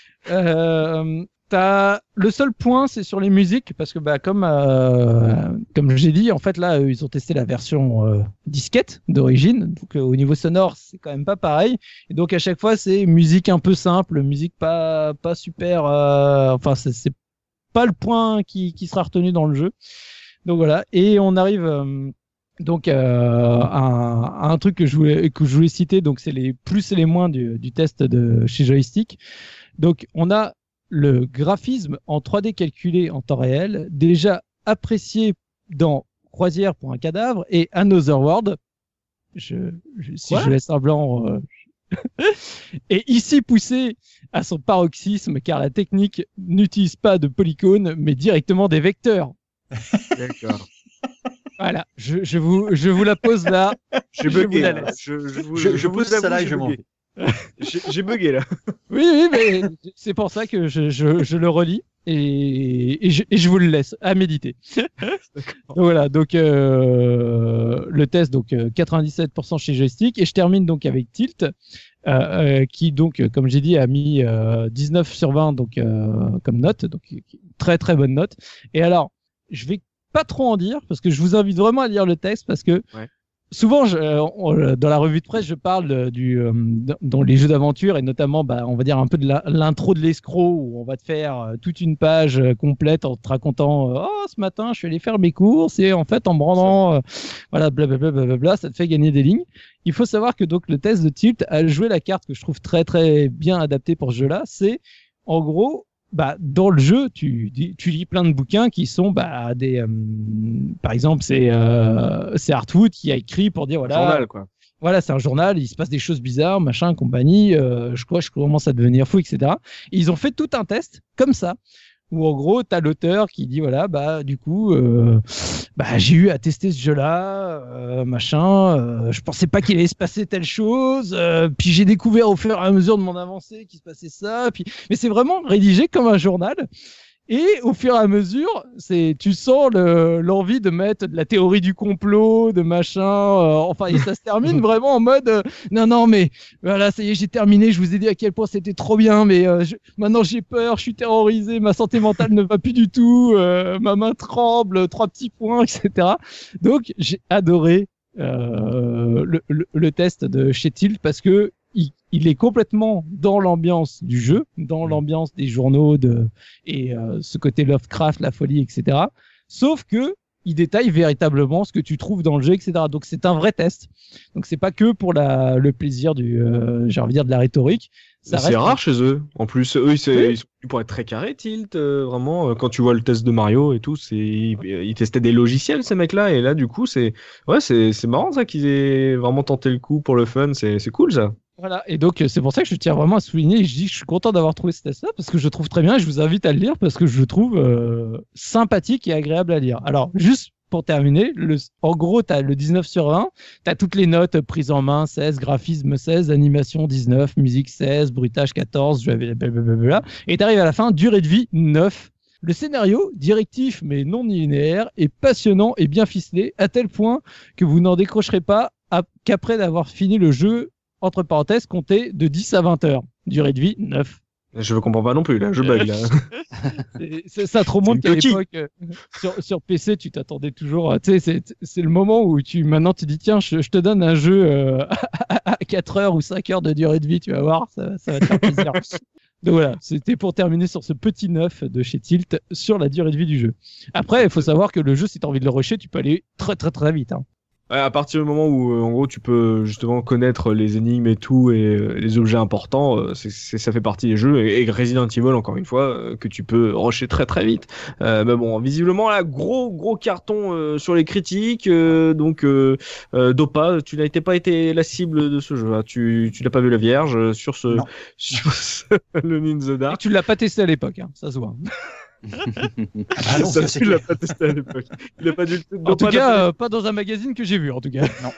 Le seul point, c'est sur les musiques, parce que comme j'ai dit, en fait là, ils ont testé la version disquette d'origine, donc au niveau sonore, c'est quand même pas pareil. Et donc à chaque fois, c'est musique un peu simple, musique pas super. Enfin, c'est pas le point qui sera retenu dans le jeu. Donc voilà, et on arrive donc à un truc que je voulais citer. Donc c'est les plus et les moins du test de chez Joystick. Donc on a le graphisme en 3D calculé en temps réel, déjà apprécié dans Croisière pour un cadavre et Another World. Si je laisse un blanc. Et ici poussé à son paroxysme, car la technique n'utilise pas de polygones, mais directement des vecteurs. D'accord. Voilà, je vous la pose là. J'ai bugué. La laisse. Je pose ça là et je m'en vais. J'ai bugué là. Oui, mais c'est pour ça que je le relis et je vous le laisse à méditer. Voilà, donc le test, donc 97% chez Joystick, et je termine donc avec Tilt, qui donc, comme j'ai dit, a mis 19 sur 20 donc comme note, donc très très bonne note. Et alors, je vais pas trop en dire parce que je vous invite vraiment à lire le texte parce que souvent, dans la revue de presse, je parle dans les jeux d'aventure et notamment, on va dire un peu de l'intro de l'escroc où on va te faire toute une page complète en te racontant ce matin, je suis allé faire mes courses et en fait, en me rendant, voilà, blablabla, ça te fait gagner des lignes. Il faut savoir que donc le test de Tilt a joué la carte que je trouve très très bien adaptée pour ce jeu-là. C'est en gros, dans le jeu, tu lis plein de bouquins qui sont par exemple, c'est Heartwood qui a écrit pour dire voilà. Journal, quoi. Voilà, c'est un journal, il se passe des choses bizarres, machin, compagnie. Je commence à devenir fou, etc. Et ils ont fait tout un test comme ça, où en gros, t'as l'auteur qui dit voilà, du coup, j'ai eu à tester ce jeu-là, machin. Je pensais pas qu'il allait se passer telle chose. Puis j'ai découvert au fur et à mesure de mon avancée qu'il se passait ça. Mais c'est vraiment rédigé comme un journal. Et au fur et à mesure, tu sens l'envie de mettre de la théorie du complot, de machin. Et ça se termine vraiment en mode non, mais voilà, ça y est, j'ai terminé. Je vous ai dit à quel point c'était trop bien, mais maintenant j'ai peur, je suis terrorisé, ma santé mentale ne va plus du tout, ma main tremble, 3 petits points, etc. Donc j'ai adoré le test de chez Tilt parce que il est complètement dans l'ambiance du jeu, dans l'ambiance des journaux et ce côté Lovecraft, la folie, etc. Sauf que il détaille véritablement ce que tu trouves dans le jeu, etc. Donc c'est un vrai test. Donc c'est pas que pour le plaisir j'ai envie de dire de la rhétorique. C'est rare chez eux. En plus, eux, ils sont pour être très carrés, Tilt. Vraiment, quand tu vois le test de Mario et tout, ils testaient des logiciels ces mecs-là. Et là, du coup, c'est marrant ça qu'ils aient vraiment tenté le coup pour le fun. C'est cool ça. Voilà, et donc c'est pour ça que je tiens vraiment à souligner, je dis que je suis content d'avoir trouvé ce test-là, parce que je le trouve très bien, et je vous invite à le lire, parce que je le trouve sympathique et agréable à lire. Alors, juste pour terminer, en gros, tu as le 19 sur 20, tu as toutes les notes prises en main, 16, graphisme 16, animation 19, musique 16, bruitage 14, blablabla, et tu arrives à la fin, durée de vie 9. Le scénario, directif mais non linéaire, est passionnant et bien ficelé, à tel point que vous n'en décrocherez pas qu'après d'avoir fini le jeu, entre parenthèses, compter de 10 à 20 heures. Durée de vie, 9. Je ne comprends pas non plus, là, je bug, là. Ça te remonte qu'à l'époque, sur PC, tu t'attendais toujours, c'est le moment où maintenant tu dis, tiens, je te donne un jeu à 4 heures ou 5 heures de durée de vie, tu vas voir, ça va te faire plaisir. Donc voilà, c'était pour terminer sur ce petit 9 de chez Tilt sur la durée de vie du jeu. Après, il faut savoir que le jeu, si tu as envie de le rusher, tu peux aller très très très vite. Ouais, à partir du moment où, en gros, tu peux justement connaître les énigmes et tout, et les objets importants, ça fait partie des jeux, et Resident Evil, encore une fois, que tu peux rusher très très vite. Mais bon, visiblement, là, gros carton sur les critiques, donc Dopa, tu n'as pas été la cible de ce jeu, hein. Tu n'as pas vu la Vierge sur ce Alone in the Dark. Et tu l'as pas testé à l'époque, hein, ça se voit. Ah non, ça, tu l'as pas testé à l'époque. Il a pas dû. En tout cas, pas dans un magazine que j'ai vu, en tout cas. Non.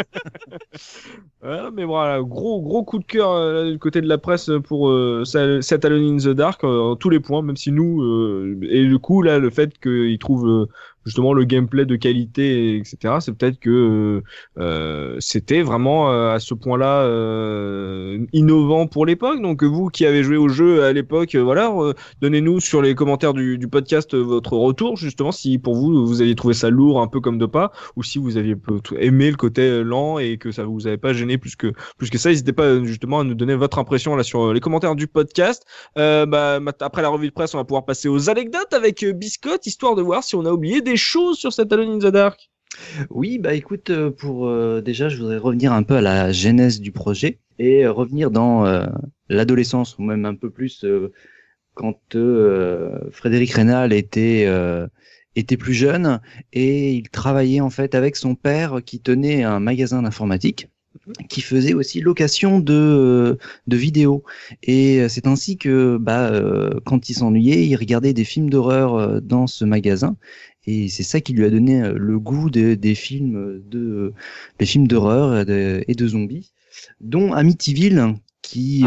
Ouais, mais voilà, gros coup de cœur du côté de la presse pour cet Alone in the Dark, tous les points, même si nous et du coup là, le fait qu'ils trouvent justement le gameplay de qualité, etc. C'est peut-être que c'était vraiment à ce point-là innovant pour l'époque. Donc vous qui avez joué au jeu à l'époque, voilà, donnez-nous sur les commentaires du podcast votre retour, justement, si pour vous aviez trouvé ça lourd, un peu comme Dopa, ou si vous aviez aimé le côté lent et que ça vous avait pas gêné plus que ça. N'hésitez pas justement à nous donner votre impression là sur les commentaires du podcast. Après la revue de presse, on va pouvoir passer aux anecdotes avec Biscotte, histoire de voir si on a oublié des choses sur cette Alone in the Dark. Oui, écoute, déjà, je voudrais revenir un peu à la genèse du projet et revenir dans l'adolescence, ou même un peu plus quand Frédéric Reynal était plus jeune, et il travaillait en fait avec son père qui tenait un magasin d'informatique, qui faisait aussi location de vidéos, et c'est ainsi que quand il s'ennuyait, il regardait des films d'horreur dans ce magasin, et c'est ça qui lui a donné le goût des films d'horreur et de zombies, dont Amityville qui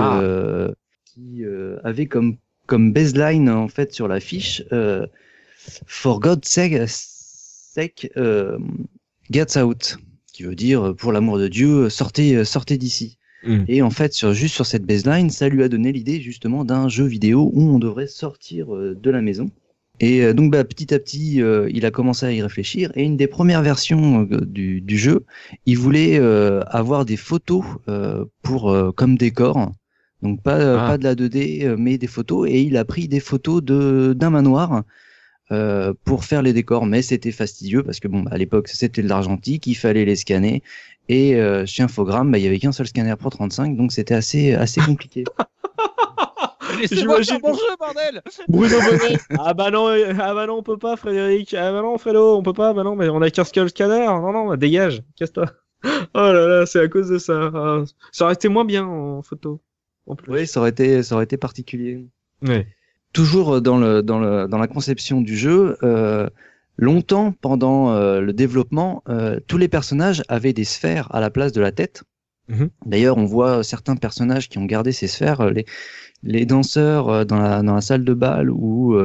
avait comme baseline en fait sur l'affiche For God's sake, Get Out, qui veut dire pour l'amour de Dieu, sortez d'ici. Et en fait, juste sur cette baseline, ça lui a donné l'idée justement d'un jeu vidéo où on devrait sortir de la maison. Et donc petit à petit, il a commencé à y réfléchir. Et une des premières versions du jeu, il voulait avoir des photos comme décor. Donc pas de la 2D, mais des photos. Et il a pris des photos d'un manoir pour faire les décors, mais c'était fastidieux parce que à l'époque c'était de l'argentique, il fallait les scanner, et chez Infogrames il y avait qu'un seul scanner pour 35, donc c'était assez compliqué. Laissez-moi faire mon jeu, bordel. Bruno Bonnet. Ah bah non, on peut pas, Frédéric. Ah bah non, Fredo, on peut pas. Bah non, mais on a qu'un scanner. Non, dégage, casse-toi. Oh là là, c'est à cause de ça. Ah, ça aurait été moins bien en photo. En plus. Oui, ça aurait été particulier. Ouais. Toujours dans la conception du jeu, longtemps pendant le développement, tous les personnages avaient des sphères à la place de la tête. Mhm. D'ailleurs, on voit certains personnages qui ont gardé ces sphères, les danseurs dans la salle de bal ou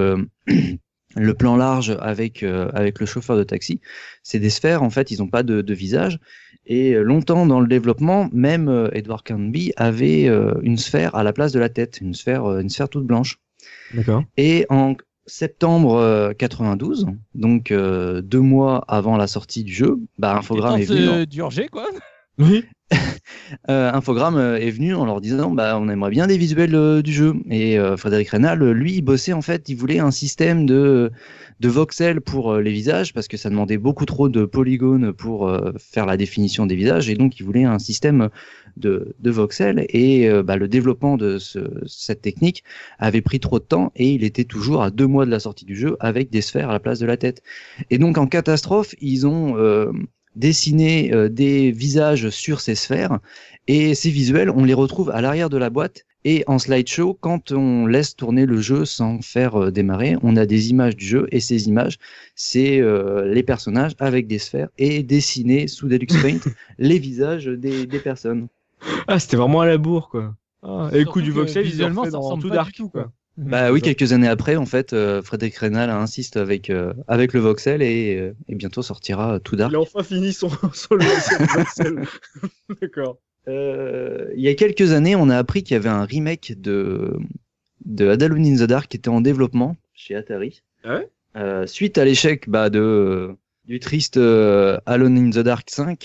le plan large avec le chauffeur de taxi. C'est des sphères, en fait, ils n'ont pas de visage. Et longtemps dans le développement, même Edward Canby avait une sphère à la place de la tête, une sphère toute blanche. D'accord. Et en septembre 92, donc 2 mois avant la sortie du jeu, Infogrames est venu. D'urger, quoi. Oui. Infogrames est venu en leur disant on aimerait bien des visuels du jeu. Et Frédéric Reynal, lui, il bossait en fait, il voulait un système de voxels pour les visages parce que ça demandait beaucoup trop de polygones pour faire la définition des visages, et donc il voulait un système de voxels, et le développement de cette technique avait pris trop de temps, et il était toujours à 2 mois de la sortie du jeu avec des sphères à la place de la tête. Et donc en catastrophe, ils ont dessiner des visages sur ces sphères, et ces visuels on les retrouve à l'arrière de la boîte et en slideshow. Quand on laisse tourner le jeu sans faire démarrer, on a des images du jeu, et ces images c'est les personnages avec des sphères et dessiner sous Deluxe Paint les visages des personnes. Ah, c'était vraiment à la bourre, quoi. Ah, et le coup du voxel, visuellement, ils ça dans ressemble tout pas dark, du tout, quoi. Oui, quelques années après, en fait, Frédéric Reynal insiste avec le voxel, et bientôt sortira Tout Dark. Il a enfin fini son voxel. D'accord. Il y a quelques années, on a appris qu'il y avait un remake de Alone in the Dark qui était en développement chez Atari. Ah ouais. Suite à l'échec du triste Alone in the Dark 5,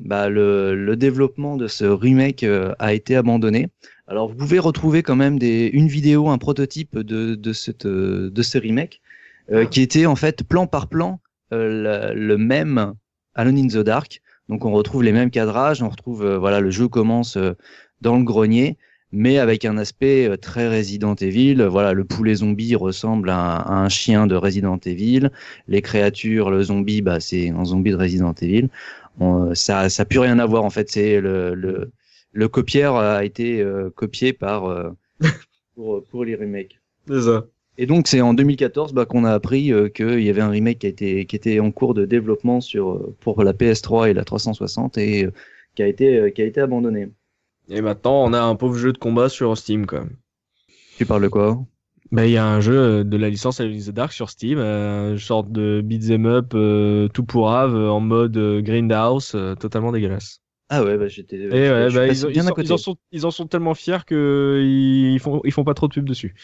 le développement de ce remake a été abandonné. Alors vous pouvez retrouver quand même une vidéo, un prototype de ce remake qui était en fait plan par plan le même Alone in the Dark. Donc on retrouve les mêmes cadrages, on retrouve le jeu commence dans le grenier, mais avec un aspect très Resident Evil. Voilà, le poulet zombie ressemble à un chien de Resident Evil. Les créatures, le zombie, c'est un zombie de Resident Evil. Ça a plus rien à voir en fait. C'est le copieur a été copié pour les remakes. C'est ça. Et donc c'est en 2014 qu'on a appris qu'il y avait un remake qui était en cours de développement pour la PS3 et la 360, et qui a été abandonné. Et maintenant, on a un pauvre jeu de combat sur Steam, quoi. Tu parles de quoi ? Il y a un jeu de la licence Alone in the Dark sur Steam, une sorte de beat'em up tout pourrave en mode Grindhouse, totalement dégueulasse. Ah ouais, j'étais. Et ouais, ils en sont tellement fiers que ils font pas trop de pub dessus.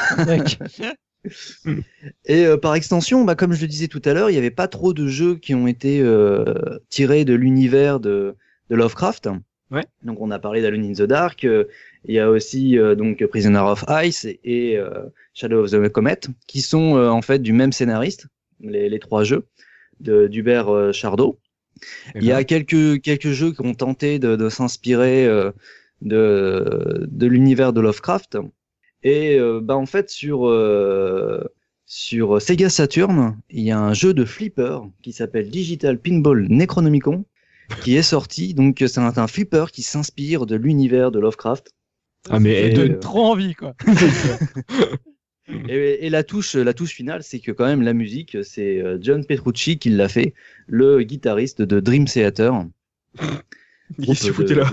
Et par extension, comme je le disais tout à l'heure, il y avait pas trop de jeux qui ont été tirés de l'univers de Lovecraft. Ouais. Donc on a parlé d'Alone in the Dark. Il y a aussi donc Prisoner of Ice et Shadow of the Comet, qui sont en fait du même scénariste, les 3 jeux d'Hubert Chardot. Il y a quelques jeux qui ont tenté de s'inspirer de l'univers de Lovecraft. Et en fait sur Sega Saturn, il y a un jeu de flipper qui s'appelle Digital Pinball Necronomicon qui est sorti. Donc c'est un flipper qui s'inspire de l'univers de Lovecraft. Ah mais elle donne trop envie, quoi. Et la touche finale, c'est que quand même la musique, c'est John Petrucci qui l'a fait, le guitariste de Dream Theater. Il s'est foutu là.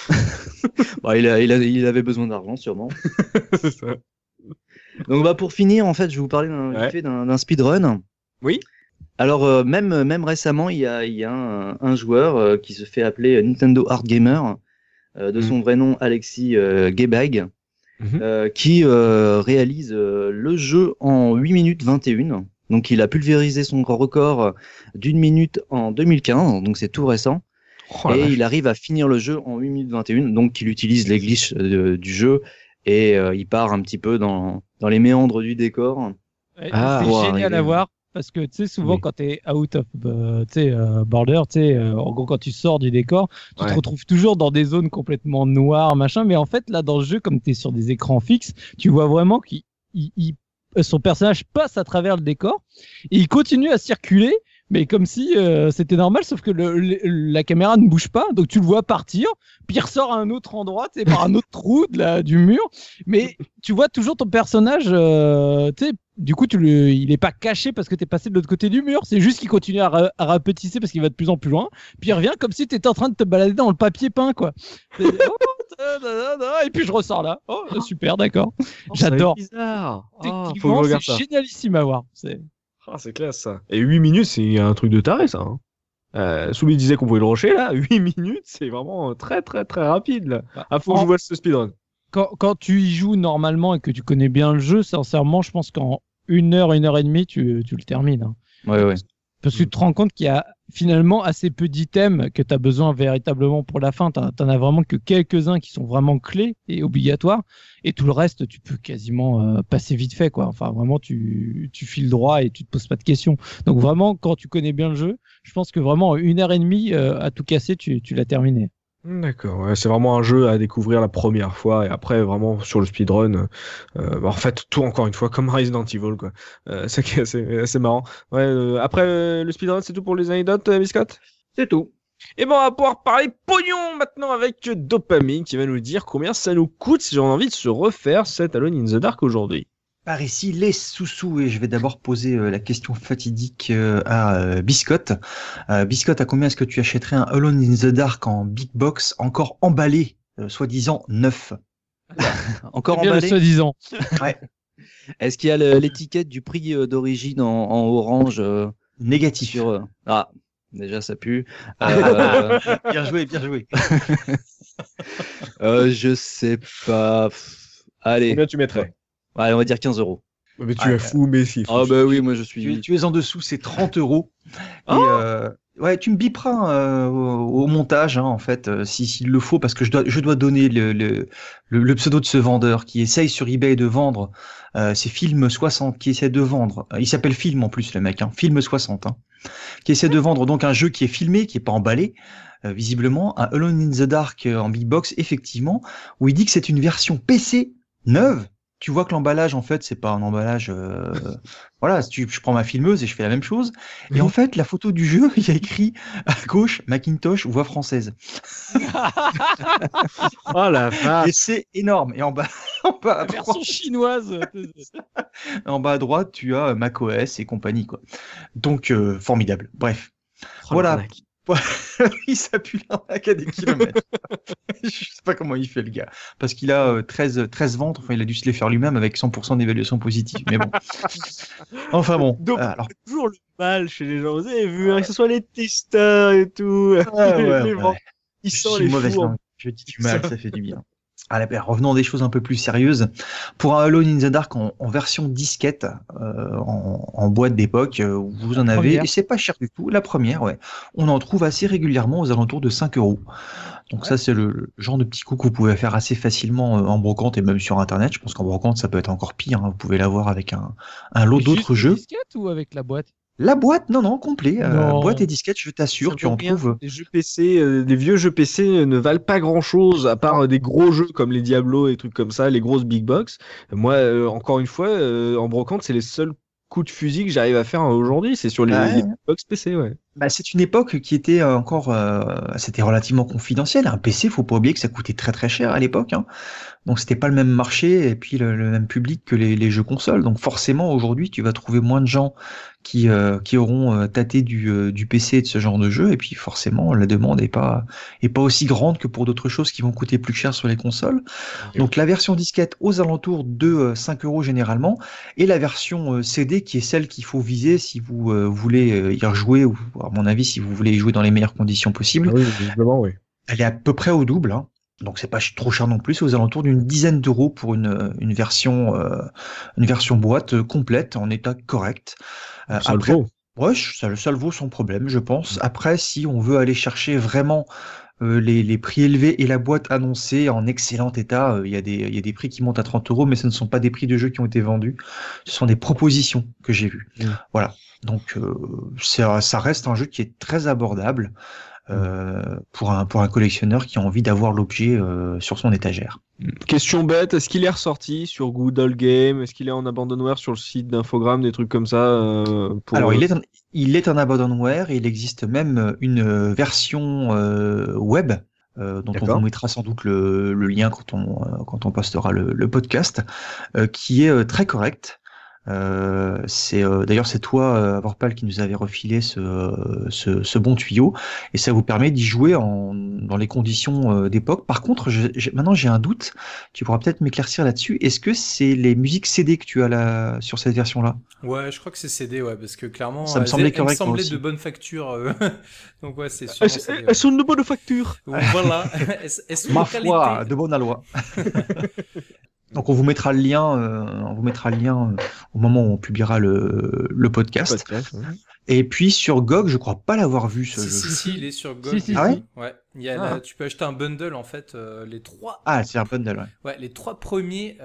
Il avait besoin d'argent sûrement. C'est ça. Donc pour finir, en fait, je vais vous parler d'un speedrun. Oui. Alors même récemment, il y a un joueur qui se fait appeler Nintendo Hard Gamer, de son vrai nom Alexis Gebag. Qui réalise le jeu en 8 minutes 21. Donc il a pulvérisé son record d'1 minute en 2015, donc c'est tout récent. Et il arrive à finir le jeu en 8 minutes 21, donc il utilise les glitches du jeu, et il part un petit peu dans les méandres du décor. C'est génial à voir. parce que tu sais, souvent quand t'es out of border, en gros, quand tu sors du décor, tu te retrouves toujours dans des zones complètement noires, machin. Mais en fait, là, dans le jeu, comme t'es sur des écrans fixes, tu vois vraiment qu'il son personnage passe à travers le décor et il continue à circuler. Mais comme si c'était normal, sauf que la caméra ne bouge pas, donc tu le vois partir, puis il ressort à un autre endroit, par un autre trou du mur, mais tu vois toujours ton personnage, du coup il est pas caché parce que t'es passé de l'autre côté du mur, c'est juste qu'il continue à rapetisser parce qu'il va de plus en plus loin, puis il revient comme si t'étais en train de te balader dans le papier peint, quoi. Et puis je ressors là. Oh, super, d'accord. J'adore. C'est bizarre. Techniquement, c'est génialissime à voir. C'est classe ça. Et 8 minutes, c'est un truc de taré ça. Soubi disait qu'on pouvait le rusher là. 8 minutes, c'est vraiment très très très rapide là. Faut que je vois ce speedrun. Quand tu y joues normalement et que tu connais bien le jeu, sincèrement, je pense qu'en 1 heure et demie, tu le termines. Hein. Ouais. Parce que tu te rends compte qu'il y a finalement assez peu d'items que tu as besoin véritablement pour la fin. T'en as vraiment que quelques-uns qui sont vraiment clés et obligatoires. Et tout le reste, tu peux quasiment passer vite fait, quoi. Enfin, vraiment, tu files droit et tu te poses pas de questions. Donc vraiment, quand tu connais bien le jeu, je pense que vraiment 1 heure et demie à tout casser, tu l'as terminé. D'accord, ouais, c'est vraiment un jeu à découvrir la première fois et après vraiment sur le speedrun, en fait tout encore une fois comme Resident Evil quoi. C'est marrant. Ouais, après le speedrun c'est tout pour les anecdotes, Biscotte ? C'est tout. Et bon, on va pouvoir parler pognon maintenant avec Dopamine qui va nous dire combien ça nous coûte si j'en ai envie de se refaire cet Alone in the Dark aujourd'hui. Par ici, les sous-sous, et je vais d'abord poser la question fatidique à Biscotte. Biscotte, à combien est-ce que tu achèterais un Alone in the Dark en big box, encore emballé, soi-disant neuf? Encore bien emballé. Soi-disant. Ouais. Est-ce qu'il y a l'étiquette du prix d'origine en orange Négatif. sur Ah, déjà ça pue. Bien joué, bien joué. Je sais pas. Allez. Combien tu mettrais ? Allez, on va dire 15 €. Mais tu es fou, mais si. Ah bah oui, moi je suis. Tu es en dessous, c'est 30 €. Et ouais, tu me biperas au montage, hein, en fait, s'il le faut, parce que je dois donner le pseudo de ce vendeur qui essaye sur eBay de vendre c'est Film 60 qui essaie de vendre. Il s'appelle Film en plus le mec, hein, Film 60, hein, qui essaie de vendre donc un jeu qui est filmé, qui est pas emballé. Visiblement, un Alone in the Dark en big box, effectivement, où il dit que c'est une version PC neuve. Tu vois que l'emballage, en fait, c'est pas un emballage. Voilà, je prends ma filmeuse et je fais la même chose. Et en fait, la photo du jeu, il y a écrit à gauche Macintosh voix française. Oh la vache. Et c'est énorme. Et en bas à droite, Version chinoise. en bas à droite, tu as macOS et compagnie, quoi. Donc formidable. Bref, Oh, voilà. Il s'appuie l'arnaque à des kilomètres. Je sais pas comment il fait le gars. Parce qu'il a 13 ventes, enfin il a dû se les faire lui-même avec 100% d'évaluation positive. Mais bon. Enfin bon. Donc, Alors, toujours le mal chez les gens. Vous avez vu, hein, que ce soit les testeurs et tout. ouais. Ils je sont suis les mauvaise fous. langue. Je dis du mal, ça fait du bien. Allez, revenons à des choses un peu plus sérieuses. Pour un Alone in the Dark en version disquette, en boîte d'époque, vous en avez, et c'est pas cher du tout. La première, ouais. On en trouve assez régulièrement aux alentours de 5 €. Donc ça, c'est le genre de petit coup que vous pouvez faire assez facilement en brocante et même sur Internet. Je pense qu'en brocante, ça peut être encore pire. Hein. Vous pouvez l'avoir avec un lot d'autres jeux. Disquette ou avec la boîte? La boîte, non, complet. Non. Boîte et disquette, je t'assure, tu en trouves. Les jeux PC, les vieux jeux PC ne valent pas grand chose à part des gros jeux comme les Diablo et trucs comme ça, les grosses big box. Moi, encore une fois, en brocante, c'est les seuls coups de fusil que j'arrive à faire aujourd'hui. C'est sur les big box PC, ouais. Bah, c'est une époque qui était encore, c'était relativement confidentiel. Un PC, faut pas oublier que ça coûtait très très cher à l'époque, hein. Donc c'était pas le même marché et puis le même public que les jeux consoles. Donc forcément aujourd'hui, tu vas trouver moins de gens qui auront tâté du PC et de ce genre de jeu. Et puis forcément, la demande est pas aussi grande que pour d'autres choses qui vont coûter plus cher sur les consoles. Okay. Donc la version disquette aux alentours de 5 € généralement, et la version CD qui est celle qu'il faut viser si vous voulez y rejouer, ou à mon avis si vous voulez y jouer dans les meilleures conditions possibles. Oui, évidemment, oui. Elle est à peu près au double, hein. Donc c'est pas trop cher non plus, aux alentours d'une dizaine d'euros pour une version boîte complète en état correct. Après, ouais, ça le vaut sans problème, je pense. Après, si on veut aller chercher vraiment les prix élevés et la boîte annoncée en excellent état. Il y a des prix qui montent à 30 euros, mais ce ne sont pas des prix de jeux qui ont été vendus. Ce sont des propositions que j'ai vues. Voilà. Donc, ça reste un jeu qui est très abordable pour un collectionneur qui a envie d'avoir l'objet sur son étagère. Question bête, est-ce qu'il est ressorti sur Good Old Game? Est-ce qu'il est en abandonware sur le site d'Infogrames, des trucs comme ça Alors, il est en abandonware et il existe même une version web dont on vous mettra sans doute le lien quand on postera le podcast, qui est très correcte. D'ailleurs c'est toi Vorpal qui nous avait refilé ce bon tuyau et ça vous permet d'y jouer dans les conditions d'époque. Par contre, maintenant j'ai un doute, tu pourras peut-être m'éclaircir là-dessus. Est-ce que c'est les musiques CD que tu as sur cette version-là? Ouais, je crois que c'est CD, ouais, parce que clairement ça me semblait correct. Ça me semblait de bonne facture. Donc ouais, c'est sûrement CD. Elles sont de bonne facture. Voilà. Ma foi, de bonne aloi. Donc on vous mettra le lien, au moment où on publiera le podcast. Et puis sur GOG, je crois pas l'avoir vu ce jeu. Si, il est sur GOG. Ah ouais? Ouais. Tu peux acheter un bundle en fait, les 3. Ah, c'est un bundle, ouais. Ouais, les 3 premiers,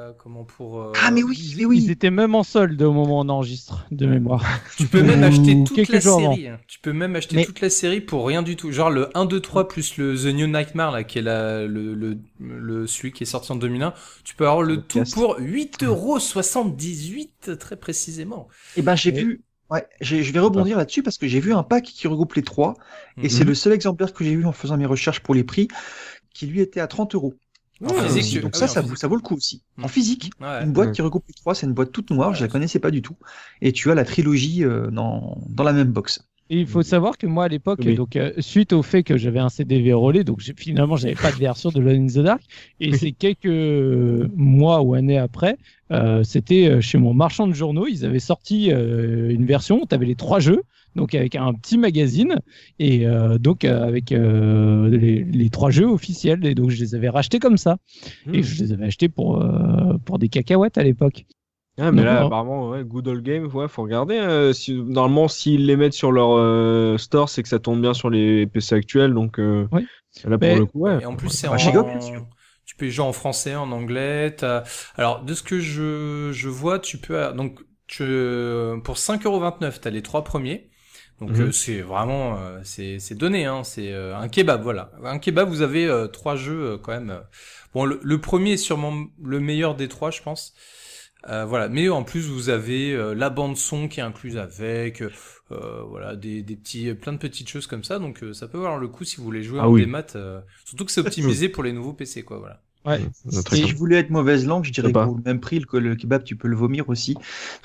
Ah mais oui. Ils étaient même en solde au moment où on enregistre, de mémoire. Tu peux même acheter toute la jours série. Tu peux même acheter toute la série pour rien du tout. Genre le 1, 2, 3 plus le The New Nightmare là, qui est celui qui est sorti en 2001. Tu peux avoir le tout pour 8,78 €, très précisément. Et ben j'ai vu. Ouais, je vais rebondir là-dessus parce que j'ai vu un pack qui regroupe les 3 et c'est le seul exemplaire que j'ai vu en faisant mes recherches pour les prix qui lui était à 30 €. En physique, donc ça vaut le coup aussi. En physique, une boîte qui regroupe les 3, c'est une boîte toute noire, je la connaissais pas du tout. Et tu as la trilogie dans la même box. Et il faut savoir que moi à l'époque, donc suite au fait que j'avais un CD vérolé, donc finalement j'avais pas de version de Alone in the Dark, et c'est quelques mois ou années après, c'était chez mon marchand de journaux, ils avaient sorti une version où tu avais les 3 jeux, donc avec un petit magazine et donc avec les 3 jeux officiels, et donc je les avais rachetés comme ça, et je les avais achetés pour des cacahuètes à l'époque. Ah mais là apparemment Good Old Game, faut regarder normalement s'ils les mettent sur leur store, c'est que ça tourne bien sur les PC actuels, donc là pour le coup et en plus c'est tu peux y jouer en français, en anglais, alors de ce que je vois, tu peux donc pour 5,29 € t'as les 3 premiers. Donc c'est vraiment c'est donné, hein, c'est un kebab, voilà. Un kebab, vous avez 3 jeux quand même. Bon, le premier est sûrement le meilleur des 3, je pense. Voilà, mais en plus vous avez la bande son qui est incluse avec, voilà, plein de petites choses comme ça, donc ça peut valoir le coup si vous voulez jouer en démat, surtout que c'est optimisé pour les nouveaux PC, quoi, voilà. Ouais. Si je voulais être mauvaise langue, je dirais que pour le même prix, le kebab, tu peux le vomir aussi.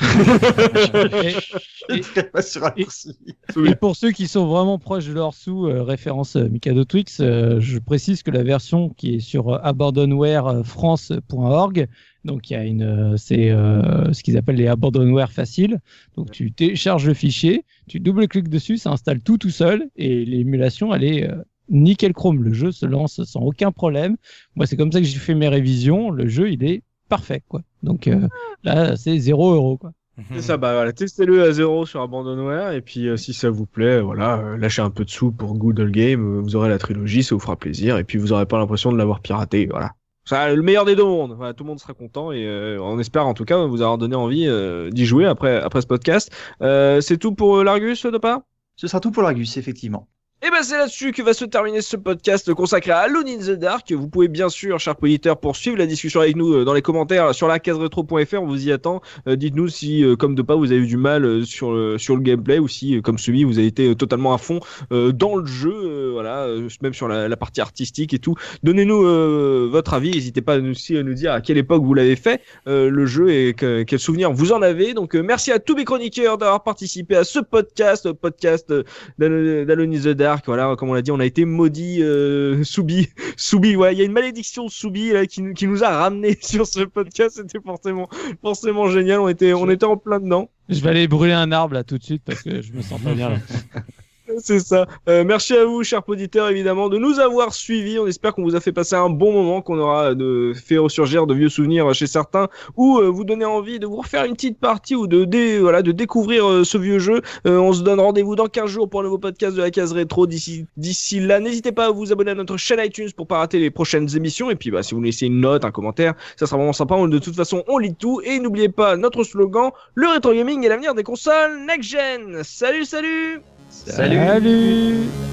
Et pour ceux qui sont vraiment proches de leur sous, référence Mikado Twix, je précise que la version qui est sur abandonwarefrance.org, donc il y a c'est ce qu'ils appellent les abandonware faciles. Donc tu télécharges le fichier, tu double-cliques dessus, ça installe tout seul et l'émulation elle est nickel chrome. Le jeu se lance sans aucun problème. Moi c'est comme ça que j'ai fait mes révisions. Le jeu il est parfait quoi. Donc là c'est 0 € quoi. C'est ça, voilà, testez-le à 0 sur Abandonware et puis si ça vous plaît, voilà, lâchez un peu de sous pour Good Old Game, vous aurez la trilogie, ça vous fera plaisir et puis vous aurez pas l'impression de l'avoir piraté, voilà. Ça, le meilleur des deux mondes. Voilà, tout le monde sera content et on espère en tout cas vous avoir donné envie d'y jouer après ce podcast. C'est tout pour l'Argus, Dopa ? Ce sera tout pour l'Argus, effectivement. Et ben c'est là-dessus que va se terminer ce podcast consacré à Alone in the Dark. Vous pouvez bien sûr, chers auditeurs, poursuivre la discussion avec nous dans les commentaires sur lacaseretro.fr. On vous y attend. Dites-nous si, comme Dopa, vous avez eu du mal sur le gameplay ou si, comme celui, vous avez été totalement à fond dans le jeu, voilà, même sur la partie artistique et tout. Donnez-nous votre avis. N'hésitez pas aussi à nous dire à quelle époque vous l'avez fait le jeu et quel souvenir vous en avez. Donc merci à tous mes chroniqueurs d'avoir participé à ce podcast d'Alone in the Dark. Voilà, comme on l'a dit, on a été maudit Soubi, ouais, il y a une malédiction Soubi là qui nous a ramené sur ce podcast, c'était forcément génial, on était en plein dedans. Je vais aller brûler un arbre là tout de suite parce que je me sens pas bien là. C'est ça. Merci à vous, chers auditeurs, évidemment, de nous avoir suivis. On espère qu'on vous a fait passer un bon moment, qu'on aura fait ressurgir de vieux souvenirs chez certains, ou vous donner envie de vous refaire une petite partie ou de découvrir ce vieux jeu. On se donne rendez-vous dans 15 jours pour un nouveau podcast de la case rétro. D'ici là, n'hésitez pas à vous abonner à notre chaîne iTunes pour pas rater les prochaines émissions. Et puis, si vous nous laissez une note, un commentaire, ça sera vraiment sympa. De toute façon, on lit tout. Et n'oubliez pas notre slogan, le rétro gaming est l'avenir des consoles next-gen. Salut! Salut.